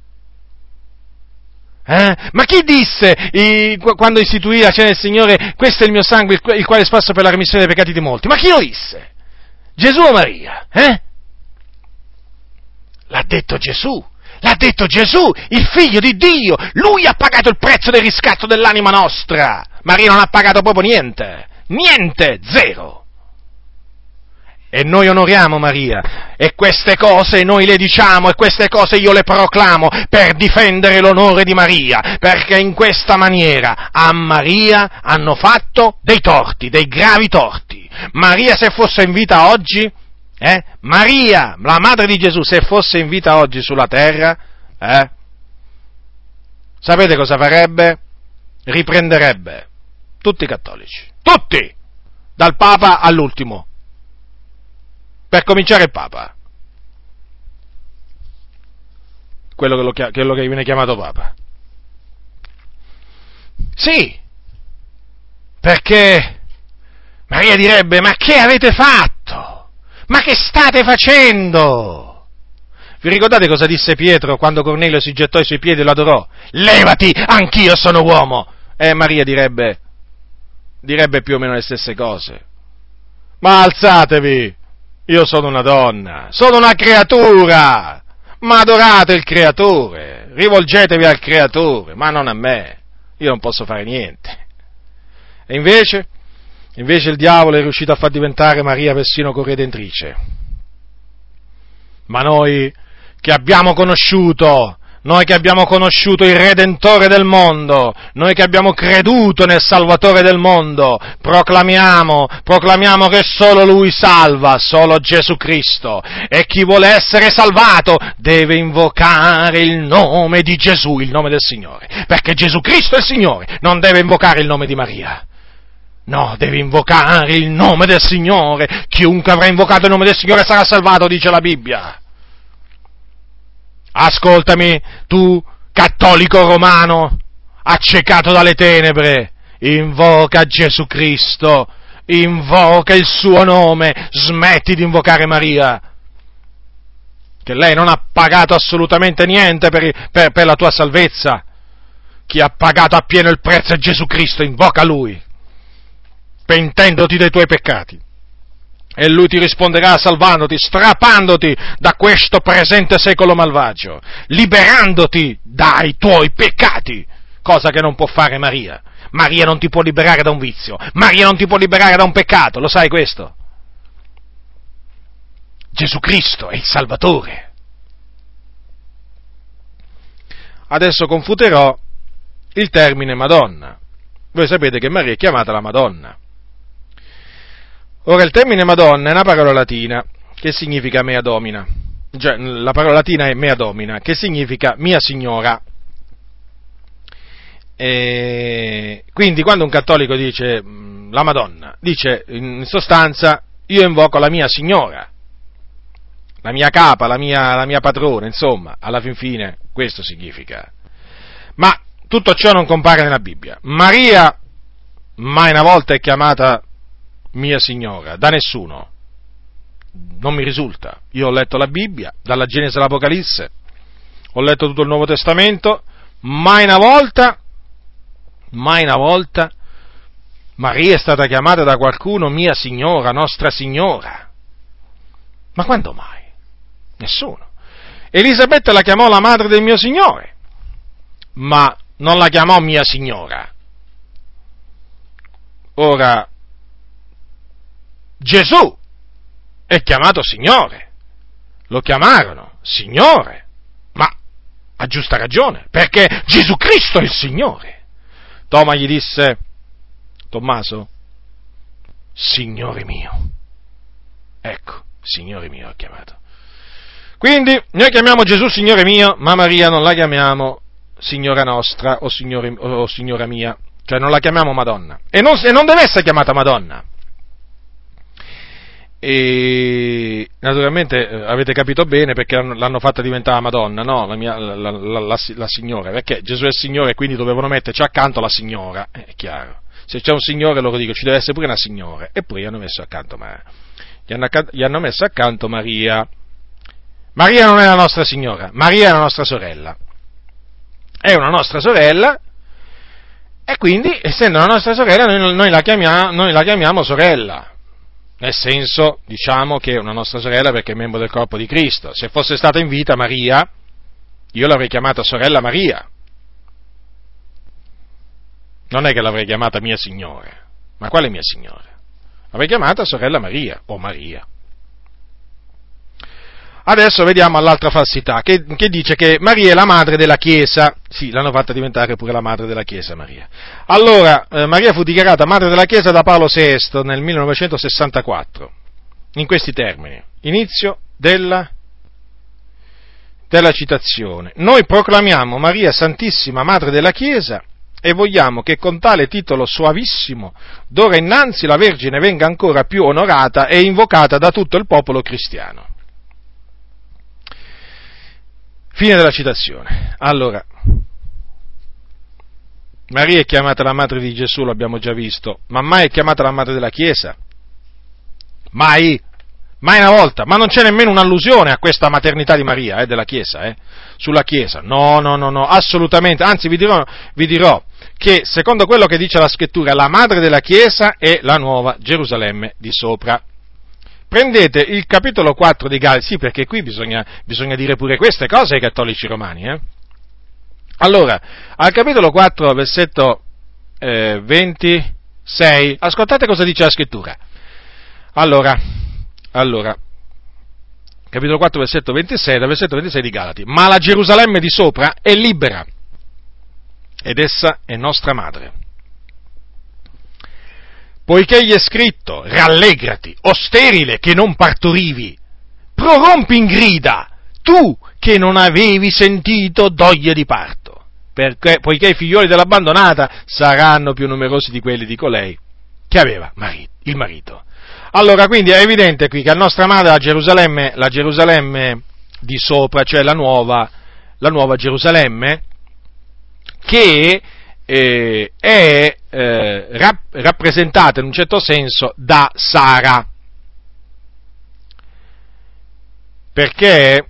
Eh? Ma chi disse i, quando istituì la cena del Signore, questo è il mio sangue, il, il quale è sparso per la remissione dei peccati di molti? Ma chi lo disse? Gesù o Maria? Eh? L'ha detto Gesù, l'ha detto Gesù, il figlio di Dio. Lui ha pagato il prezzo del riscatto dell'anima nostra. Maria non ha pagato proprio niente, niente, zero. E noi onoriamo Maria, e queste cose noi le diciamo, e queste cose io le proclamo per difendere l'onore di Maria, perché in questa maniera a Maria hanno fatto dei torti, dei gravi torti. Maria, se fosse in vita oggi, eh, Maria, la madre di Gesù, se fosse in vita oggi sulla terra, eh, sapete cosa farebbe? Riprenderebbe tutti i cattolici, tutti, dal Papa all'ultimo. Per cominciare il Papa, quello che, lo, quello che viene chiamato Papa. Sì, perché Maria direbbe, ma che avete fatto? Ma che state facendo? Vi ricordate cosa disse Pietro quando Cornelio si gettò ai suoi piedi e lo adorò? Levati, anch'io sono uomo! E Maria direbbe, direbbe più o meno le stesse cose. Ma alzatevi! Io sono una donna, sono una creatura, ma adorate il Creatore, rivolgetevi al Creatore, ma non a me, io non posso fare niente. E invece, invece il diavolo è riuscito a far diventare Maria persino corredentrice. Ma noi che abbiamo conosciuto, noi che abbiamo conosciuto il Redentore del mondo, noi che abbiamo creduto nel Salvatore del mondo, proclamiamo, proclamiamo che solo Lui salva, solo Gesù Cristo, e chi vuole essere salvato deve invocare il nome di Gesù, il nome del Signore, perché Gesù Cristo è il Signore, non deve invocare il nome di Maria. No, deve invocare il nome del Signore, chiunque avrà invocato il nome del Signore sarà salvato, dice la Bibbia. Ascoltami, tu cattolico romano, accecato dalle tenebre, invoca Gesù Cristo, invoca il suo nome, smetti di invocare Maria, che lei non ha pagato assolutamente niente per, per, per la tua salvezza. Chi ha pagato appieno il prezzo è Gesù Cristo, invoca Lui, pentendoti dei tuoi peccati. E Lui ti risponderà salvandoti, strappandoti da questo presente secolo malvagio, liberandoti dai tuoi peccati, cosa che non può fare Maria. Maria non ti può liberare da un vizio, Maria non ti può liberare da un peccato, lo sai questo? Gesù Cristo è il Salvatore. Adesso confuterò il termine Madonna. Voi sapete che Maria è chiamata la Madonna. Ora, il termine Madonna è una parola latina che significa mea domina, cioè, la parola latina è mea domina, che significa mia signora. E quindi quando un cattolico dice la Madonna, dice in sostanza io invoco la mia signora, la mia capa, la mia, la mia padrona, insomma, alla fin fine questo significa. Ma tutto ciò non compare nella Bibbia. Maria mai una volta è chiamata mia signora, da nessuno, non mi risulta. Io ho letto la Bibbia, dalla Genesi all'Apocalisse, ho letto tutto il Nuovo Testamento, mai una volta, mai una volta, Maria è stata chiamata da qualcuno mia signora, nostra signora. Ma quando mai? Nessuno. Elisabetta la chiamò la madre del mio Signore, ma non la chiamò mia signora. Ora, Gesù è chiamato Signore, lo chiamarono Signore, ma a giusta ragione, perché Gesù Cristo è il Signore. Toma gli disse: Tommaso, Signore mio. Ecco, Signore mio ha chiamato. Quindi noi chiamiamo Gesù Signore mio, ma Maria non la chiamiamo Signora nostra o, signore, o Signora mia, cioè non la chiamiamo Madonna. E non, e non deve essere chiamata Madonna. E naturalmente eh, avete capito bene perché l'hanno, l'hanno fatta diventare Madonna, no? La, mia, la, la, la, la, la Signora, perché Gesù è il Signore e quindi dovevano metterci accanto la Signora, è chiaro. Se c'è un Signore loro dico ci deve essere pure una Signora, eppure gli hanno messo accanto Maria. Gli hanno, gli hanno messo accanto Maria. Maria non è la nostra signora, Maria è la nostra sorella. È una nostra sorella e quindi, essendo una nostra sorella, noi, noi, la chiamiamo, noi la chiamiamo sorella. Nel senso, diciamo che è una nostra sorella perché è membro del corpo di Cristo. Se fosse stata in vita Maria, io l'avrei chiamata sorella Maria. Non è che l'avrei chiamata mia signora, ma quale mia signora? L'avrei chiamata sorella Maria o Maria. Adesso vediamo all'altra falsità, che, che dice che Maria è la madre della Chiesa. Sì, l'hanno fatta diventare pure la madre della Chiesa, Maria. Allora, eh, Maria fu dichiarata madre della Chiesa da Paolo sesto nel millenovecentosessantaquattro, in questi termini. Inizio della, della citazione. Noi proclamiamo Maria Santissima Madre della Chiesa e vogliamo che con tale titolo soavissimo, d'ora innanzi la Vergine venga ancora più onorata e invocata da tutto il popolo cristiano. Fine della citazione. Allora, Maria è chiamata la madre di Gesù, lo abbiamo già visto, ma mai è chiamata la madre della Chiesa? Mai, mai una volta, ma non c'è nemmeno un'allusione a questa maternità di Maria, eh, della Chiesa, eh, sulla Chiesa. No, no, no, no, assolutamente, anzi vi dirò, vi dirò che secondo quello che dice la Scrittura, la madre della Chiesa è la nuova Gerusalemme di sopra. Prendete il capitolo quattro di Galati, sì, perché qui bisogna, bisogna dire pure queste cose ai cattolici romani, eh. Allora, al capitolo quattro, versetto eh, ventisei, ascoltate cosa dice la Scrittura. Allora, allora, capitolo quattro, versetto ventisei, dal versetto ventisei di Galati. Ma la Gerusalemme di sopra è libera, ed essa è nostra madre. Poiché gli è scritto, rallegrati, o sterile che non partorivi, prorompi in grida, tu che non avevi sentito doglie di parto, perché, poiché i figlioli dell'abbandonata saranno più numerosi di quelli di colei che aveva marito, il marito. Allora, quindi è evidente qui che la nostra madre, la Gerusalemme, la Gerusalemme di sopra, cioè la nuova, la nuova Gerusalemme, che eh, è eh, rap- rappresentata in un certo senso da Sara, perché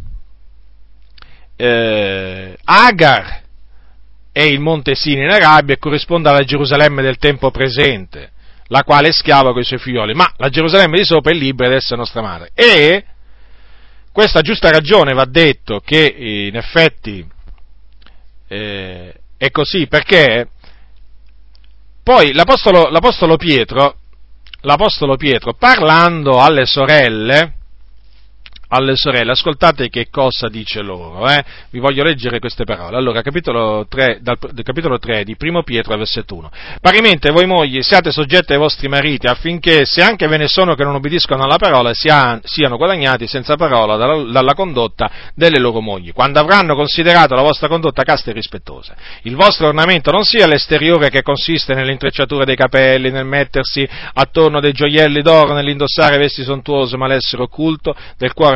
eh, Agar è il monte Sinai in Arabia e corrisponde alla Gerusalemme del tempo presente, la quale è schiava con i suoi figlioli, ma la Gerusalemme di sopra è libera ed essere nostra madre. E questa giusta ragione va detto che in effetti eh, è così, perché poi l'apostolo, l'apostolo Pietro, l'apostolo Pietro, parlando alle sorelle, alle sorelle, ascoltate che cosa dice loro, eh? Vi voglio leggere queste parole. Allora, capitolo tre, dal, dal capitolo tre di primo Pietro, versetto uno. Parimente voi mogli siate soggette ai vostri mariti, affinché se anche ve ne sono che non obbediscono alla parola, sia, siano guadagnati senza parola dalla, dalla condotta delle loro mogli, quando avranno considerato la vostra condotta casta e rispettosa. Il vostro ornamento non sia l'esteriore che consiste nell'intrecciatura dei capelli, nel mettersi attorno dei gioielli d'oro, nell'indossare vesti sontuose, ma l'essere occulto del cuore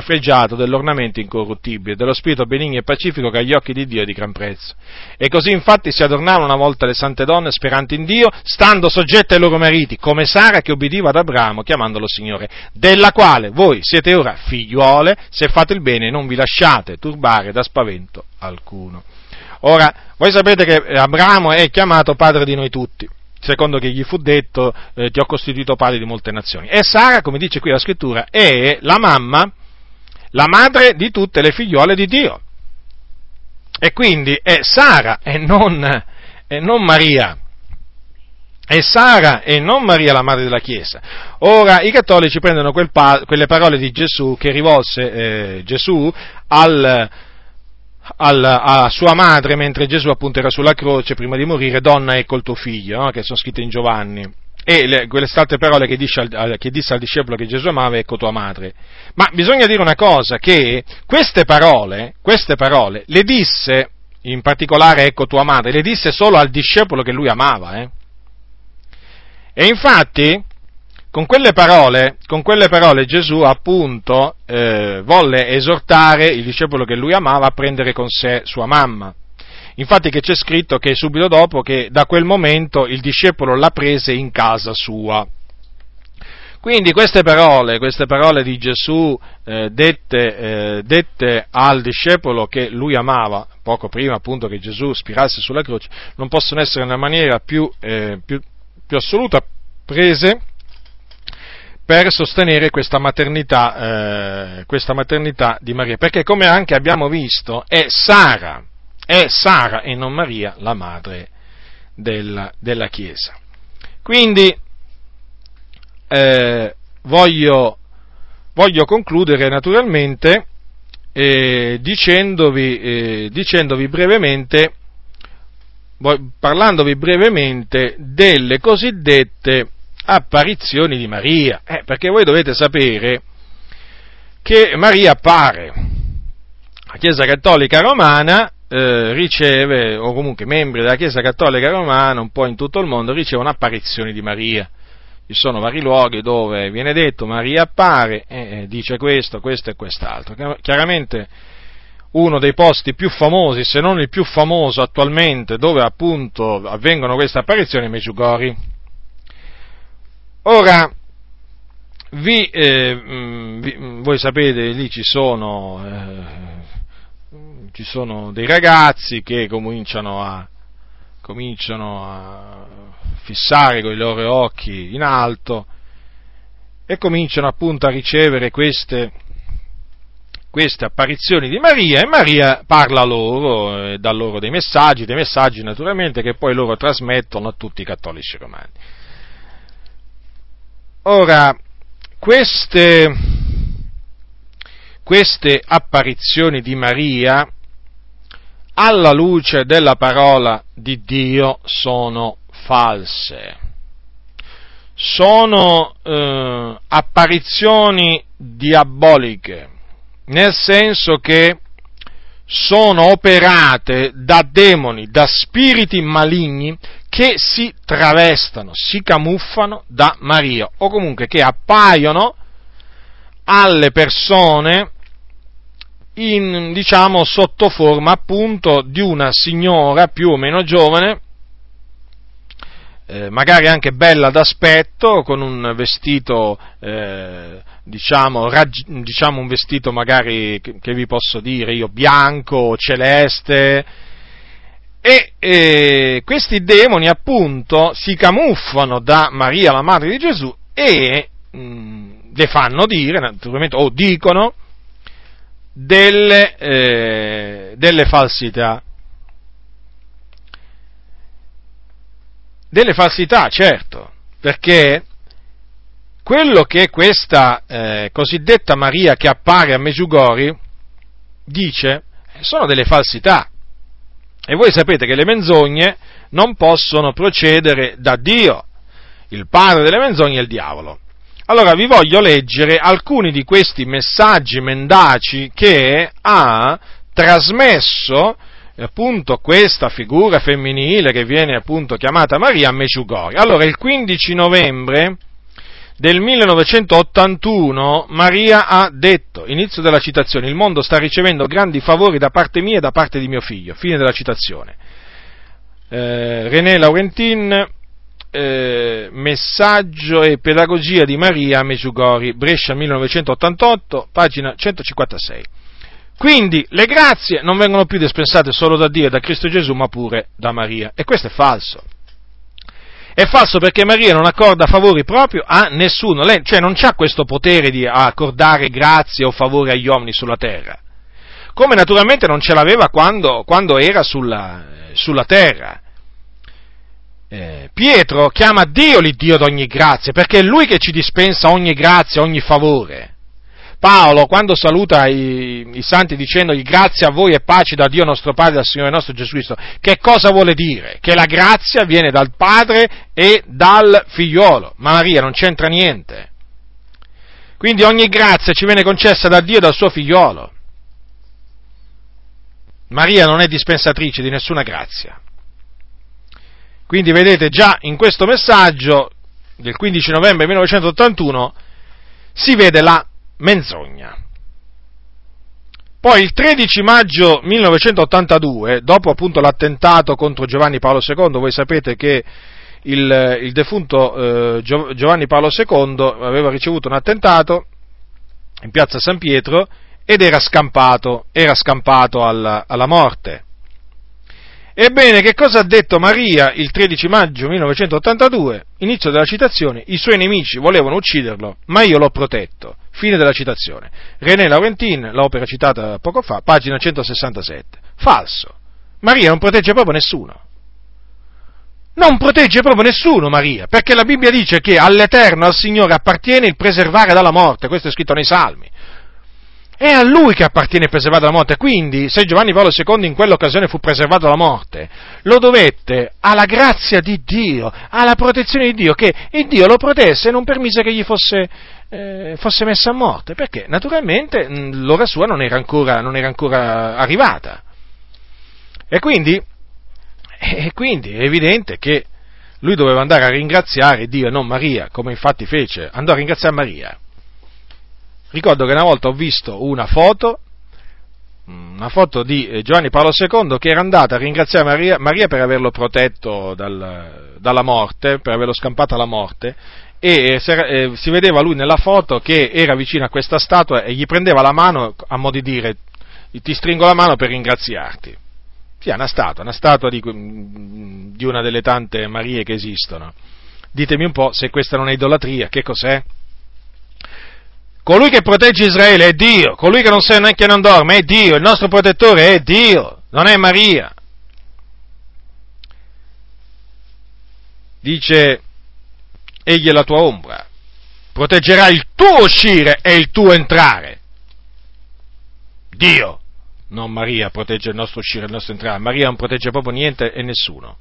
fregiato dell'ornamento incorruttibile, dello spirito benigno e pacifico che agli occhi di Dio è di gran prezzo. E così infatti si adornavano una volta le sante donne speranti in Dio, stando soggette ai loro mariti, come Sara che obbediva ad Abramo chiamandolo Signore, della quale voi siete ora figliuole se fate il bene e non vi lasciate turbare da spavento alcuno. Ora, voi sapete che Abramo è chiamato padre di noi tutti, secondo che gli fu detto, eh, ti ho costituito padre di molte nazioni. E Sara, come dice qui la scrittura, è la mamma, la madre di tutte le figliuole di Dio. E quindi è Sara e non, e non Maria. È Sara e non Maria la madre della Chiesa. Ora, i cattolici prendono quel pa- quelle parole di Gesù che rivolse eh, Gesù al... a sua madre mentre Gesù appunto era sulla croce prima di morire, donna ecco il tuo figlio, no? Che sono scritte in Giovanni, e le, quelle altre parole che disse, al, che disse al discepolo che Gesù amava, ecco tua madre. Ma bisogna dire una cosa, che queste parole, queste parole le disse, in particolare ecco tua madre, le disse solo al discepolo che lui amava, eh? E infatti Con quelle parole, con quelle parole Gesù appunto eh, volle esortare il discepolo che lui amava a prendere con sé sua mamma. Infatti che c'è scritto che subito dopo che da quel momento il discepolo la prese in casa sua. Quindi queste parole, queste parole di Gesù eh, dette, eh, dette al discepolo che lui amava, poco prima appunto che Gesù spirasse sulla croce, non possono essere in una maniera più, eh, più, più assoluta prese per sostenere questa maternità, eh, questa maternità di Maria, perché come anche abbiamo visto è Sara, è Sara e non Maria la madre della, della Chiesa. Quindi eh, voglio, voglio concludere naturalmente eh, dicendovi, eh, dicendovi brevemente, parlandovi brevemente delle cosiddette apparizioni di Maria, eh, perché voi dovete sapere che Maria appare. La Chiesa Cattolica Romana eh, riceve, o comunque membri della Chiesa Cattolica Romana un po' in tutto il mondo ricevono apparizioni di Maria. Ci sono vari luoghi dove viene detto Maria appare e eh, dice questo, questo e quest'altro. Chiaramente uno dei posti più famosi, se non il più famoso attualmente, dove appunto avvengono queste apparizioni è Medjugorje. Ora, vi, eh, vi, voi sapete, lì ci sono, eh, ci sono dei ragazzi che cominciano a, cominciano a fissare con i loro occhi in alto e cominciano appunto a ricevere queste, queste apparizioni di Maria, e Maria parla loro, eh, dà loro dei messaggi, dei messaggi naturalmente che poi loro trasmettono a tutti i cattolici romani. Ora, queste, queste apparizioni di Maria, alla luce della parola di Dio, sono false. Sono eh, apparizioni diaboliche, nel senso che sono operate da demoni, da spiriti maligni che si travestano, si camuffano da Maria, o comunque che appaiono alle persone in, diciamo, sotto forma appunto di una signora più o meno giovane, eh, magari anche bella d'aspetto, con un vestito, eh, diciamo, raggi- diciamo un vestito magari, che, che vi posso dire io, bianco, celeste, e eh, questi demoni appunto si camuffano da Maria, la madre di Gesù, e mh, le fanno dire, naturalmente, o dicono, delle, eh, delle falsità. Delle falsità, certo, perché quello che questa eh, cosiddetta Maria che appare a Medjugorje dice sono delle falsità. E voi sapete che le menzogne non possono procedere da Dio. Il padre delle menzogne è il diavolo. Allora vi voglio leggere alcuni di questi messaggi mendaci che ha trasmesso appunto questa figura femminile che viene appunto chiamata Maria a Medjugorje. Allora il quindici novembre del millenovecentottantuno, Maria ha detto, inizio della citazione, il mondo sta ricevendo grandi favori da parte mia e da parte di mio figlio, fine della citazione. Eh, René Laurentin, eh, Messaggio e pedagogia di Maria a Medjugorje, Brescia millenovecentottantotto, pagina centocinquantasei. Quindi le grazie non vengono più dispensate solo da Dio e da Cristo Gesù, ma pure da Maria. E questo è falso. È falso perché Maria non accorda favori proprio a nessuno, lei cioè non ha questo potere di accordare grazie o favori agli uomini sulla terra, come naturalmente non ce l'aveva quando, quando era sulla, sulla terra. Eh, Pietro chiama Dio l'Iddio d'ogni grazia, perché è Lui che ci dispensa ogni grazia, ogni favore. Paolo, quando saluta i, i santi dicendogli grazie a voi e pace da Dio nostro Padre e dal Signore nostro Gesù Cristo, che cosa vuole dire? Che la grazia viene dal Padre e dal Figliolo, ma Maria non c'entra niente. Quindi ogni grazia ci viene concessa da Dio e dal suo Figliolo. Maria non è dispensatrice di nessuna grazia. Quindi vedete, già in questo messaggio del quindici novembre millenovecentottantuno si vede la menzogna. Poi il tredici maggio millenovecentottantadue, dopo appunto l'attentato contro Giovanni Paolo secondo, voi sapete che il, il defunto eh, Giovanni Paolo secondo aveva ricevuto un attentato in piazza San Pietro ed era scampato, era scampato alla, alla morte. Ebbene, che cosa ha detto Maria il tredici maggio millenovecentottantadue? Inizio della citazione, i suoi nemici volevano ucciderlo, ma io l'ho protetto. Fine della citazione. René Laurentin, l'opera citata poco fa, pagina centosessantasette. Falso. Maria non protegge proprio nessuno. Non protegge proprio nessuno Maria, perché la Bibbia dice che all'Eterno, al Signore, appartiene il preservare dalla morte, questo è scritto nei Salmi. È a Lui che appartiene il preservato dalla morte, quindi se Giovanni Paolo secondo in quell'occasione fu preservato dalla morte, lo dovette alla grazia di Dio, alla protezione di Dio, che il Dio lo protesse e non permise che gli fosse, eh, fosse messo a morte, perché naturalmente mh, l'ora sua non era ancora, non era ancora arrivata. E quindi, e quindi è evidente che lui doveva andare a ringraziare Dio e non Maria, come infatti fece, andò a ringraziare Maria. Ricordo che una volta ho visto una foto, una foto di Giovanni Paolo secondo che era andata a ringraziare Maria, Maria per averlo protetto dal, dalla morte, per averlo scampato alla morte, e eh, si vedeva lui nella foto che era vicino a questa statua e gli prendeva la mano a mo' di dire ti stringo la mano per ringraziarti. Sì, è una statua, una statua di, di una delle tante Marie che esistono. Ditemi un po' se questa non è idolatria, che cos'è? Colui che protegge Israele è Dio, colui che non sa neanche non dorme è Dio, il nostro protettore è Dio, non è Maria. Dice, egli è la tua ombra, proteggerà il tuo uscire e il tuo entrare. Dio, non Maria, protegge il nostro uscire e il nostro entrare. Maria non protegge proprio niente e nessuno.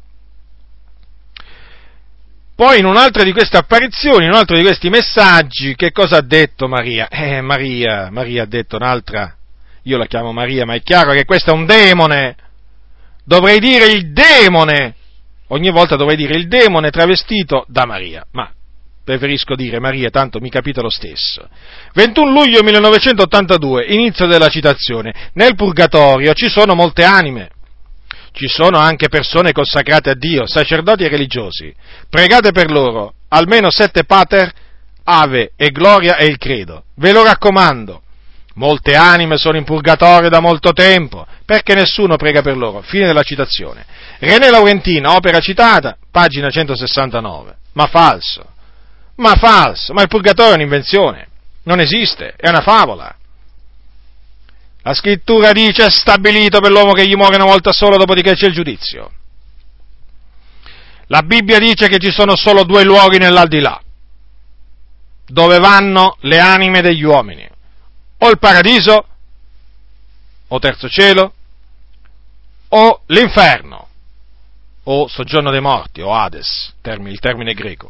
Poi in un'altra di queste apparizioni, in un altro di questi messaggi, che cosa ha detto Maria? Eh, Maria, Maria ha detto un'altra, io la chiamo Maria, ma è chiaro che questo è un demone, dovrei dire il demone, ogni volta dovrei dire il demone travestito da Maria, ma preferisco dire Maria, tanto mi capite lo stesso. ventuno luglio millenovecentottantadue, inizio della citazione, nel purgatorio ci sono molte anime. Ci sono anche persone consacrate a Dio, sacerdoti e religiosi. Pregate per loro, almeno sette pater, ave e gloria e il credo. Ve lo raccomando. Molte anime sono in purgatorio da molto tempo, perché nessuno prega per loro. Fine della citazione. René Laurentin, opera citata, pagina centosessantanove. Ma falso. Ma falso. Ma il purgatorio è un'invenzione. Non esiste. È una favola. La scrittura dice è stabilito per l'uomo che gli muore una volta solo, dopodiché c'è il giudizio. La Bibbia dice che ci sono solo due luoghi nell'aldilà, dove vanno le anime degli uomini, o il paradiso, o terzo cielo, o l'inferno, o soggiorno dei morti, o Hades, termine, il termine greco.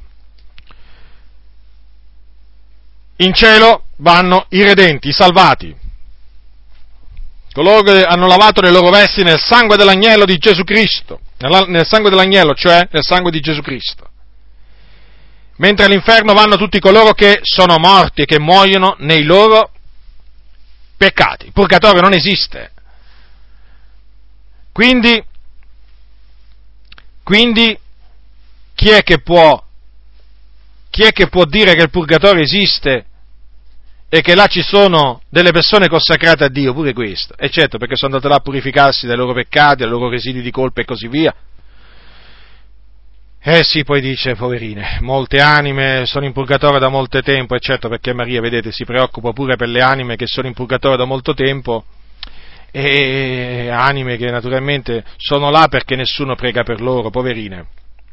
In cielo vanno i redenti, i salvati, coloro che hanno lavato le loro vesti nel sangue dell'agnello di Gesù Cristo, nel sangue dell'agnello, cioè nel sangue di Gesù Cristo. mentre all'inferno vanno tutti coloro che sono morti e che muoiono nei loro peccati. Il purgatorio non esiste. Quindi, quindi chi è che può, chi è che può dire che il purgatorio esiste e che là ci sono delle persone consacrate a Dio? Pure questo. E certo, perché sono andate là a purificarsi dai loro peccati, dai loro residui di colpa e così via. Eh sì, poi dice, poverine, molte anime sono in purgatorio da molto tempo, e certo, perché Maria, vedete, si preoccupa pure per le anime che sono in purgatorio da molto tempo, e anime che naturalmente sono là perché nessuno prega per loro, poverine.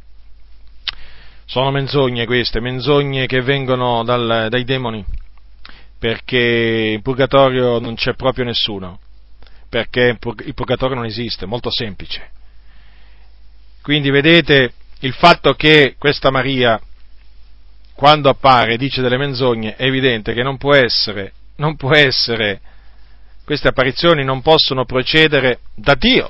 Sono menzogne queste, menzogne che vengono dal, dai demoni, perché in purgatorio non c'è proprio nessuno, perché il purgatorio non esiste, molto semplice. Quindi vedete, il fatto che questa Maria, quando appare, dice delle menzogne, è evidente che non può essere, non può essere, queste apparizioni non possono procedere da Dio.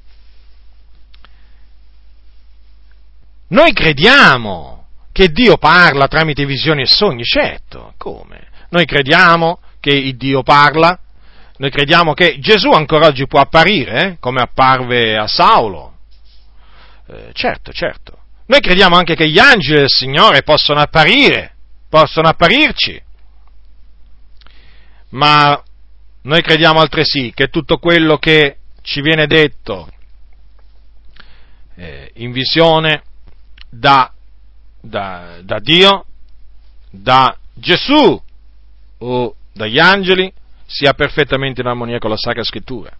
Noi crediamo che Dio parla tramite visioni e sogni, certo, come? Noi crediamo che il Dio parla, noi crediamo che Gesù ancora oggi può apparire, eh, come apparve a Saulo, eh, certo, certo. Noi crediamo anche che gli angeli del Signore possono apparire, possono apparirci, ma noi crediamo altresì che tutto quello che ci viene detto eh, in visione da, da, da Dio, da Gesù o dagli angeli, sia perfettamente in armonia con la Sacra Scrittura.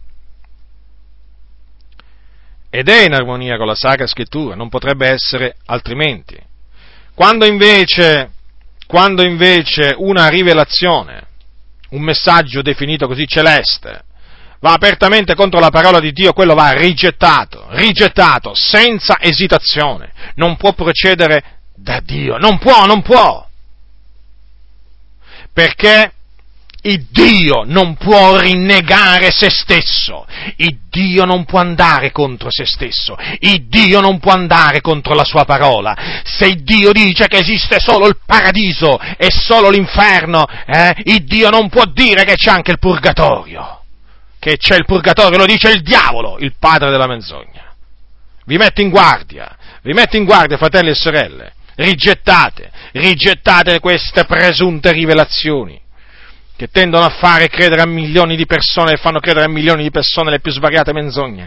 Ed è in armonia con la Sacra Scrittura, non potrebbe essere altrimenti. Quando invece, quando invece una rivelazione, un messaggio definito così celeste, va apertamente contro la parola di Dio, quello va rigettato, rigettato, senza esitazione. Non può procedere da Dio, non può, non può. Perché il Dio non può rinnegare se stesso, il Dio non può andare contro se stesso, il Dio non può andare contro la sua parola. Se il Dio dice che esiste solo il paradiso e solo l'inferno, eh, il Dio non può dire che c'è anche il purgatorio, che c'è il purgatorio, lo dice il diavolo, il padre della menzogna. Vi metto in guardia, vi metto in guardia, fratelli e sorelle, rigettate, rigettate queste presunte rivelazioni che tendono a fare credere a milioni di persone e fanno credere a milioni di persone le più svariate menzogne.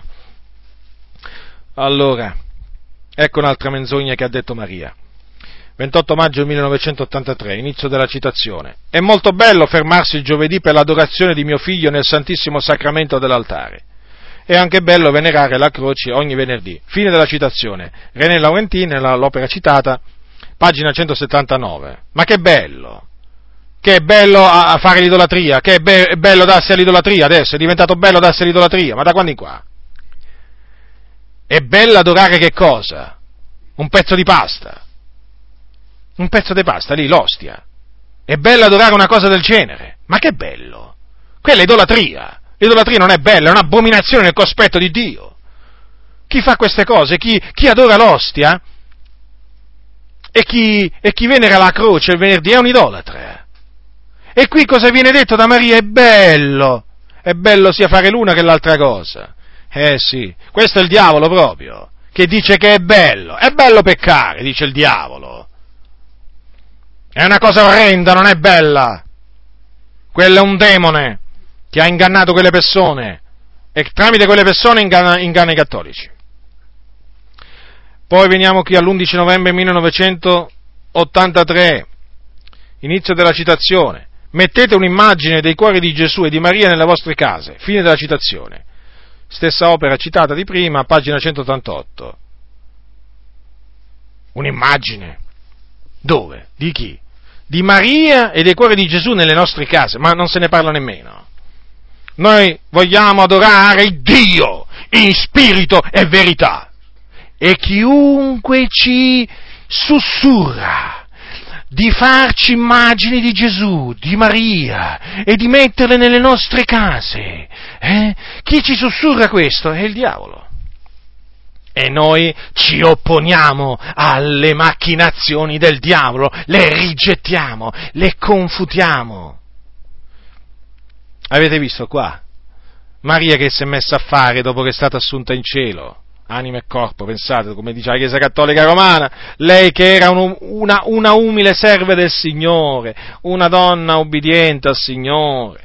Allora, ecco un'altra menzogna che ha detto Maria. ventotto maggio millenovecentottantatré, inizio della citazione. È molto bello fermarsi il giovedì per l'adorazione di mio figlio nel Santissimo Sacramento dell'altare. È anche bello venerare la croce ogni venerdì. Fine della citazione. René Laurentin, nell'opera citata, pagina centosettantanove. Ma che bello! Che è bello a fare l'idolatria, che è, be- è bello darsi all'idolatria adesso, è diventato bello darsi all'idolatria, ma da quando in qua? È bello adorare che cosa? Un pezzo di pasta, un pezzo di pasta lì, l'ostia. È bello adorare una cosa del genere, ma che bello? Quella è idolatria, l'idolatria non è bella, è un'abominazione nel cospetto di Dio. Chi fa queste cose, chi, chi adora l'ostia e chi, e chi venera la croce il venerdì è un idolatra. E qui cosa viene detto da Maria? È bello, è bello sia fare l'una che l'altra cosa. Eh sì, questo è il diavolo proprio, che dice che è bello, è bello peccare, dice il diavolo. È una cosa orrenda, non è bella. Quello è un demone che ha ingannato quelle persone e tramite quelle persone inganna, inganna i cattolici. Poi veniamo qui all'undici novembre millenovecentottantatré, inizio della citazione. Mettete un'immagine dei cuori di Gesù e di Maria nelle vostre case. Fine della citazione. Stessa opera citata di prima, pagina centottantotto. Un'immagine. Dove? Di chi? Di Maria e dei cuori di Gesù nelle nostre case, ma non se ne parla nemmeno. Noi vogliamo adorare il Dio in spirito e verità. E chiunque ci sussurra di farci immagini di Gesù, di Maria, e di metterle nelle nostre case, eh? Chi ci sussurra questo? È il diavolo. E noi ci opponiamo alle macchinazioni del diavolo, le rigettiamo, le confutiamo. Avete visto qua? Maria che si è messa a fare dopo che è stata assunta in cielo, anima e corpo, pensate, come dice la Chiesa Cattolica Romana, lei che era un, una, una umile serva del Signore, una donna ubbidiente al Signore.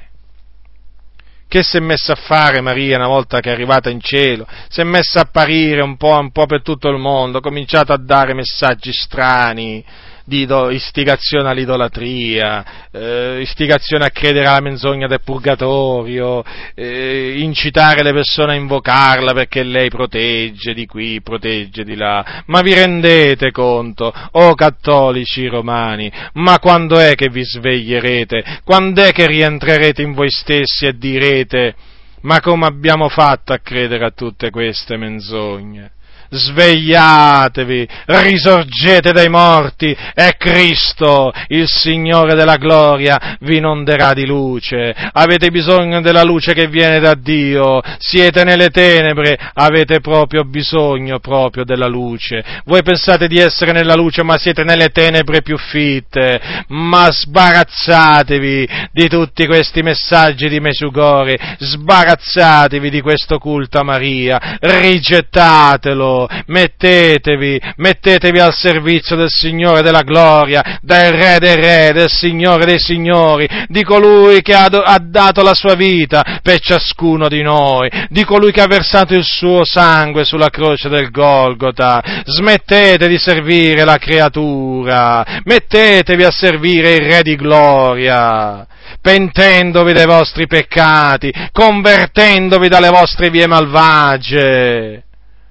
Che si è messa a fare Maria una volta che è arrivata in cielo? Si è messa a apparire un po', un po' per tutto il mondo, ha cominciato a dare messaggi strani, di istigazione all'idolatria, eh, istigazione a credere alla menzogna del purgatorio, eh, incitare le persone a invocarla perché lei protegge di qui, protegge di là. Ma vi rendete conto, o cattolici romani, ma quando è che vi sveglierete? Quando è che rientrerete in voi stessi e direte: ma come abbiamo fatto a credere a tutte queste menzogne? Svegliatevi, risorgete dai morti e Cristo, il Signore della gloria, vi inonderà di luce. Avete bisogno della luce che viene da Dio, siete nelle tenebre, avete proprio bisogno proprio della luce. Voi pensate di essere nella luce, ma siete nelle tenebre più fitte. Ma sbarazzatevi di tutti questi messaggi di Mesugore, sbarazzatevi di questo culto a Maria, rigettatelo. Mettetevi, mettetevi al servizio del Signore della gloria, del Re dei Re, del Signore dei Signori, di colui che ha, ha dato la sua vita per ciascuno di noi, di colui che ha versato il suo sangue sulla croce del Golgota. Smettete di servire la creatura, mettetevi a servire il Re di gloria, pentendovi dei vostri peccati, convertendovi dalle vostre vie malvagie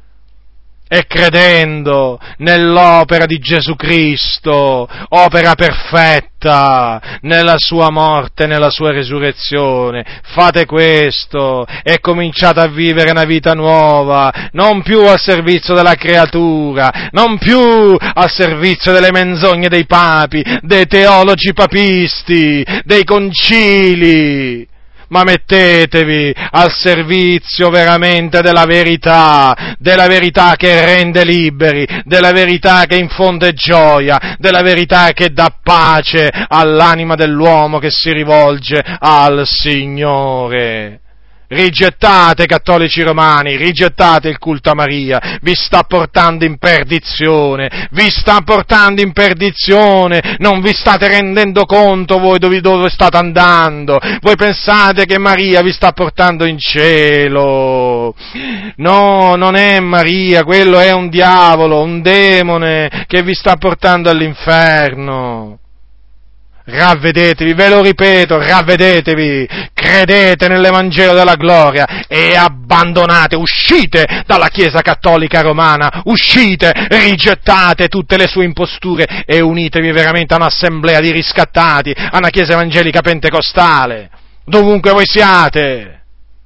e credendo nell'opera di Gesù Cristo, opera perfetta, nella sua morte e nella sua resurrezione. Fate questo e cominciate a vivere una vita nuova, non più al servizio della creatura, non più al servizio delle menzogne dei papi, dei teologi papisti, dei concili, ma mettetevi al servizio veramente della verità, della verità che rende liberi, della verità che infonde gioia, della verità che dà pace all'anima dell'uomo che si rivolge al Signore. Rigettate, cattolici romani, rigettate il culto a Maria, vi sta portando in perdizione, vi sta portando in perdizione, non vi state rendendo conto voi dove, dove state andando, voi pensate che Maria vi sta portando in cielo, no, non è Maria, quello è un diavolo, un demone che vi sta portando all'inferno. Ravvedetevi, ve lo ripeto, ravvedetevi, credete nell'Evangelo della gloria e abbandonate, uscite dalla Chiesa Cattolica Romana, uscite, rigettate tutte le sue imposture e unitevi veramente a un'assemblea di riscattati, a una Chiesa Evangelica Pentecostale, dovunque voi siate.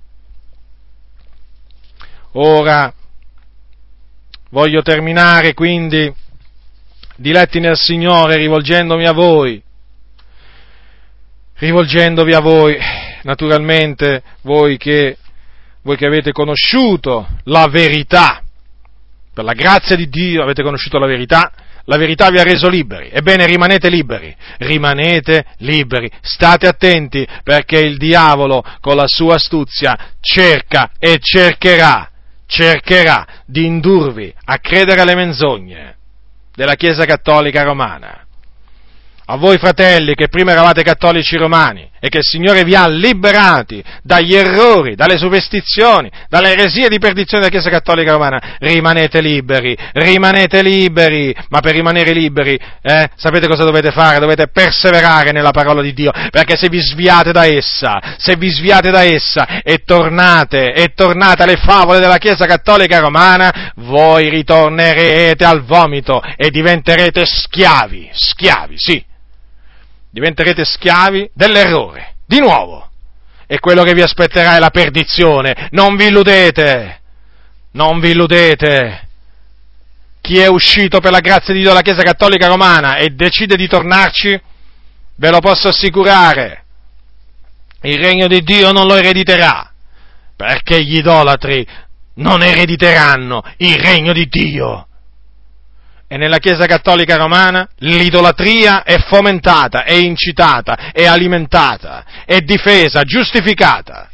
Ora, voglio terminare quindi, diletti nel Signore, rivolgendomi a voi, rivolgendovi a voi, naturalmente, voi che, voi che avete conosciuto la verità, per la grazia di Dio avete conosciuto la verità, la verità vi ha reso liberi, ebbene rimanete liberi, rimanete liberi, state attenti, perché il diavolo con la sua astuzia cerca e cercherà, cercherà di indurvi a credere alle menzogne della Chiesa Cattolica Romana. A voi fratelli che prima eravate cattolici romani e che il Signore vi ha liberati dagli errori, dalle superstizioni, dalle eresie di perdizione della Chiesa Cattolica Romana, rimanete liberi, rimanete liberi, ma per rimanere liberi, eh, sapete cosa dovete fare? Dovete perseverare nella parola di Dio, perché se vi sviate da essa, se vi sviate da essa e tornate, e tornate alle favole della Chiesa Cattolica Romana, voi ritornerete al vomito e diventerete schiavi, schiavi, sì. Diventerete schiavi dell'errore, di nuovo, e quello che vi aspetterà è la perdizione. Non vi illudete, non vi illudete. Chi è uscito per la grazia di Dio dalla Chiesa Cattolica Romana e decide di tornarci, ve lo posso assicurare, il regno di Dio non lo erediterà, perché gli idolatri non erediteranno il regno di Dio. E nella Chiesa Cattolica Romana l'idolatria è fomentata, è incitata, è alimentata, è difesa, giustificata.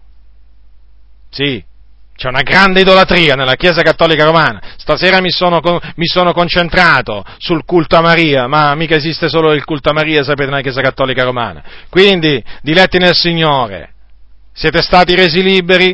Sì, c'è una grande idolatria nella Chiesa Cattolica Romana. Stasera mi sono, mi sono concentrato sul culto a Maria, ma mica esiste solo il culto a Maria, sapete, nella Chiesa Cattolica Romana. Quindi, diletti nel Signore, siete stati resi liberi?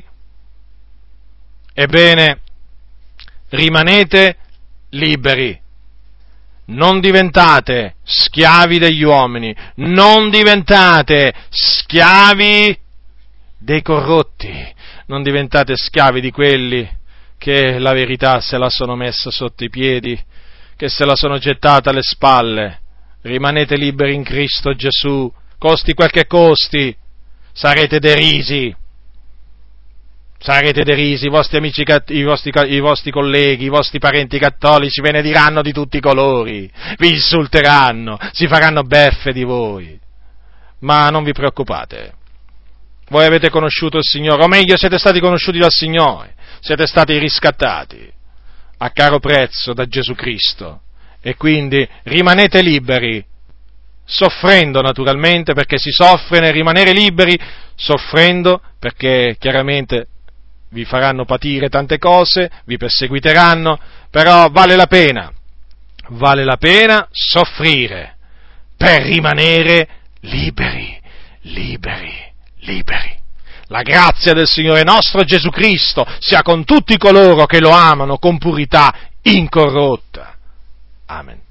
Ebbene, rimanete liberi. Non diventate schiavi degli uomini, non diventate schiavi dei corrotti, non diventate schiavi di quelli che la verità se la sono messa sotto i piedi, che se la sono gettata alle spalle. Rimanete liberi in Cristo Gesù, costi quel che costi, sarete derisi. Sarete derisi, i vostri amici, i vostri, i vostri colleghi, i vostri parenti cattolici ve ne diranno di tutti i colori, vi insulteranno, si faranno beffe di voi. Ma non vi preoccupate, voi avete conosciuto il Signore, o meglio siete stati conosciuti dal Signore, siete stati riscattati a caro prezzo da Gesù Cristo, e quindi rimanete liberi, soffrendo naturalmente, perché si soffre nel rimanere liberi, soffrendo perché chiaramente vi faranno patire tante cose, vi perseguiteranno, però vale la pena, vale la pena soffrire per rimanere liberi, liberi, liberi. La grazia del Signore nostro Gesù Cristo sia con tutti coloro che lo amano con purità incorrotta. Amen.